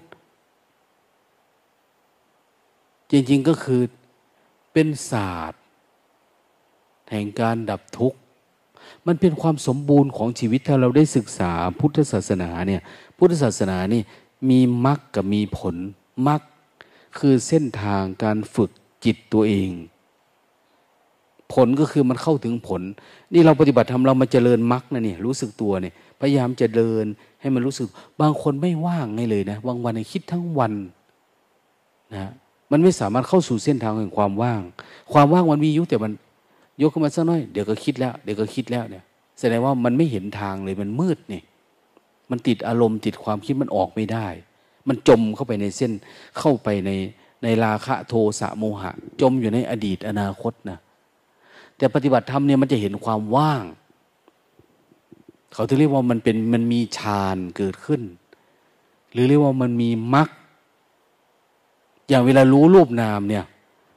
จริงๆก็คือเป็นศาสตร์แห่งการดับทุกข์มันเป็นความสมบูรณ์ของชีวิตถ้าเราได้ศึกษาพุทธศาสนาเนี่ยพุทธศาสนานี่มีมรรคกับมีผลมรรคคือเส้นทางการฝึกจิตตัวเองผลก็คือมันเข้าถึงผลนี่เราปฏิบัติธรรมเรามาเจริญมรรคนะเนี่ยรู้สึกตัวเนี่ยพยายามจะเดินให้มันรู้สึกบางคนไม่ว่างไงเลยนะบางวันคิดทั้งวันนะมันไม่สามารถเข้าสู่เส้นทางแห่งความว่างมันมีอยู่แต่มันยกขึ้นมาสักน้อยเดี๋ยวก็คิดแล้วเนี่ยแสดงว่ามันไม่เห็นทางเลยมันมืดเนี่ยมันติดอารมณ์ติดความคิดมันออกไม่ได้มันจมเข้าไปในเส้นเข้าไปในราคะโทสะโมหะจมอยู่ในอดีตอนาคตนะแต่ปฏิบัติธรรมเนี่ยมันจะเห็นความว่างเขาถึงเรียกว่ามันมีฌานเกิดขึ้นหรือเรียกว่ามันมีมรรคอย่างเวลารู้รูปนามเนี่ย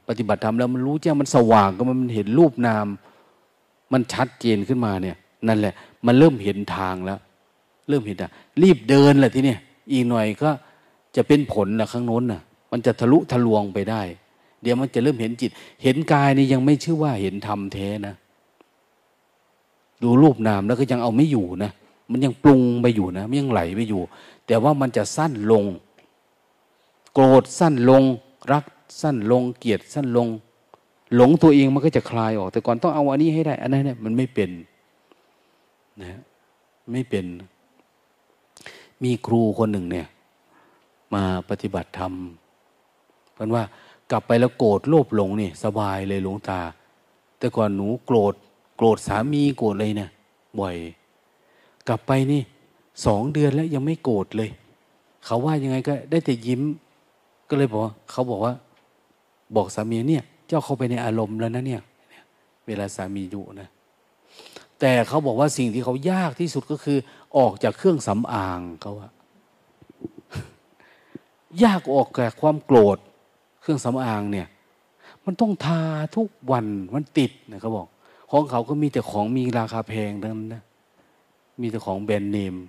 ปฏิบัติธรรมแล้วมันรู้แจ้งมันสว่างก็มันเห็นรูปนามมันชัดเจนขึ้นมาเนี่ยนั่นแหละมันเริ่มเห็นทางแล้วเริ่มเห็นรีบเดินแหละทีเนี้ยอีกหน่อยก็จะเป็นผลนะข้างโน้นน่ะมันจะทะลุทะลวงไปได้เดี๋ยวมันจะเริ่มเห็นจิตเห็นกายนี่ยังไม่ชื่อว่าเห็นธรรมแท้นะดูรูปนามแล้วก็ยังเอาไม่อยู่นะมันยังปรุงไปอยู่นะมันยังไหลไปอยู่แต่ว่ามันจะสั้นลงโกรธสั้นลงรักสั้นลงเกลียดสั้นลงหลงตัวเองมันก็จะคลายออกแต่ก่อนต้องเอาอันนี้ให้ได้อันนั้นเนี่ยมันไม่เป็นนะไม่เป็นมีครูคนหนึ่งเนี่ยมาปฏิบัติธรรมเพราะว่ากลับไปแล้วโกรธโลภหลงนี่สบายเลยหลวงตาแต่ก่อนหนูโกรธสามีโกรธเลยเนี่ยบ่อยกลับไปนี่2 เดือนแล้วยังไม่โกรธเลยเขาว่ายังไงก็ได้แต่ยิ้มก็เลยบอกเขาบอกว่าบอกสามีเนี่ยเจ้าเข้าไปในอารมณ์แล้วนะเนี่ยเวลาสามีดุนะแต่เขาบอกว่าสิ่งที่เขายากที่สุดก็คือออกจากเครื่องสำอางเขาว่ายากออกจากความโกรธเครื่องสำอางเนี่ยมันต้องทาทุกวันมันติดนะเขาบอกของเขาก็มีแต่ของมีราคาแพงทั้งนั้นนะมีแต่ของแบรนด์เนม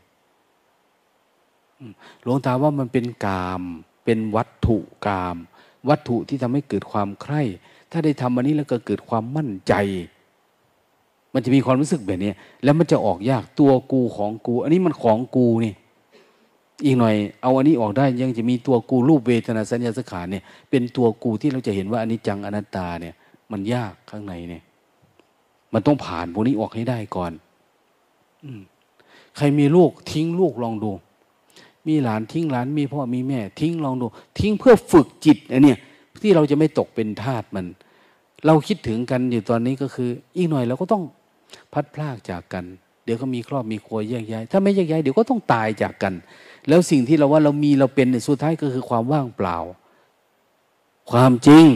หลวงตาว่ามันเป็นกามเป็นวัตถุกามวัตถุที่ทำให้เกิดความใคร่ถ้าได้ทำอันนี้แล้วก็เกิดความมั่นใจมันจะมีความรู้สึกแบบนี้แล้วมันจะออกยากตัวกูของกูอันนี้มันของกูนี่อีกหน่อยเอาอันนี้ออกได้ยังจะมีตัวกูรูปเวทนาสัญญาสังขารเนี่ยเป็นตัวกูที่เราจะเห็นว่าอนิจจังอนัตตาเนี่ยมันยากข้างในเนี่ยมันต้องผ่านพวกนี้ออกให้ได้ก่อนใครมีลูกทิ้งลูกลองดูมีหลานทิ้งหลานมีพ่อมีแม่ทิ้งลองดูทิ้งเพื่อฝึกจิตอันเนี้ยที่เราจะไม่ตกเป็นทาสมันเราคิดถึงกันอยู่ตอนนี้ก็คืออีกหน่อยเราก็ต้องพัดพรากจากกันเดี๋ยวก็มีครอบมีครัวแยกย้ายถ้าไม่แยกย้ายเดี๋ยวก็ต้องตายจากกันแล้วสิ่งที่เราว่าเรามีเราเป็นในสุดท้ายก็คือความว่างเปล่าความจริง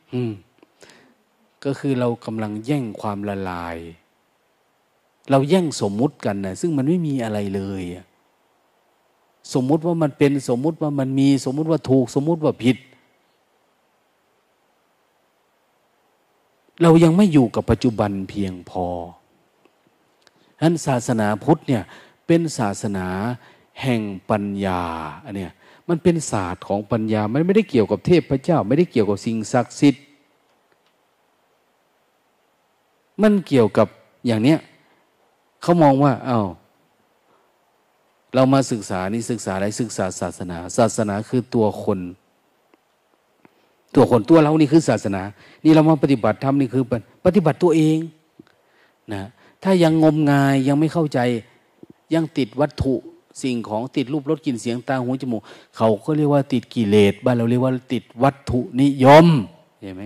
ก็คือเรากำลังแย่งความละลายเราแย่งสมมุติกันนะซึ่งมันไม่มีอะไรเลยสมมุติว่ามันเป็นสมมุติว่ามันมีสมมุติว่าถูกสมมุติว่าผิดเรายังไม่อยู่กับปัจจุบันเพียงพอฉะนั้นศาสนาพุทธเนี่ยเป็นศาสนาแห่งปัญญาอันเนี้ยมันเป็นศาสตร์ของปัญญามันไม่ได้เกี่ยวกับเทพเจ้าไม่ได้เกี่ยวกับสิ่งศักดิ์สิทธิ์มันเกี่ยวกับอย่างเนี้ยเขามองว่าเรามาศึกษานี่ศึกษาอะไรศึกษาศาสนาศาสนาคือตัวคนตัวเรานี่คือศาสนานี่เรามาปฏิบัติธรรมนี่คือปฏิบัติตัวเองนะถ้ายังงมงายยังไม่เข้าใจยังติดวัตถุสิ่งของติดรูปรสกลิ่นเสียงตาหูจมูกเขาก็เรียกว่าติดกิเลสบ้านเราเรียกว่าติดวัตถุนิยมเห็นไหม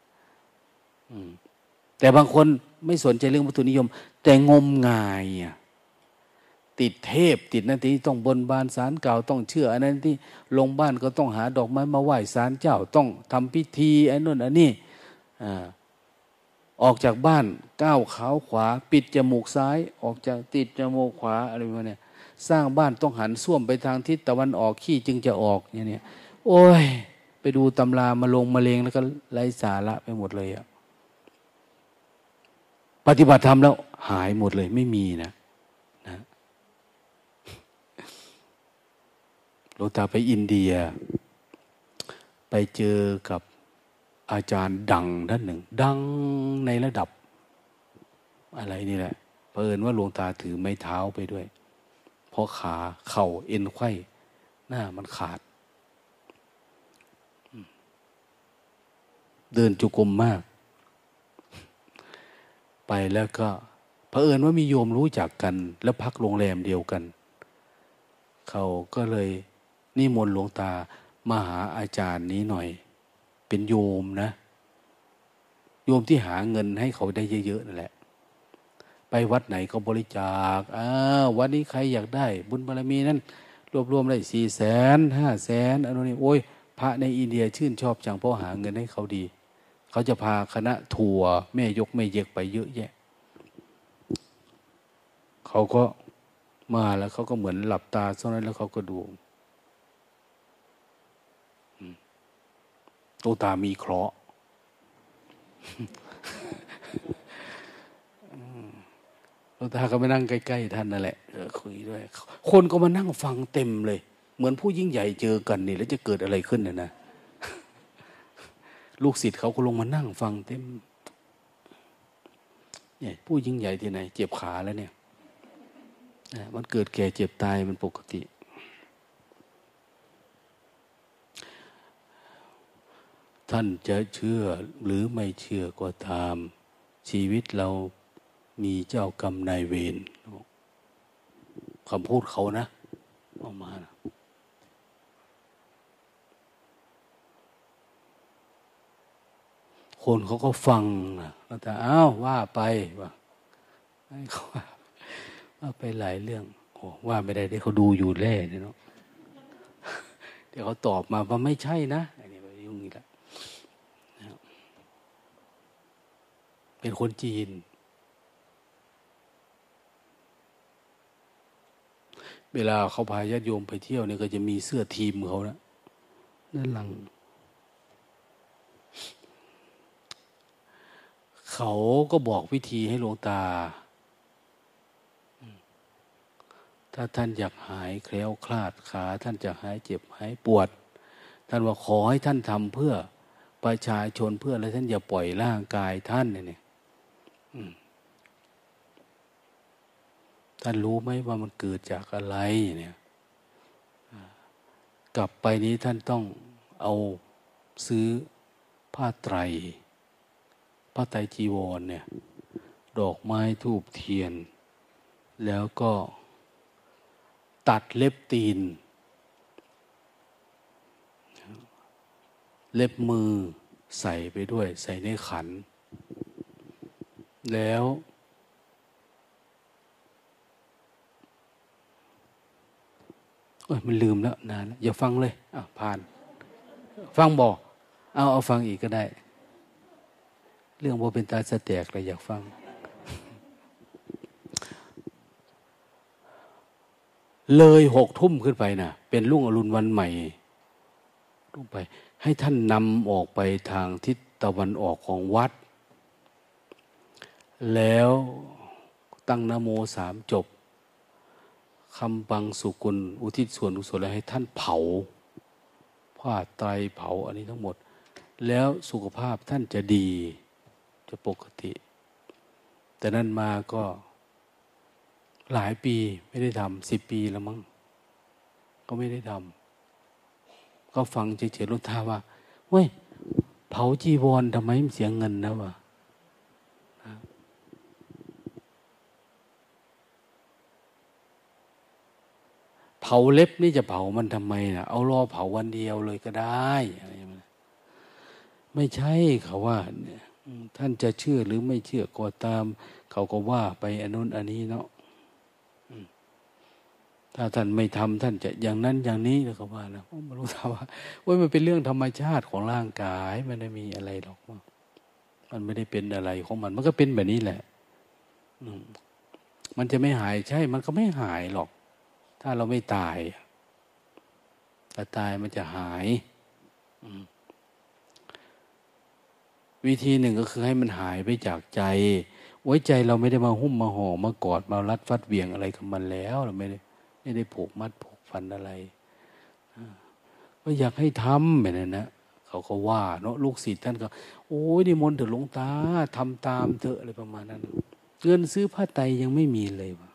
แต่บางคนไม่สนใจเรื่องวัตถุนิยมแต่งมงายติดเทพติดนั่นที่ต้องบนบานศาลเก่าต้องเชื่ออันนั้นที่ลงบ้านก็ต้องหาดอกไม้มาไหว้ศาลเจ้าต้องทำพิธีไอ้นู่นอันนี้ออกจากบ้านก้าวขาขวาปิดจมูกซ้ายออกจากติดจมูกขวาอะไรประมาณนี้สร้างบ้านต้องหันส้วมไปทางทิศตะวันออกขี้จึงจะออกอย่างนี้โอ้ยไปดูตำรามาลงมะเร็งแล้วก็ไร้สาระไปหมดเลยปฏิบัติธรรมแล้วหายหมดเลยไม่มีนะหลวงตาไปอินเดียไปเจอกับอาจารย์ดังท่านหนึ่งดังในระดับอะไรนี่แหละเผอิญว่าหลวงตาถือไม้เท้าไปด้วยเพราะขาเข่าเอ็นไขว้หน้ามันขาดเดินจุกรมมากไปแล้วก็เผอิญว่ามีโยมรู้จักกันแล้วพักโรงแรมเดียวกันเขาก็เลยนิมนต์หลวงตามาหาอาจารย์นี้หน่อยเป็นโยมนะโยมที่หาเงินให้เขาได้เยอะๆนั่นแหละไปวัดไหนก็บริจาควันนี้ใครอยากได้บุญบารมีนั้นรวมๆได้400,000 500,000อันนี้โอ้ยพระในอินเดียชื่นชอบจังเพราะหาเงินให้เขาดีเขาจะพาคณะทัวร์แม่ยกแม่เยกไปเยอะแยะเขาก็มาแล้วเขาก็เหมือนหลับตาเท่านั้นแล้วเขาก็ดูหลวงตามีเคราะห์หลวงตาก็มานั่งใกล้ๆท่านนั่นแหละคุยด้วยคนก็มานั่งฟังเต็มเลยเหมือนผู้ยิ่งใหญ่เจอกันนี่แล้วจะเกิดอะไรขึ้นนะลูกศิษย์เขาก็ลงมานั่งฟังเต็มเนี่ยผู้ยิ่งใหญ่ที่ไหนเจ็บขาแล้วเนี่ยมันเกิดแก่เจ็บตายมันปกติท่านจะเชื่อหรือไม่เชื่อก็ตามชีวิตเรามีเจ้ากรรมนายเวรคำพูดเขานะออกมานะคนเขาก็ฟังนะแต่อ้าวว่าไปว่าให้เขาว่าไปหลายเรื่องโอ้ว่าไม่ได้เขาดูอยู่แล่เนี่ยเนาะเดี๋ยวเขาตอบมาว่าไม่ใช่นะอันนี้ไปยุ่งอีกแล้วเป็นคนจีนเวลาเขาพาญาติโยมไปเที่ยวเนี่ยก็จะมีเสื้อทีมเขานะด้านหลังเขาก็บอกวิธีให้หลวงตาถ้าท่านอยากหายแคล้วคลาดขาท่านจะหายเจ็บหายปวดท่านว่าขอให้ท่านทำเพื่อประชาชนเพื่ออะไรท่านอย่าปล่อยร่างกายท่านเนี่ยท่านรู้ไหมว่ามันเกิดจากอะไรเนี่ยกลับไปนี้ท่านต้องเอาซื้อผ้าไตรจีวรเนี่ยดอกไม้ธูปเทียนแล้วก็ตัดเล็บตีนเล็บมือใส่ไปด้วยใส่ในขันแล้วมันลืมแล้วนานแล้วอย่าฟังเลยผ่านฟังบอกเอาฟังอีกก็ได้เรื่องบ่เป็นตาสะแตกเลยอยากฟังเลย6 ทุ่มขึ้นไปนะเป็นรุ่งอรุณวันใหม่ลงไปให้ท่านนำออกไปทางทิศตะวันออกของวัดแล้วตั้งนะโม3 จบคำปังสุกุลอุทิศส่วนกุศลให้ท่านเผาผ้าไตรเผาอันนี้ทั้งหมดแล้วสุขภาพท่านจะดีจะปกติแต่นั้นมาก็หลายปีไม่ได้ทำ10 ปีแล้วมั้งก็ไม่ได้ทำก็ฟังเฉยๆหลวงตาว่าเว้ยเผาจีวรทำไมมันเสียเงินนะวะเผาเล็บนี่จะเผามันทำไมนะเอารอเผาวันเดียวเลยก็ได้อะไรอย่างนี้ไม่ใช่เขาว่าท่านจะเชื่อหรือไม่เชื่อก็ตามเขาก็ว่าไปอันนู้นอันนี้เนาะถ้าท่านไม่ทำท่านจะอย่างนั้นอย่างนี้แล้วก็ว่านะไม่รู้ថាว่ามันเป็นเรื่องธรรมชาติของร่างกายมันไม่มีอะไรหรอกมันไม่ได้เป็นอะไรของมันก็เป็นแบบนี้แหละมันจะไม่หายใช่มันก็ไม่หายหรอกถ้าเราไม่ตายถ้าตายมันจะหายวิธีหนึ่งก็คือให้มันหายไปจากใจไว้ใจเราไม่ได้มาหุ้มมาห่อมากอดมารัดฟัดเวียงอะไรกับมันแล้วเราไม่ได้ผูกมัดผูกฟันอะไรก็อยากให้ทำแบบนั้นนะเขาก็ว่าเนาะลูกศิษย์ท่านก็โอ้ยนิมนต์เถอะหลวงตาทำตามเถอะอะไรประมาณนั้นเงินซื้อผ้าไตรยังไม่มีเลยวะ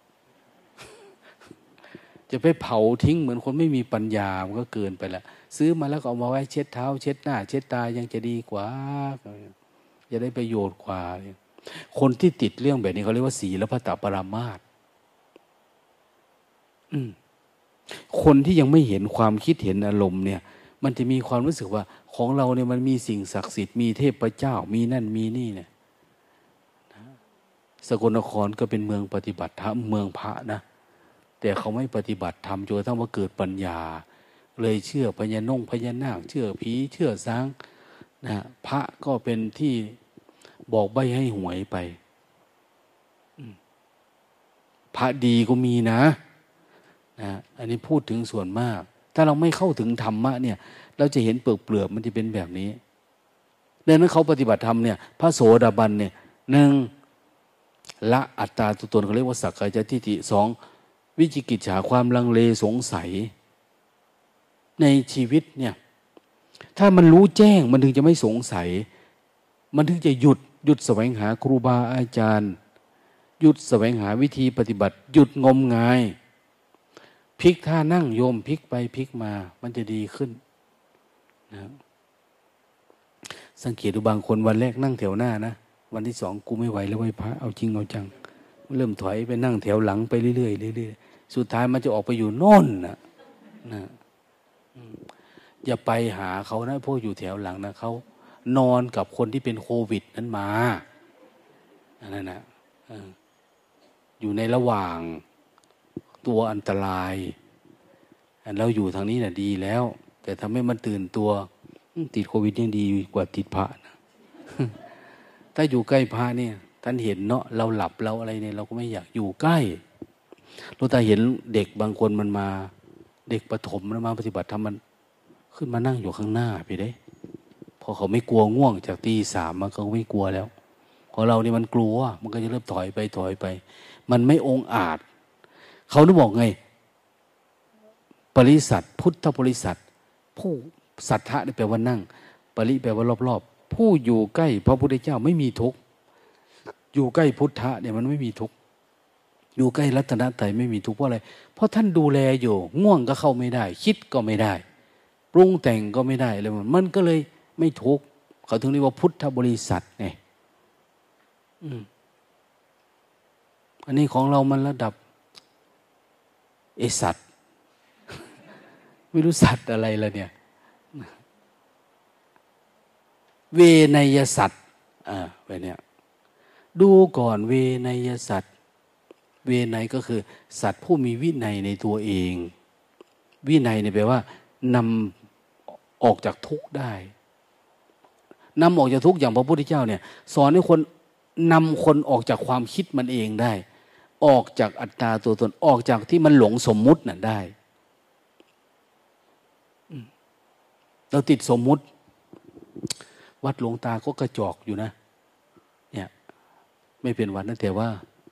จะไปเผาทิ้งเหมือนคนไม่มีปัญญามันก็เกินไปละซื้อมาแล้วก็เอามาไว้เช็ดเท้าเช็ดหน้าเช็ดตายังจะดีกว่าจะได้ประโยชน์กว่าคนที่ติดเรื่องแบบนี้เขาเรียกว่าศีลพัตตปรามาสคนที่ยังไม่เห็นความคิดเห็นอารมณ์เนี่ยมันจะมีความรู้สึกว่าของเราเนี่ยมันมีสิ่งศักดิ์สิทธิ์มีเทพเจ้ามีนั่นมีนี่เนี่ยสกลนครก็เป็นเมืองปฏิบัติธรรมเมืองพระนะแต่เขาไม่ปฏิบัติธรรมจนกระทั่งว่าเกิดปัญญาเลยเชื่อพญานาคเชื่อผีเชื่อสางนะพระก็เป็นที่บอกใบ้ให้หวยไปพระดีก็มีนะอันนี้พูดถึงส่วนมากถ้าเราไม่เข้าถึงธรรมะเนี่ยเราจะเห็นเปลือกมันจะเป็นแบบนี้ดังนั้นเขาปฏิบัติธรรมเนี่ยพระโสดาบันเนี่ยหนึ่งละอัตตาตัวตนเขาเรียกว่าสักกายทิฏฐิสองวิจิกิจฉาความลังเลสงสัยในชีวิตเนี่ยถ้ามันรู้แจ้งมันถึงจะไม่สงสัยมันถึงจะหยุดแสวงหาครูบาอาจารย์หยุดแสวงหาวิธีปฏิบัติหยุดงมงายพลิกท่านั่งโยมพลิกไปพลิกมามันจะดีขึ้นนะสังเกตดูบางคนวันแรกนั่งแถวหน้านะวันที่สองกูไม่ไหวแล้วไหวพระเอาจริงเอาจังเริ่มถอยไปนั่งแถวหลังไปเรื่อยๆเรื่อยๆสุดท้ายมันจะออกไปอยู่โน่นนะอย่าไปหาเขานะพวกอยู่แถวหลังนะเขานอนกับคนที่เป็นโควิดนั้นมานั่นนะอยู่ในระหว่างตัวอันตรายเราอยู่ทางนี้น่ะดีแล้วแต่ทำให้มันตื่นตัวติดโควิดยังดีกว่าติดพระนะ ถ้าอยู่ใกล้พระเนี่ยท่านเห็นเนาะเราหลับเราอะไรเนี่ยเราก็ไม่อยากอยู่ใกล้เราแต่เห็นเด็กบางคนมันมาเด็กประถมมันมาปฏิบัติธรรมมันขึ้นมานั่งอยู่ข้างหน้าไปได้พอเขาไม่กลัวง่วงจากตีสามมันก็ไม่กลัวแล้วของเรานี่มันกลัวมันก็จะเริ่มถอยไปมันไม่องอาจเขาได้บอกไงปริสัทพุทธบริษัทผู้สัทธะนี่แปลว่านั่งปริแปลว่ารอบๆผู้อยู่ใกล้พระพุทธเจ้าไม่มีทุกข์อยู่ใกล้พุทธะเนี่ยมันไม่มีทุกข์อยู่ใกล้รัตนตรัยไม่มีทุกข์เพราะอะไรเพราะท่านดูแลอยู่ง่วงก็เข้าไม่ได้คิดก็ไม่ได้ปรุงแต่งก็ไม่ได้เลยมันก็เลยไม่ทุกข์เขาถึงเรียกว่าพุทธบริษัทไงอันนี้ของเรามันระดับสัตว์ไม่รู้สัตว์อะไรละเนี่ยเวนยสัตว์แบบเนี้ยดูก่อนเวนยสัตว์เวไนยก็คือสัตว์ผู้มีวินัยในตัวเองวินัยเนี่ยแปลว่านำออกจากทุกข์ได้นำออกจากทุกข์อย่างพระพุทธเจ้าเนี่ยสอนให้คนนำคนออกจากความคิดมันเองได้ออกจากอัตตาตัวตนออกจากที่มันหลงสมมุติน่ะได้เราติดสมมุติวัดหลวงตาก็กระจอกอยู่นะเนี่ยไม่เป็นวัดนะแต่ว่า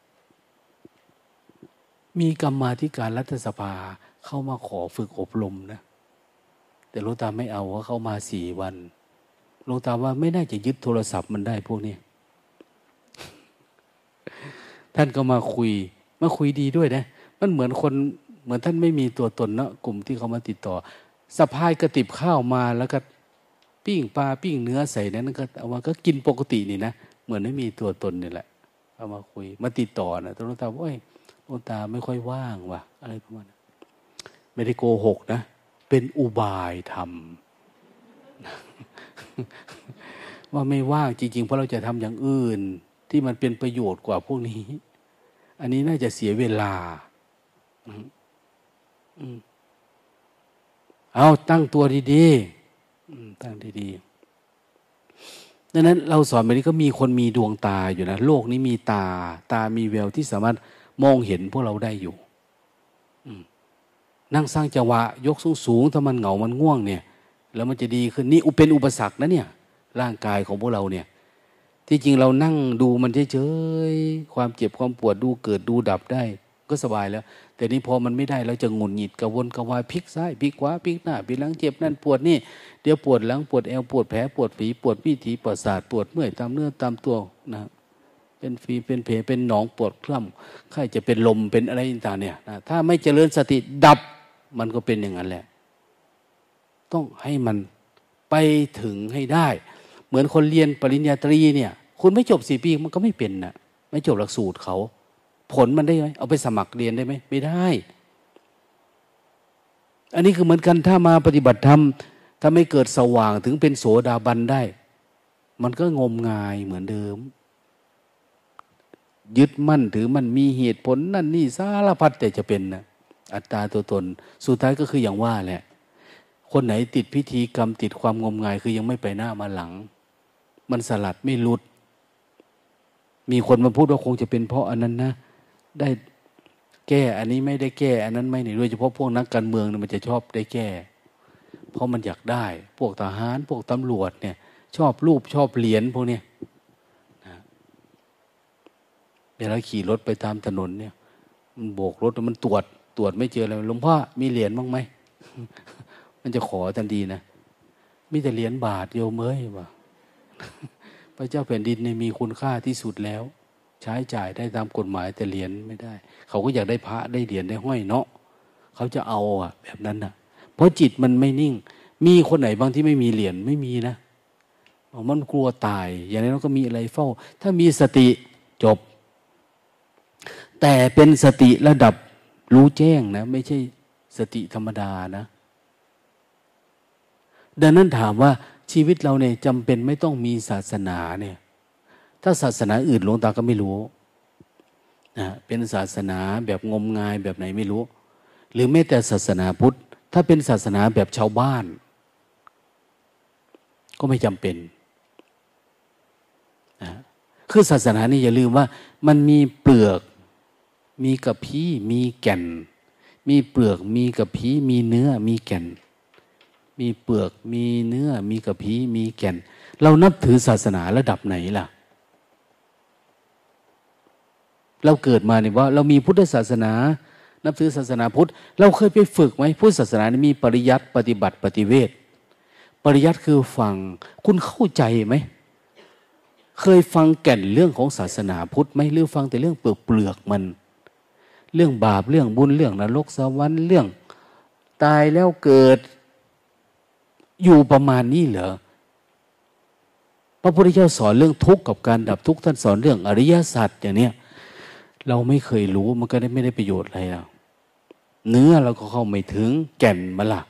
มีกรรมาธิการรัฐสภาเข้ามาขอฝึกอบรมนะแต่หลวงตาไม่เอาว่าเข้ามา4 วันหลวงตาว่าไม่น่าจะยึดโทรศัพท์มันได้พวกนี้ ท่านก็มาคุยดีด้วยนะมันเหมือนคนเหมือนท่านไม่มีตัวตนเนาะกลุ่มที่เขามาติดต่อสะพายกระติบข้าวมาแล้วก็ปิ้งปลาปิ้งเนื้อใส่นั้นก็เอามาก็กินปกตินี่นะเหมือนไม่มีตัวตนนี่แหละเอามาคุยมาติดต่อนะหลวงตาว่าหลวงตาไม่ค่อยว่างว่ะอะไรประมาณนั้นไม่ได้โกหกนะเป็นอุบายธรรม ว่าไม่ว่างจริงๆเพราะเราจะทำอย่างอื่นที่มันเป็นประโยชน์กว่าพวกนี้อันนี้น่าจะเสียเวลาเอาตั้งตัวดีๆตั้งดีๆดังนั้นเราสอนแบบนี้ก็มีคนมีดวงตาอยู่นะโลกนี้มีตามีแววที่สามารถมองเห็นพวกเราได้อยู่นั่งสร้างจังหวะยกสูงๆถ้ามันเหงามันง่วงเนี่ยแล้วมันจะดีขึ้นนี่เป็นอุปสรรคนะเนี่ยร่างกายของพวกเราเนี่ยที่จริงเรานั่งดูมันเฉยๆความเจ็บความปวดดูเกิดดูดับได้ก็สบายแล้วแต่นี้พอมันไม่ได้เราจะหงุดหงิดกระวนกระวายพลิกซ้ายพลิกขวาพลิกหน้าพลิกหลังเจ็บนั่นปวดนี่เดี๋ยวปวดหลังปวดแอวปวดแผลปวดฝีปวดวิถีประสาทปวดเมื่อยตามเนื้อตามตัวนะเป็นฝีเป็นแผลเป็นหนองปวดคล่ำใครจะเป็นลมเป็นอะไรต่างๆเนี่ยนะถ้าไม่เจริญสติดับมันก็เป็นอย่างนั้นแหละต้องให้มันไปถึงให้ได้เหมือนคนเรียนปริญญาตรีเนี่ยคุณไม่จบ4 ปีมันก็ไม่เป็นนะไม่จบหลักสูตรเขาผลมันได้ไหมเอาไปสมัครเรียนได้ไหมไม่ได้อันนี้คือเหมือนกันถ้ามาปฏิบัติธรรมถ้าไม่เกิดสว่างถึงเป็นโสดาบันได้มันก็งมงายเหมือนเดิมยึดมั่นถือมันมีเหตุผลนั่นนี่สารพัดแต่จะเป็นนะอัตตาตัวตนสุดท้ายก็คืออย่างว่าแหละคนไหนติดพิธีกรรมติดความงมงายคือยังไม่ไปหน้ามาหลังมันสลัดไม่หลุดมีคนมาพูดว่าคงจะเป็นเพราะอันนั้นนะได้แก้อันนี้ไม่ได้แก้อันนั้นไม่นี่โดยเฉพาะพวกนักการเมืองเนี่ยมันจะชอบได้แก้เพราะมันอยากได้พวกทหารพวกตำรวจเนี่ยชอบรูปชอบเหรียญพวกเนี้ยนะเวลาขี่รถไปตามถนนเนี่ยมันโบกรถมันตรวจไม่เจออะไรหลวงพ่อมีเหรียญบ้างไหม มันจะขอทันทีนะมีแต่เหรียญบาทโยมเอ้ยว่ะ พระเจ้าแผ่นดินเนี่ยมีคุณค่าที่สุดแล้วใช้จ่ายได้ตามกฎหมายแต่เหรียญไม่ได้เขาก็อยากได้พระได้เหรียญได้ห้อยเนาะเขาจะเอาแบบนั้นนะเพราะจิตมันไม่นิ่งมีคนไหนบางที่ไม่มีเหรียญไม่มีนะมันกลัวตายอย่างนั้นก็มีอะไรเฝ้าถ้ามีสติจบแต่เป็นสติระดับรู้แจ้งนะไม่ใช่สติธรรมดานะดังนั้นถามว่าชีวิตเราเนี่ยจำเป็นไม่ต้องมีศาสนาเนี่ยถ้าศาสนาอื่นหลวงตาก็ไม่รู้นะเป็นศาสนาแบบงมงายแบบไหนไม่รู้หรือแม้แต่ศาสนาพุทธถ้าเป็นศาสนาแบบชาวบ้านก็ไม่จำเป็นนะคือศาสนานี่อย่าลืมว่ามันมีเปลือกมีกระพี้มีแก่นมีเปลือกมีกระพี้มีเนื้อมีแก่นมีเปลือกมีเนื้อมีกระพี้มีแก่นเรานับถือศาสนาระดับไหนล่ะเราเกิดมาเนี่ยว่าเรามีพุทธศาสนานับถือศาสนาพุทธเราเคยไปฝึกไหมพุทธศาสนานี่มีปริยัติปฏิบัติปฏิเวทปริยัติคือฟังคุณเข้าใจไหมเคยฟังแก่นเรื่องของศาสนาพุทธไหมหรือฟังแต่เรื่องเปลือกมันเรื่องบาปเรื่องบุญเรื่องนรกสวรรค์เรื่องตายแล้วเกิดอยู่ประมาณนี้เหรอพระพุทธเจ้าสอนเรื่องทุกข์กับการดับทุกข์ท่านสอนเรื่องอริยสัจอย่างเนี้ยเราไม่เคยรู้มันก็ไม่ได้ประโยชน์อะไรแล้วเนื้อเราก็เข้าไม่ถึงแก่นมันล่ะ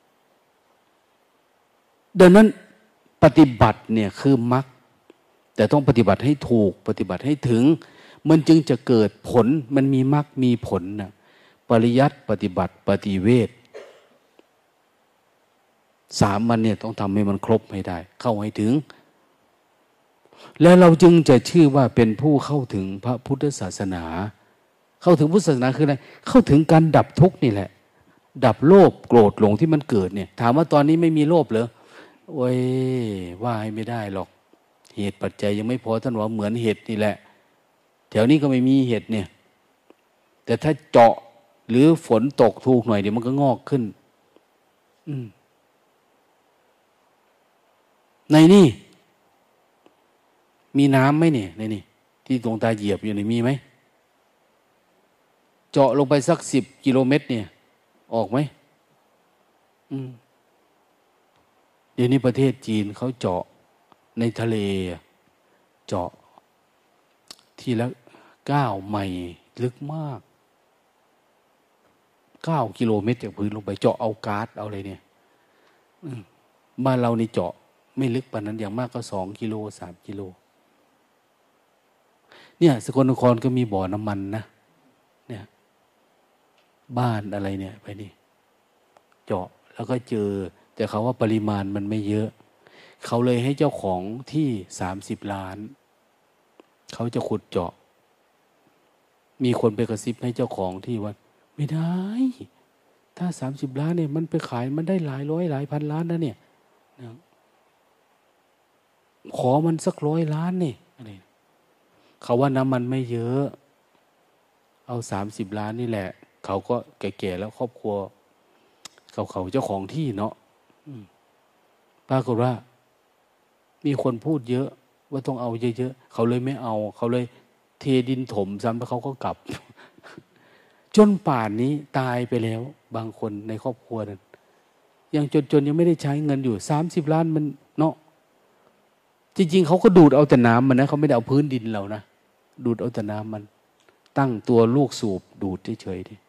ดังนั้นปฏิบัติเนี่ยคือมรรคแต่ต้องปฏิบัติให้ถูกปฏิบัติให้ถึงมันจึงจะเกิดผลมันมีมรรคมีผลนะปริยัติปฏิบัติปฏิเวท3มันเนี่ยต้องทำให้มันครบให้ได้เข้าให้ถึงแล้วเราจึงจะชื่อว่าเป็นผู้เข้าถึงพระพุทธศาสนาเข้าถึงพุทธศาสนาคืออะไรเข้าถึงการดับทุกข์นี่แหละดับโลภโกรธหลงที่มันเกิดเนี่ยถามว่าตอนนี้ไม่มีโลภเหรอโอ้ยว่าให้ไม่ได้หรอกเหตุปัจจัยยังไม่พอท่านว่าเหมือนเห็ดนี่แหละแถวนี้ก็ไม่มีเห็ดเนี่ยแต่ถ้าเจาะหรือฝนตกถูกหน่อยเดี๋ยวมันก็งอกขึ้นในนี่มีน้ำไหมเนี่ยในนี่ที่ตรงตาเหยียบอยู่นี่มีไหมเจาะลงไปสัก10 กิโลเมตรเนี่ยออกไหมเดี๋ยวนี้ประเทศจีนเขาเจาะในทะเลเจาะทีละ9 ไมล์ลึกมาก9 กิโลเมตรจากพื้นลงไปเจาะเอาก๊าซเอาอะไรเนี่ยบ้านเรานี่เจาะไม่ลึกปานนั้นอย่างมากก็2 กิโล3 กิโลเนี่ยสกลนครก็มีบ่อน้ำมันนะเนี่ยบ้านอะไรเนี่ยไปนี่เจาะแล้วก็เจอแต่เขาว่าปริมาณมันไม่เยอะเขาเลยให้เจ้าของที่30 ล้านเขาจะขุดเจาะมีคนไปกระซิบให้เจ้าของที่ว่าไม่ได้ถ้า30 ล้านเนี่ยมันไปขายมันได้หลายร้อยหลายพันล้านนะเนี่ยขอมันสัก100 ล้านนี่อะไรเขาว่าน้ำมันไม่เยอะเอา30 ล้านนี่แหละเขาก็แก่ๆแล้วครอบครัวเขาเจ้าของที่เนาะปรากฏว่ามีคนพูดเยอะว่าต้องเอาเยอะๆเขาเลยไม่เอาเขาเลยเทดินถมซ้ำแล้วเขาก็กลับจนป่านนี้ตายไปแล้วบางคนในครอบครัวนั้นยังจนยังไม่ได้ใช้เงินอยู่30 ล้านมันเนาะจริงๆเขาก็ดูดเอาแต่น้ำมันนะเขาไม่ได้เอาพื้นดินเรานะดูดเอาแต่น้ำมันตั้งตัวลูกสูบดูดเฉยๆดิ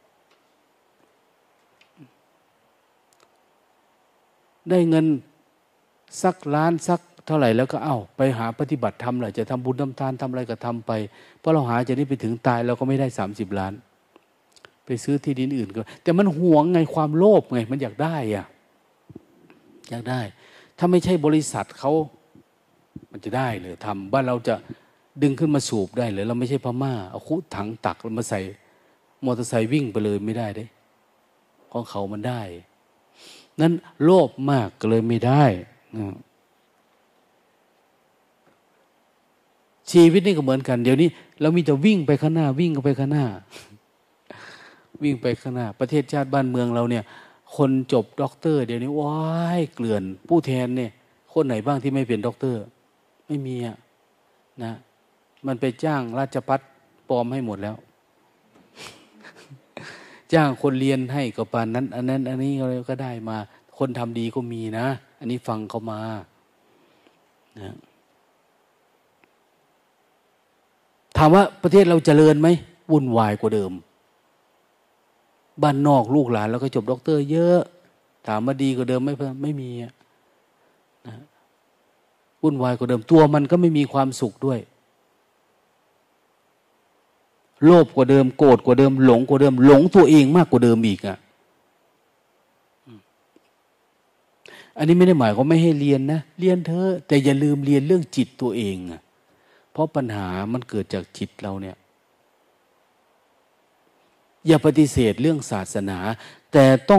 ได้เงินสักล้านสักเท่าไหร่แล้วก็ไปหาปฏิบัติธรรมแหละจะทำบุญทำทานทำอะไรก็ทำไปเพราะเราหาจะได้ไปถึงตายเราก็ไม่ได้30 ล้านไปซื้อที่ดินอื่นก็แต่มันหวงไงความโลภไงมันอยากได้อยากได้ถ้าไม่ใช่บริษัทเขามันจะได้เลยทำบ้านเราจะดึงขึ้นมาสูบได้เลยเราไม่ใช่พม่าเอาคุถังตักมาใส่มอเตอร์ไซค์วิ่งไปเลยไม่ได้เด้ของเขามันได้นั้นโลภมากก็เลยไม่ได้ชีวิตนี่ก็เหมือนกันเดี๋ยวนี้เรามีแต่วิ่งไปข้างหน้าวิ่งไปข้างหน้าวิ่งไปข้างหน้าประเทศชาติบ้านเมืองเราเนี่ยคนจบด็อกเตอร์เดี๋ยวนี้ว้ายเกลื่อนผู้แทนเนี่ยคนไหนบ้างที่ไม่เป็นด็อกเตอร์ไม่มีอ่ะนะมันไปจ้างราชภัฏปลอมให้หมดแล้วจ้างคนเรียนให้ก็ปานนั้นอันนั้นอันนี้อะไรก็ได้มาคนทำดีก็มีนะอันนี้ฟังเขามานะถามว่าประเทศเราเจริญไหมวุ่นวายกว่าเดิมบ้านนอกลูกหลานแล้วก็จบด็อกเตอร์เยอะถามว่าดีกว่าเดิมไม่มีนะวุ่นวายกว่าเดิมตัวมันก็ไม่มีความสุขด้วยโลภกว่าเดิมโกรธกว่าเดิมหลงกว่าเดิมหลงตัวเองมากกว่าเดิมอีกอ่ะอันนี้ไม่ได้หมายความไม่ให้เรียนนะเรียนเถอะแต่อย่าลืมเรียนเรื่องจิตตัวเองอ่ะเพราะปัญหามันเกิดจากจิตเราเนี่ยอย่าปฏิเสธเรื่องศาสนาแต่ต้อง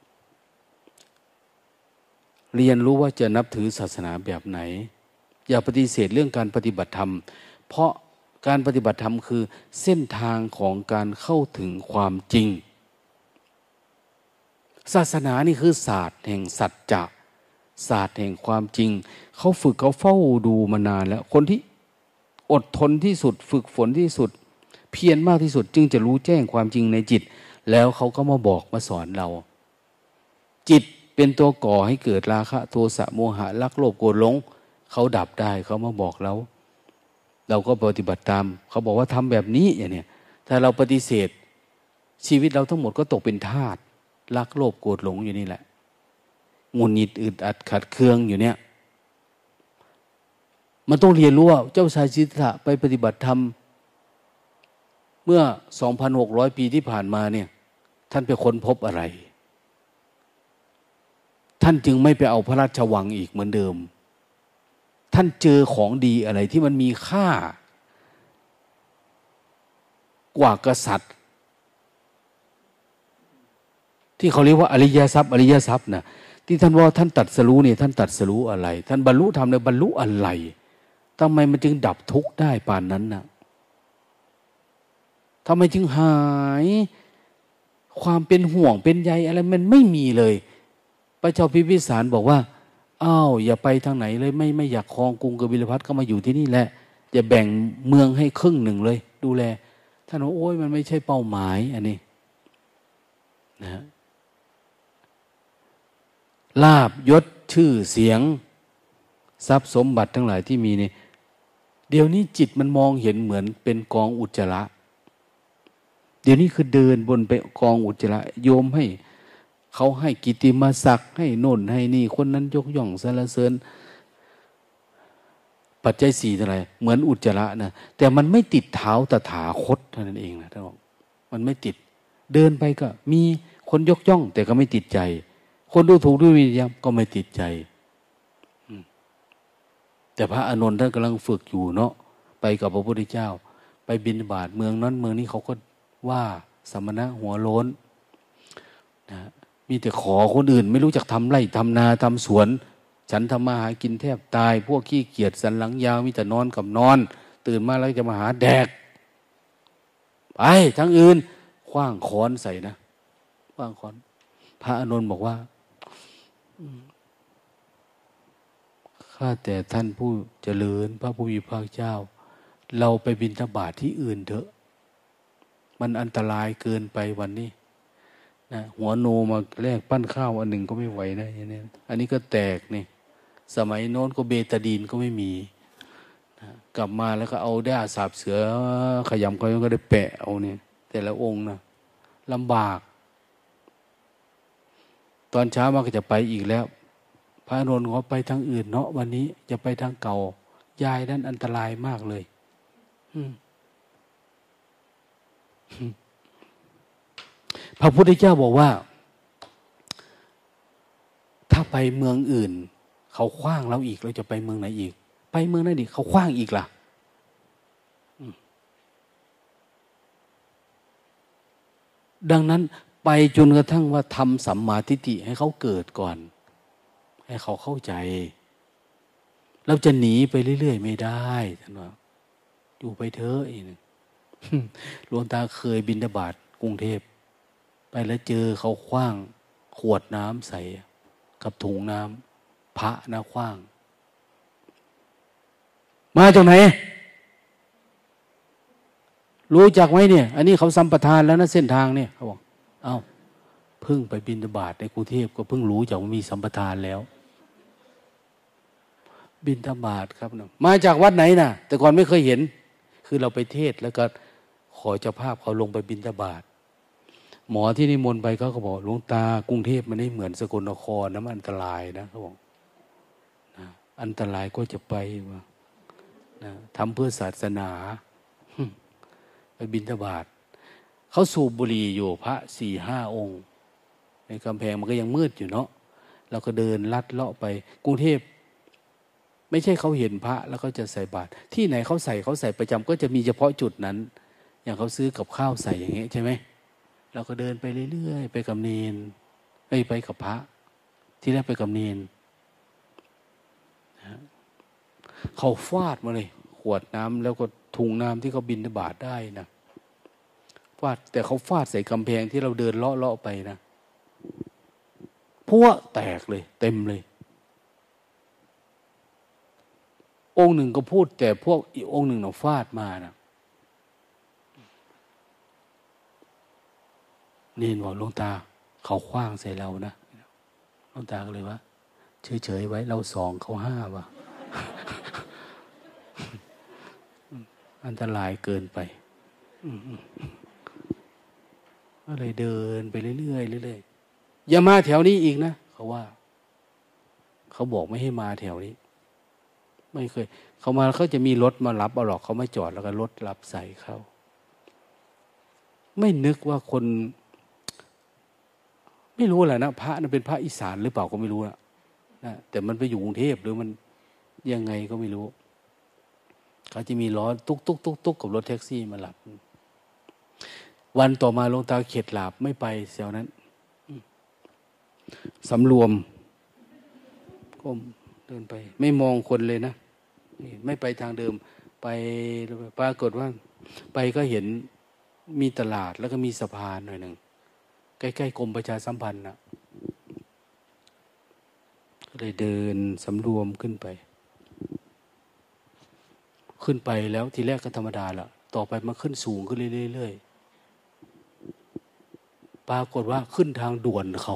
เรียนรู้ว่าจะนับถือศาสนาแบบไหนอย่าปฏิเสธเรื่องการปฏิบัติธรรมเพราะการปฏิบัติธรรมคือเส้นทางของการเข้าถึงความจริงศาสนานี่คือศาสตร์แห่งสัจจะศาสตร์แห่งความจริงเขาฝึกเขาเฝ้าดูมานานแล้วคนที่อดทนที่สุดฝึกฝนที่สุดเพียรมากที่สุดจึงจะรู้แจ้งความจริงในจิตแล้วเขาก็มาบอกมาสอนเราจิตเป็นตัวก่อให้เกิดราคะโทสะโมหะรักโลภโกรธหลงเขาดับได้เขามาบอกเราก็ปฏิบัติตามเขาบอกว่าทำแบบนี้อย่างเนี้ยถ้าเราปฏิเสธชีวิตเราทั้งหมดก็ตกเป็นทาสรักโลภโกรธหลงอยู่นี่แหละหงุดหงิดอึดอัดขัดเคืองอยู่เนี่ยมันต้องเรียนรู้ว่าเจ้าชายสิทธัตถะไปปฏิบัติธรรมเมื่อ 2,600 ปีที่ผ่านมาเนี่ยท่านไปค้นพบอะไรท่านจึงไม่ไปเอาพระราชวังอีกเหมือนเดิมท่านเจอของดีอะไรที่มันมีค่ากว่ากษัตริย์ที่เขาเรียกว่าอริยทรัพย์อริยทรัพย์นะที่ท่านว่าท่านตรัสรู้เนี่ยท่านตรัสรู้อะไรท่านบรรลุธรรมเนี่ยบรรลุอะไรทำไมมันจึงดับทุกข์ได้ปานนั้นนะทำไมจึงหายความเป็นห่วงเป็นใยอะไรมันไม่มีเลยพระเจ้าพิมพิสารบอกว่าอ้าวอย่าไปทางไหนเลยไม่อยากครองกรุงกบิลพัสก็มาอยู่ที่นี่แหละอย่าแบ่งเมืองให้ครึ่งหนึ่งเลยดูแลท่านบอกโอ้ยมันไม่ใช่เป้าหมายอันนี้นะลาภยศชื่อเสียงทรัพย์สมบัติทั้งหลายที่มีเนี่ยเดี๋ยวนี้จิตมันมองเห็นเหมือนเป็นกองอุจจาระเดี๋ยวนี้คือเดินบนไปกองอุจจาระโยมให้เขาให้กิตติมศักดิ์ให้โน่นให้นี่คนนั้นยกย่องสรรเสริญปัจจัยสี่เท่าไหร่เหมือนอุจจาระนะแต่มันไม่ติดเท้าตถาคตเท่านั้นเองนะท่านบอกมันไม่ติดเดินไปก็มีคนยกย่องแต่ก็ไม่ติดใจคนดูถูกด้วยวิญญาณก็ไม่ติดใจแต่พระอานนท์ท่านกำลังฝึกอยู่เนาะไปกับพระพุทธเจ้าไปบิณฑบาตเมืองนั้นเมืองนี้เขาก็ว่าสมณะหัวโล้นนะมีแต่ขอคนอื่นไม่รู้จักทำไร่ทำนาทำสวนฉันทำมาหากินแทบตายพวกขี้เกียจสันหลังยาวมีแต่นอนกับนอนตื่นมาแล้วจะมาหาแดกไปทั้งอื่นขว้างค้อนใส่นะขว้างค้อนพระอานนท์บอกว่าข้าแต่ท่านผู้เจริญพระผู้มีพระภาคเจ้าเราไปบิณฑบาตที่อื่นเถอะมันอันตรายเกินไปวันนี้นะหัวโนมาแลกปั้นข้าวอันหนึ่งก็ไม่ไหวนะอย่างนี้อันนี้ก็แตกนี่สมัยโน้นก็เบตาดีนก็ไม่มีนะกลับมาแล้วก็เอาได้อาสาบเสือขยำเขาก็ได้แปะเอาเนี่ยแต่ละองค์นะลำบากตอนเช้ามาก็จะไปอีกแล้วพระอานนท์ขอไปทางอื่นเนาะวันนี้จะไปทางเก่ายายนั่นอันตรายมากเลยพระพุทธเจ้าบอกว่าถ้าไปเมืองอื่นเขาขว้างเราอีกเราจะไปเมืองไหนอีกไปเมืองไหนอีกเขาขว้างอีกล่ะดังนั้นไปจนกระทั่งว่าทำสัมมาทิฏฐิให้เขาเกิดก่อนให้เขาเข้าใจเราจะหนีไปเรื่อยๆไม่ได้ท่านว่าอยู่ไปเถอะอีก หลวงตาเคยบิณฑบาตกรุงเทพไปแล้วเจอเขาขว้างขวดน้ำใส่กับถุงน้ำพระนะขว้างมาจากไหนรู้จักไหมเนี่ยอันนี้เขาสัมปทานแล้วนะเส้นทางเนี่ยเขาบอกเอ้าเพิ่งไปบิณฑบาตในกรุงเทพก็เพิ่งรู้จากว่ามีสัมปทานแล้วบิณฑบาตครับนะมาจากวัดไหนน่ะแต่ก่อนไม่เคยเห็นคือเราไปเทศแล้วก็ขอเจ้าภาพเขาลงไปบิณฑบาตหมอที่นิมนต์ไปเขาก็บอกหลวงตากรุงเทพมันไม่เหมือนสกลนครนะมันอันตรายนะเขาบอกนะอันตรายก็จะไปว่านะทำเพื่อศาสนาไปบิณฑบาตเขาสูบบุหรี่อยู่พระ4-5 องค์ในกำแพงมันก็ยังมืดอยู่เนาะเราก็เดินลัดเลาะไปกรุงเทพไม่ใช่เขาเห็นพระแล้วเขาจะใส่บาตรที่ไหนเขาใส่ประจำก็จะมีเฉพาะจุดนั้นอย่างเขาซื้อกับข้าวใส่อย่างเงี้ยใช่ไหมเราก็เดินไปเรื่อยๆไปกับเนนไปกับพระที่แรกไปกับเนนนะเขาฟาดมาเลยขวดน้ำแล้วก็ถุงน้ำที่เขาบิณฑบาตได้นะฟาดแต่เขาฟาดใส่กำแพงที่เราเดินเลาะไปนะพวกแตกเลยเต็มเลยองค์หนึ่งก็พูดแต่พวกอีกองค์หนึ่งฟาดมานะเนนบอกหลวงตาเขาขว้างใส่เรานะหลวงตาก็เลยว่าเฉยๆไว้เรา2เขา5ว่ะ อันตรายเกินไปก็เลยเดินไปเรื่อยๆเรื่อยๆอย่ามาแถวนี้อีกนะเขาว่าเขาบอกไม่ให้มาแถวนี้ไม่เคยเขามาเขาจะมีรถมารับเอาหรอกเขาไม่จอดแล้วก็รถรับใส่เขาไม่นึกว่าคนไม่รู้แหละนะพระนั้นเป็นพระอีสานหรือเปล่าก็ไม่รู้นะแต่มันไปอยู่กรุงเทพหรือมันยังไงก็ไม่รู้เขาจะมีล้อตุ๊กกับรถแท็กซี่มารับวันต่อมาหลวงตาเข็ดหลาบไม่ไปแถวนั้นสำรวมก้มเดินไปไม่มองคนเลยนะไม่ไปทางเดิมไปปรากฏว่าไปก็เห็นมีตลาดแล้วก็มีสะพานหน่อยหนึ่งใกล้ๆกรมประชาสัมพันธ์นะก็เลยเดินสำรวมขึ้นไปแล้วทีแรกก็ธรรมดาละต่อไปมันขึ้นสูงขึ้นเรื่อยๆปรากฏว่าขึ้นทางด่วนเขา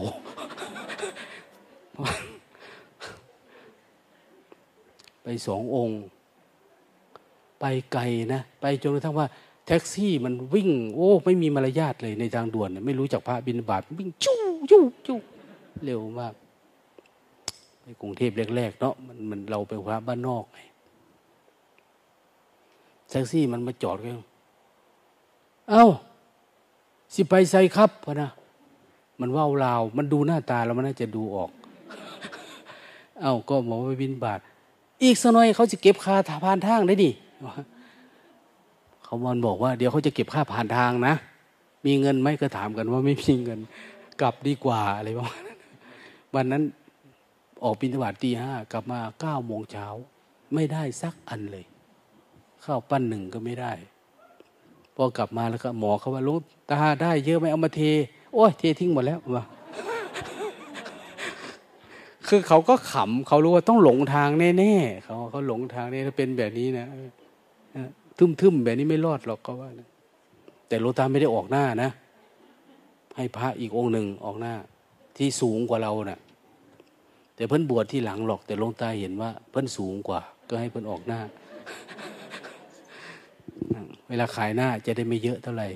ไป2 องค์ไปไกลนะไปจนกระทั่งว่าแท็กซี่มันวิ่งไม่มีมารยาทเลยในทางด่วนไม่รู้จักพระบิณฑบาตวิ่งจู้เร็วมากไปกรุงเทพแรกๆเนาะมันเราเป็นพระบ้านนอกไงแท็กซี่มันมาจอดกันเอ้าสิไปใส่ครับพะนะมันว่าวลาวมันดูหน้าตาแล้วมันน่าจะดูออกเอ้าก็บอกว่าไปบิณฑบาตอีกสักหน่อยเขาจะเก็บค่าผ่านทางได้ดิเขามันบอกว่าเดี๋ยวเขาจะเก็บค่าผ่านทางนะมีเงินไหมก็ถามกันว่าไม่มีเงินกลับดีกว่าอะไรประมาณนั้นวันนั้นออกบิณฑบาตตี 5กลับมา9 โมงเช้าไม่ได้สักอันเลยข้าวปั้น1ก็ไม่ได้พอกลับมาแล้วก็หมอเขาว่าหลวงตาได้เยอะไหมเอามาเทโอ้ยเททิ้งหมดแล้วว่าคือเขาก็ขำเขารู้ว่าต้องหลงทางแน่ๆเขาหลงทางนี่ถ้าเป็นแบบนี้นะทึมๆแบบนี้ไม่รอดหรอกเขาว่านะแต่หลวงตาไม่ได้ออกหน้านะให้พระอีกองค์หนึ่งออกหน้าที่สูงกว่าเราน่ะแต่เพิ่นบวชที่หลังหรอกแต่หลวงตาเห็นว่าเพิ่นสูงกว่าก็ให้เพิ่นออกหน้าเวลาขายหน้าจะได้ไม่เยอะเท่าไหร่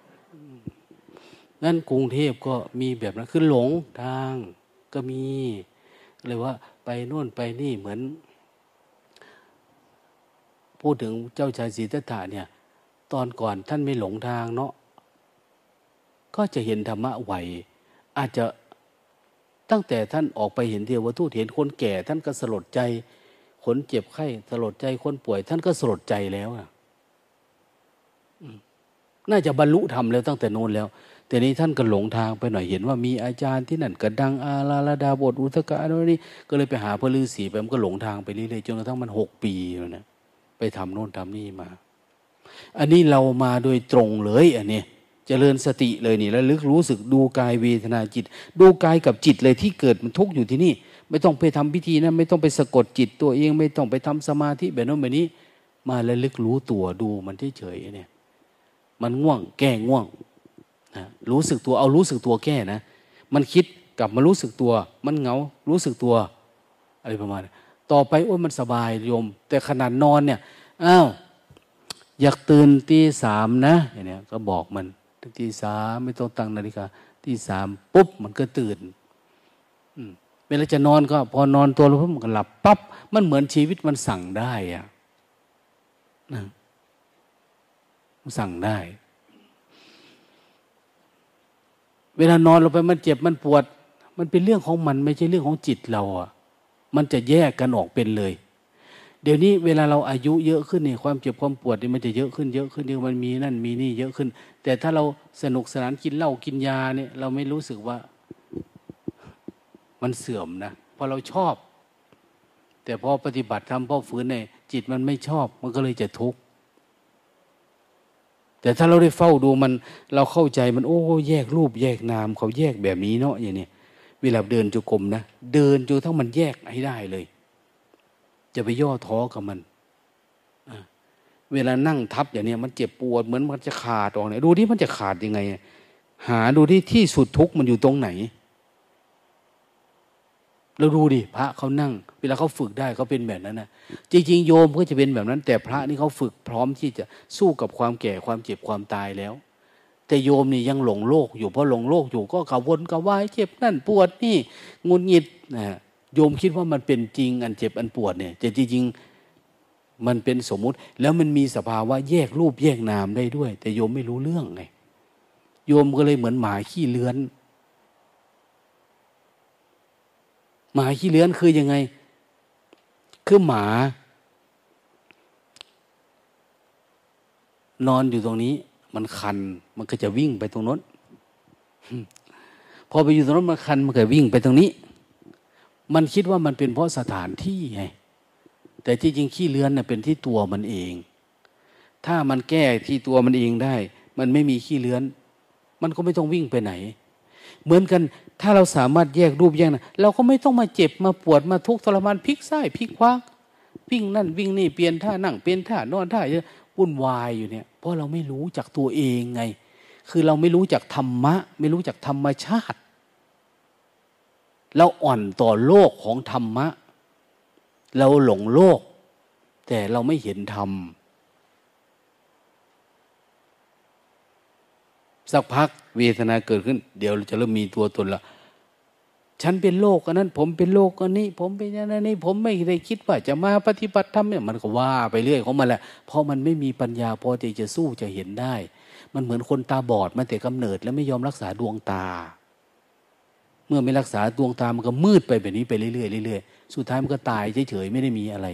นั่นกรุงเทพก็มีแบบนั้นคือหลงทางก็มีเลยว่าไปโน่นไปนี่เหมือนพูดถึงเจ้าชายสิทธัตถะเนี่ยตอนก่อนท่านไม่หลงทางเนาะก็จะเห็นธรรมะไหวอาจจะตั้งแต่ท่านออกไปเห็นเทวทูตเห็นคนแก่ท่านก็สลดใจคนเจ็บไข้สลดใจคนป่วยท่านก็สลดใจแล้วน่าจะบรรลุธรรมแล้วตั้งแต่โน้นแล้วแต่นี้ท่านก็หลงทางไปหน่อยเห็นว่ามีอาจารย์ที่นั่นก็ดังอาราลดาบทอุทกะโน่นนี่ก็เลยไปหาพระฤาษีไปมันก็หลงทางไปเรื่อยๆจนกระทั่งมัน6 ปีแล้วนะไปทำโน่นทำนี่มาอันนี้เรามาโดยตรงเลยอันนี้เจริญสติเลยนี่แล้วลึกรู้สึกดูกายเวทนาจิตดูกายกับจิตเลยที่เกิดมันทุกข์อยู่ที่นี่ไม่ต้องไปทำพิธีนะไม่ต้องไปสะกดจิตตัวเองไม่ต้องไปทำสมาธิแบบโน้นแบบนี้มาแล้วลึกรู้ตัวดูมันเฉยๆเนี่ยมันง่วงแก้ง่วงนะรู้สึกตัวเอารู้สึกตัวแก้นะมันคิดกลับมารู้สึกตัวมันเหงารู้สึกตัวอะไรประมาณนี้ต่อไปโอ้ยมันสบายโยมแต่ขนาดนอนเนี่ยอ้าวอยากตื่นตี 3นะอย่างเนี้ยก็บอกมันตี 3ไม่ต้องตั้งนาฬิกาตี 3ปุ๊บมันก็ตื่นเวลาจะนอนก็พอนอนตัวลงปุ๊บมันก็หลับปั๊บมันเหมือนชีวิตมันสั่งได้อะนะมันสั่งได้เวลานอนลงไปมันเจ็บมันปวดมันเป็นเรื่องของมันไม่ใช่เรื่องของจิตเราอ่ะมันจะแยกกันออกเป็นเลยเดี๋ยวนี้เวลาเราอายุเยอะขึ้นนี่ความเจ็บความปวดนี่มันจะเยอะขึ้นเยอะขึ้นเดี๋ยวมันมีนั่นมีนี่เยอะขึ้นแต่ถ้าเราสนุกสนานกินเหล้ากินยาเนี่ยเราไม่รู้สึกว่ามันเสื่อมนะเพราะเราชอบแต่พอปฏิบัติทำพอฝืนเนี่ยจิตมันไม่ชอบมันก็เลยจะทุกข์แต่ถ้าเราได้เฝ้าดูมันเราเข้าใจมันโอ้แยกรูปแยกนามเขาแยกแบบนี้เนาะอย่างนี้เวลาเดินจงกรมนะเดินจนทั้งมันแยกให้ได้เลยจะไปย่อท้อกับมันเวลานั่งทับอย่างนี้มันเจ็บปวดเหมือนมันจะขาดออกเนี่ยดูที่มันจะขาดยังไงหาดูที่สุดทุกข์มันอยู่ตรงไหนเราดูดิพระเขานั่งเวลาเขาฝึกได้เขาเป็นแบบนั้นนะจริงๆโยมก็จะเป็นแบบนั้นแต่พระนี่เขาฝึกพร้อมที่จะสู้กับความแก่ความเจ็บความตายแล้วแต่โยมนี่ยังหลงโลกอยู่เพราะหลงโลกอยู่ก็กระวนกระวายเจ็บนั่นปวดนี่งุนงิดนะโยมคิดว่ามันเป็นจริงอันเจ็บอันปวดเนี่ยแต่จริงๆมันเป็นสมมุติแล้วมันมีสภาวะแยกรูปแยกนามได้ด้วยแต่โยมไม่รู้เรื่องไงโยมก็เลยเหมือนหมาขี้เลื้อนหมาขี้เลื้อนคือยังไงคือหมานอนอยู่ตรงนี้มันคันมันก็จะวิ่งไปตรงโน้นพอไปอยู่ตรงโน้นมันคันมันก็วิ่งไปตรงนี้มันคิดว่ามันเป็นเพราะสถานที่ไงแต่ที่จริงขี้เลื้อนน่ะเป็นที่ตัวมันเองถ้ามันแก้ที่ตัวมันเองได้มันไม่มีขี้เลื้อนมันก็ไม่ต้องวิ่งไปไหนเหมือนกันถ้าเราสามารถแยกรูปแยกนะเราก็ไม่ต้องมาเจ็บมาปวดมาทุกข์ทรมานพลิกซ้ายพลิกขวาวิ่งนั่นวิ่งนี่เปลี่ยนท่านั่งเปลี่ยนท่านอนท่าวุ่นวายอยู่เนี่ยเพราะเราไม่รู้จักตัวเองไงคือเราไม่รู้จักธรรมะไม่รู้จักธรรมชาติเราอ่อนต่อโลกของธรรมะเราหลงโลกแต่เราไม่เห็นธรรมสักพักเวทนาเกิดขึ้นเดี๋ยวเราจะเริ่มมีตัวตนละฉันเป็นโลกอันนั้นผมเป็นโลกอันนี้ผมเป็นอย่างนั้นนี่ผมไม่ได้คิดว่าจะมาปฏิบัติธรรมเนี่ยมันก็ว่าไปเรื่อยของมันแหละเพราะมันไม่มีปัญญาพอที่จะสู้จะเห็นได้มันเหมือนคนตาบอดมาแต่กำเนิดแล้วไม่ยอมรักษาดวงตาเมื่อไม่รักษาดวงตามันก็มืดไปแบบนี้ไปเรื่อยๆเรื่อยๆสุดท้ายมันก็ตายเฉยๆไม่ได้มีอะไร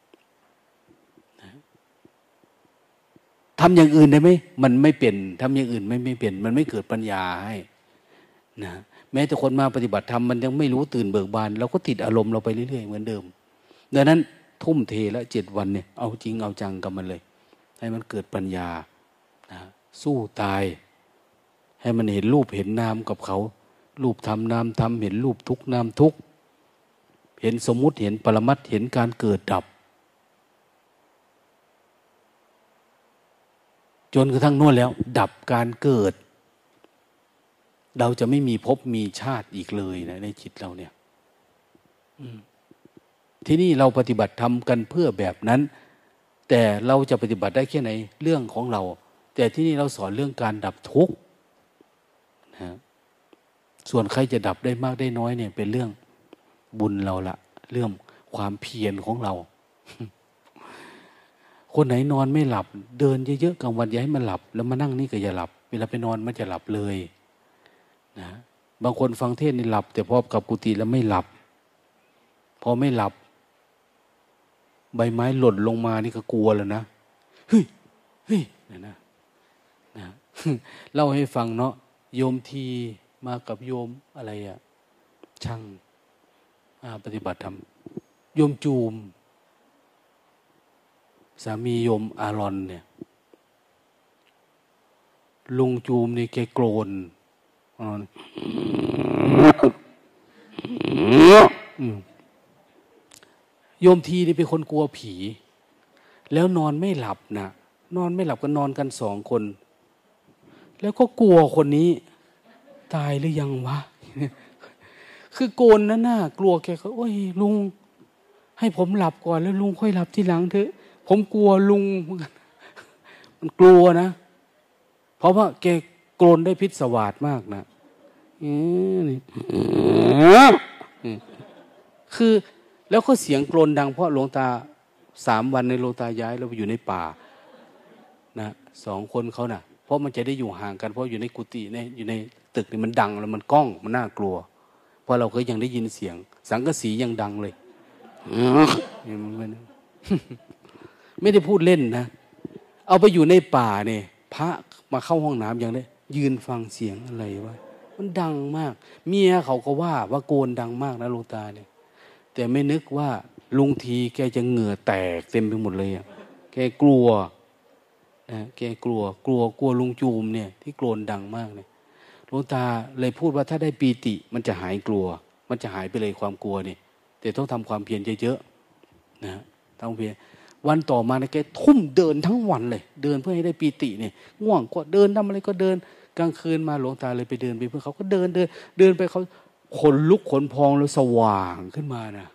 ทำอย่างอื่นได้ไหมมันไม่เป็นทำอย่างอื่นไม่เป็นมันไม่เกิดปัญญาให้นะแม้แต่คนมาปฏิบัติธรรมมันยังไม่รู้ตื่นเบิกบานเราก็ติดอารมณ์เราไปเรื่อยๆเหมือนเดิมดังนั้นทุ่มเทละ7 วันเนี่ยเอาจริงเอาจังกับมันเลยให้มันเกิดปัญญานะสู้ตายให้มันเห็นรูปเห็นนามกับเขารูปธรรมนามธรรมเห็นรูปทุกข์นามทุกข์เห็นสมมุติเห็นปรมัตถ์เห็นการเกิดดับจนกระทั่งนู่นแล้วดับการเกิดเราจะไม่มีภพมีชาติอีกเลยนะในจิตเราเนี่ยที่นี่เราปฏิบัติทำกันเพื่อแบบนั้นแต่เราจะปฏิบัติได้แค่ไหนเรื่องของเราแต่ที่นี่เราสอนเรื่องการดับทุกข์นะส่วนใครจะดับได้มากได้น้อยเนี่ยเป็นเรื่องบุญเราละเรื่องความเพียรของเราคนไหนนอนไม่หลับเดินเยอะๆกลางวันอย่าให้มันหลับแล้วมานั่งนี่ก็อย่าหลับเวลาไปนอนมันจะหลับเลยนะบางคนฟังเทศน์นี่หลับแต่พอกลับกุฏิแล้วไม่หลับพอไม่หลับใบไม้หล่นลงมานี่ก็กลัวแล้วนะเฮ้ยเฮ้ยนะเล่าให้ฟังเนาะโยมทีมากับโยมอะไรอะช่างปฏิบัติธรรมโยมจูมสามีโยมอารอนเนี่ยลุงจูมนี่แกโกรนโยมทีนี่เป็นคนกลัวผีแล้วนอนไม่หลับนะนอนไม่หลับก็นอนกัน2 คนแล้วก็กลัวคนนี้ตายหรือยังวะคือโกนนะน่ากลัวแกก็โอ้ยลุงให้ผมหลับก่อนแล้วลุงค่อยหลับทีหลังเถอะผมกลัวลุงมันกลัวนะเพราะว่าแกโกนได้พิษสวาสมากนะคือแล้วก็เสียงกรนดังเพราะหลวงตา3 วันในหลวงตาย้ายเราไปอยู่ในป่านะ2 คนเขาน่ะเพราะมันจะได้อยู่ห่างกันเพราะอยู่ในกุฏิเนี่ยอยู่ในตึกนี่มันดังแล้วมันก้องมันน่ากลัวเพราะเราก็ยังได้ยินเสียงสังกะสียังดังเลยไม่ได้พูดเล่นนะเอาไปอยู่ในป่าเนี่ยพระมาเข้าห้องน้ำอย่างนี้ยืนฟังเสียงอะไรวะมันดังมากเมียเขาก็ว่าโกนดังมากนะหลวงตาเนี่ยแต่ไม่นึกว่าลุงทีแกจะเหงื่อแตกเต็มไปหมดเลยอ่ะแกกลัวนะแกกลัวลุงจูมเนี่ยที่โกนดังมากเนี่ยหลวงตาเลยพูดว่าถ้าได้ปีติมันจะหายกลัวมันจะหายไปเลยความกลัวนี่แต่ต้องทำความเพียรเยอะๆนะต้องเพียรวันต่อมาเนี่ยแกทุ่มเดินทั้งวันเลยเดินเพื่อให้ได้ปีติเนี่ยง่วงก็เดินทำอะไรก็เดินกลางคืนมาหลวงตาเลยไปเดินไปเพื่อเขาก็เดินไปเขาขนลุกขนพองแล้วสว่างขึ้นมานะ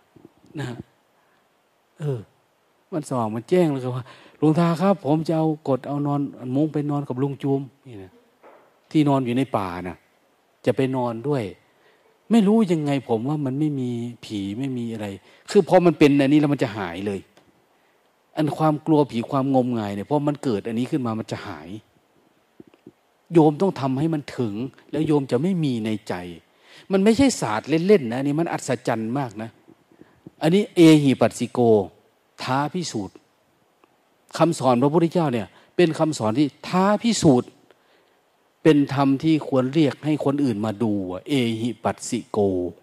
มันสว่างมันแจ้งเลยครับว่าหลวงตาครับผมจะเอานอนมุ้งไปนอนกับลุงจูมนี่นะที่นอนอยู่ในป่านะจะไปนอนด้วยไม่รู้ยังไงผมว่ามันไม่มีผีไม่มีอะไรคือพอมันเป็นอันนี้แล้วมันจะหายเลยอันความกลัวผีความงมงายเนี่ยพอมันเกิดอันนี้ขึ้นมามันจะหายโยมต้องทำให้มันถึงแล้วโยมจะไม่มีในใจมันไม่ใช่ศาสตร์เล่นๆนะนี่มันอัศจรรย์มากนะอันนี้เอหิปัสสิโกท้าพิสูจน์คำสอนพระพุทธเจ้าเนี่ยเป็นคำสอนที่ท้าพิสูจน์เป็นธรรมที่ควรเรียกให้คนอื่นมาดูเอหิปัสสิโก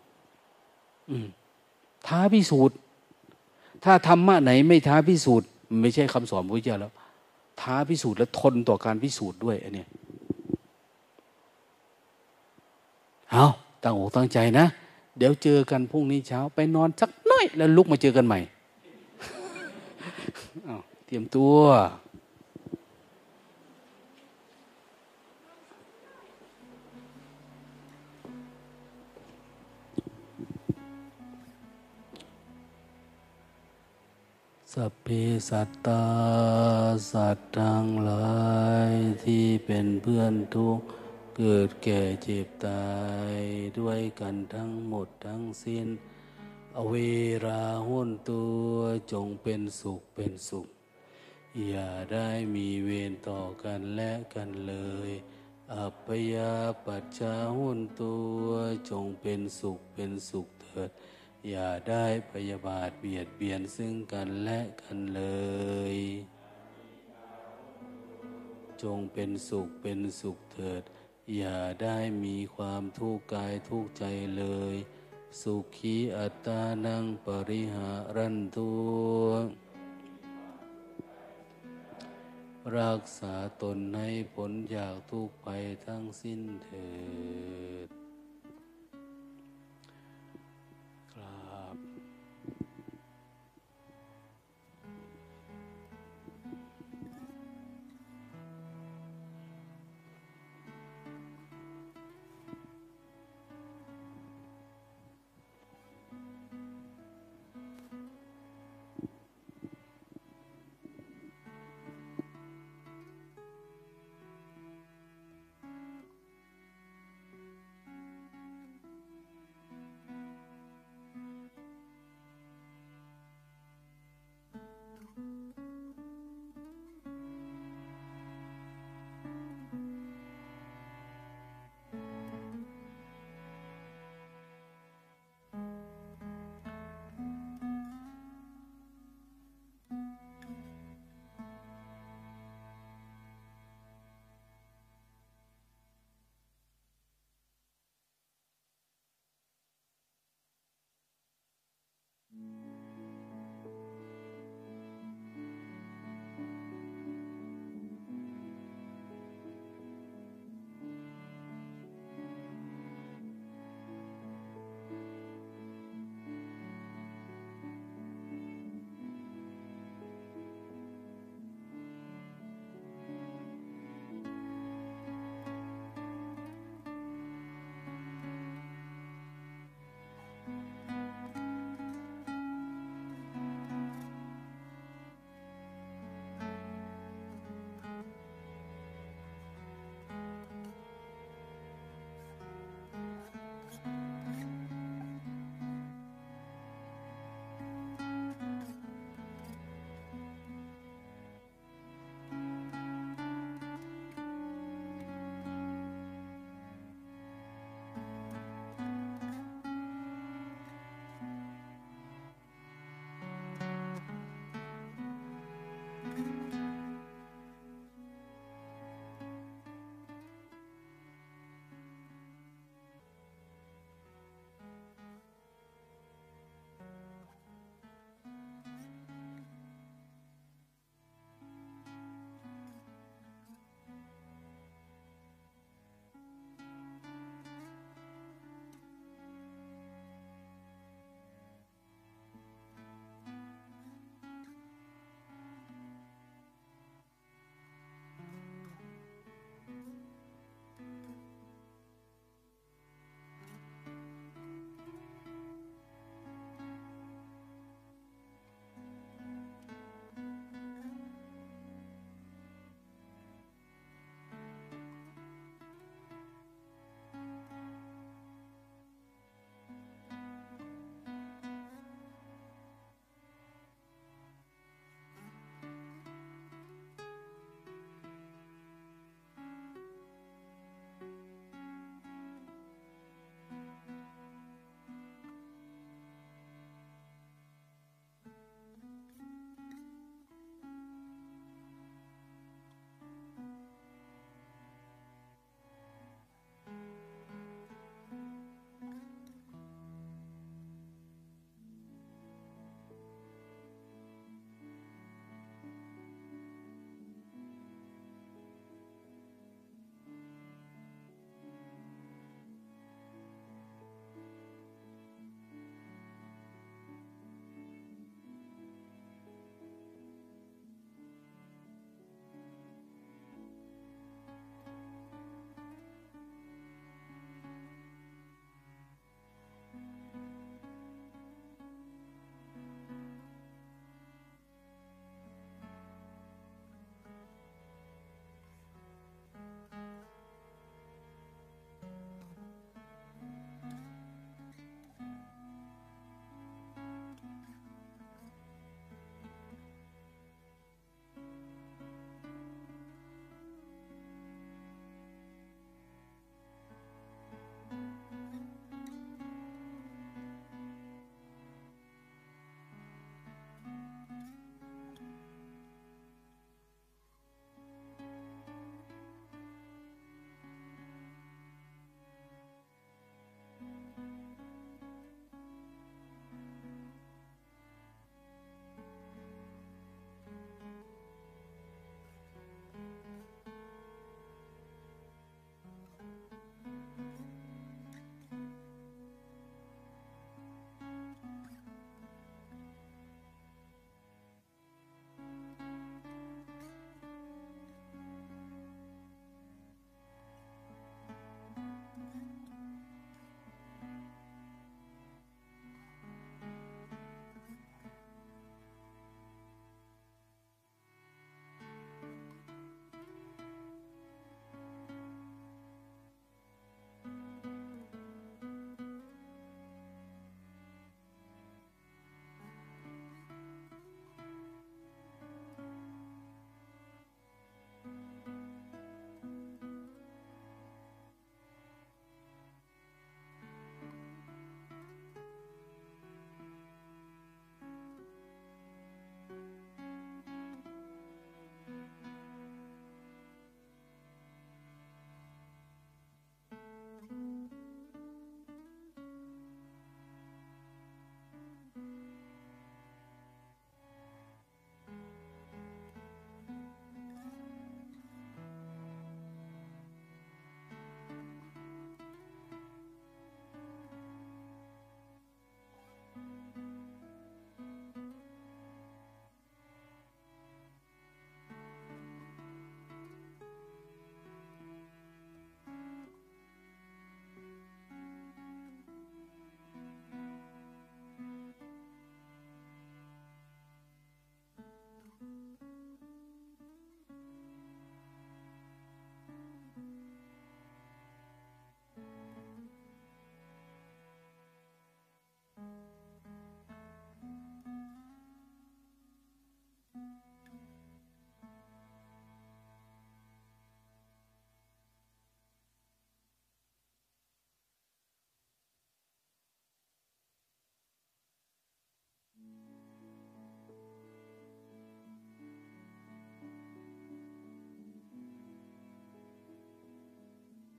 ท้าพิสูจน์ถ้าธรรมะไหนไม่ท้าพิสูจน์ไม่ใช่คำสอนพระพุทธเจ้าแล้วท้าพิสูจน์และทนต่อการพิสูจน์ด้วยอันเนี้ยเอาตั้งอกตั้งใจนะเดี๋ยวเจอกันพรุ่งนี้เช้าไปนอนสักน้อยแล้วลุกมาเจอกันใหม่เตรียมตัวสัพเพสัตตาสัตว์ทั้งหลายที่เป็นเพื่อนทุกข์เกิดแก่เจ็บตายด้วยกันทั้งหมดทั้งสิ้นอเวราหุนตัวจงเป็นสุขอย่าได้มีเวรต่อกันและกันเลยอัปปยาปัจจาหุนตัวจงเป็นสุขเถิดอย่าได้พยาบาทเบียดเบียนซึ่งกันและกันเลยจงเป็นสุขเถิดอย่าได้มีความทุกข์กายทุกข์ใจเลยสุขีอัตตานังปริหารันตุรักษาตนให้พ้นจากทุกข์ภัยทั้งสิ้นเถิด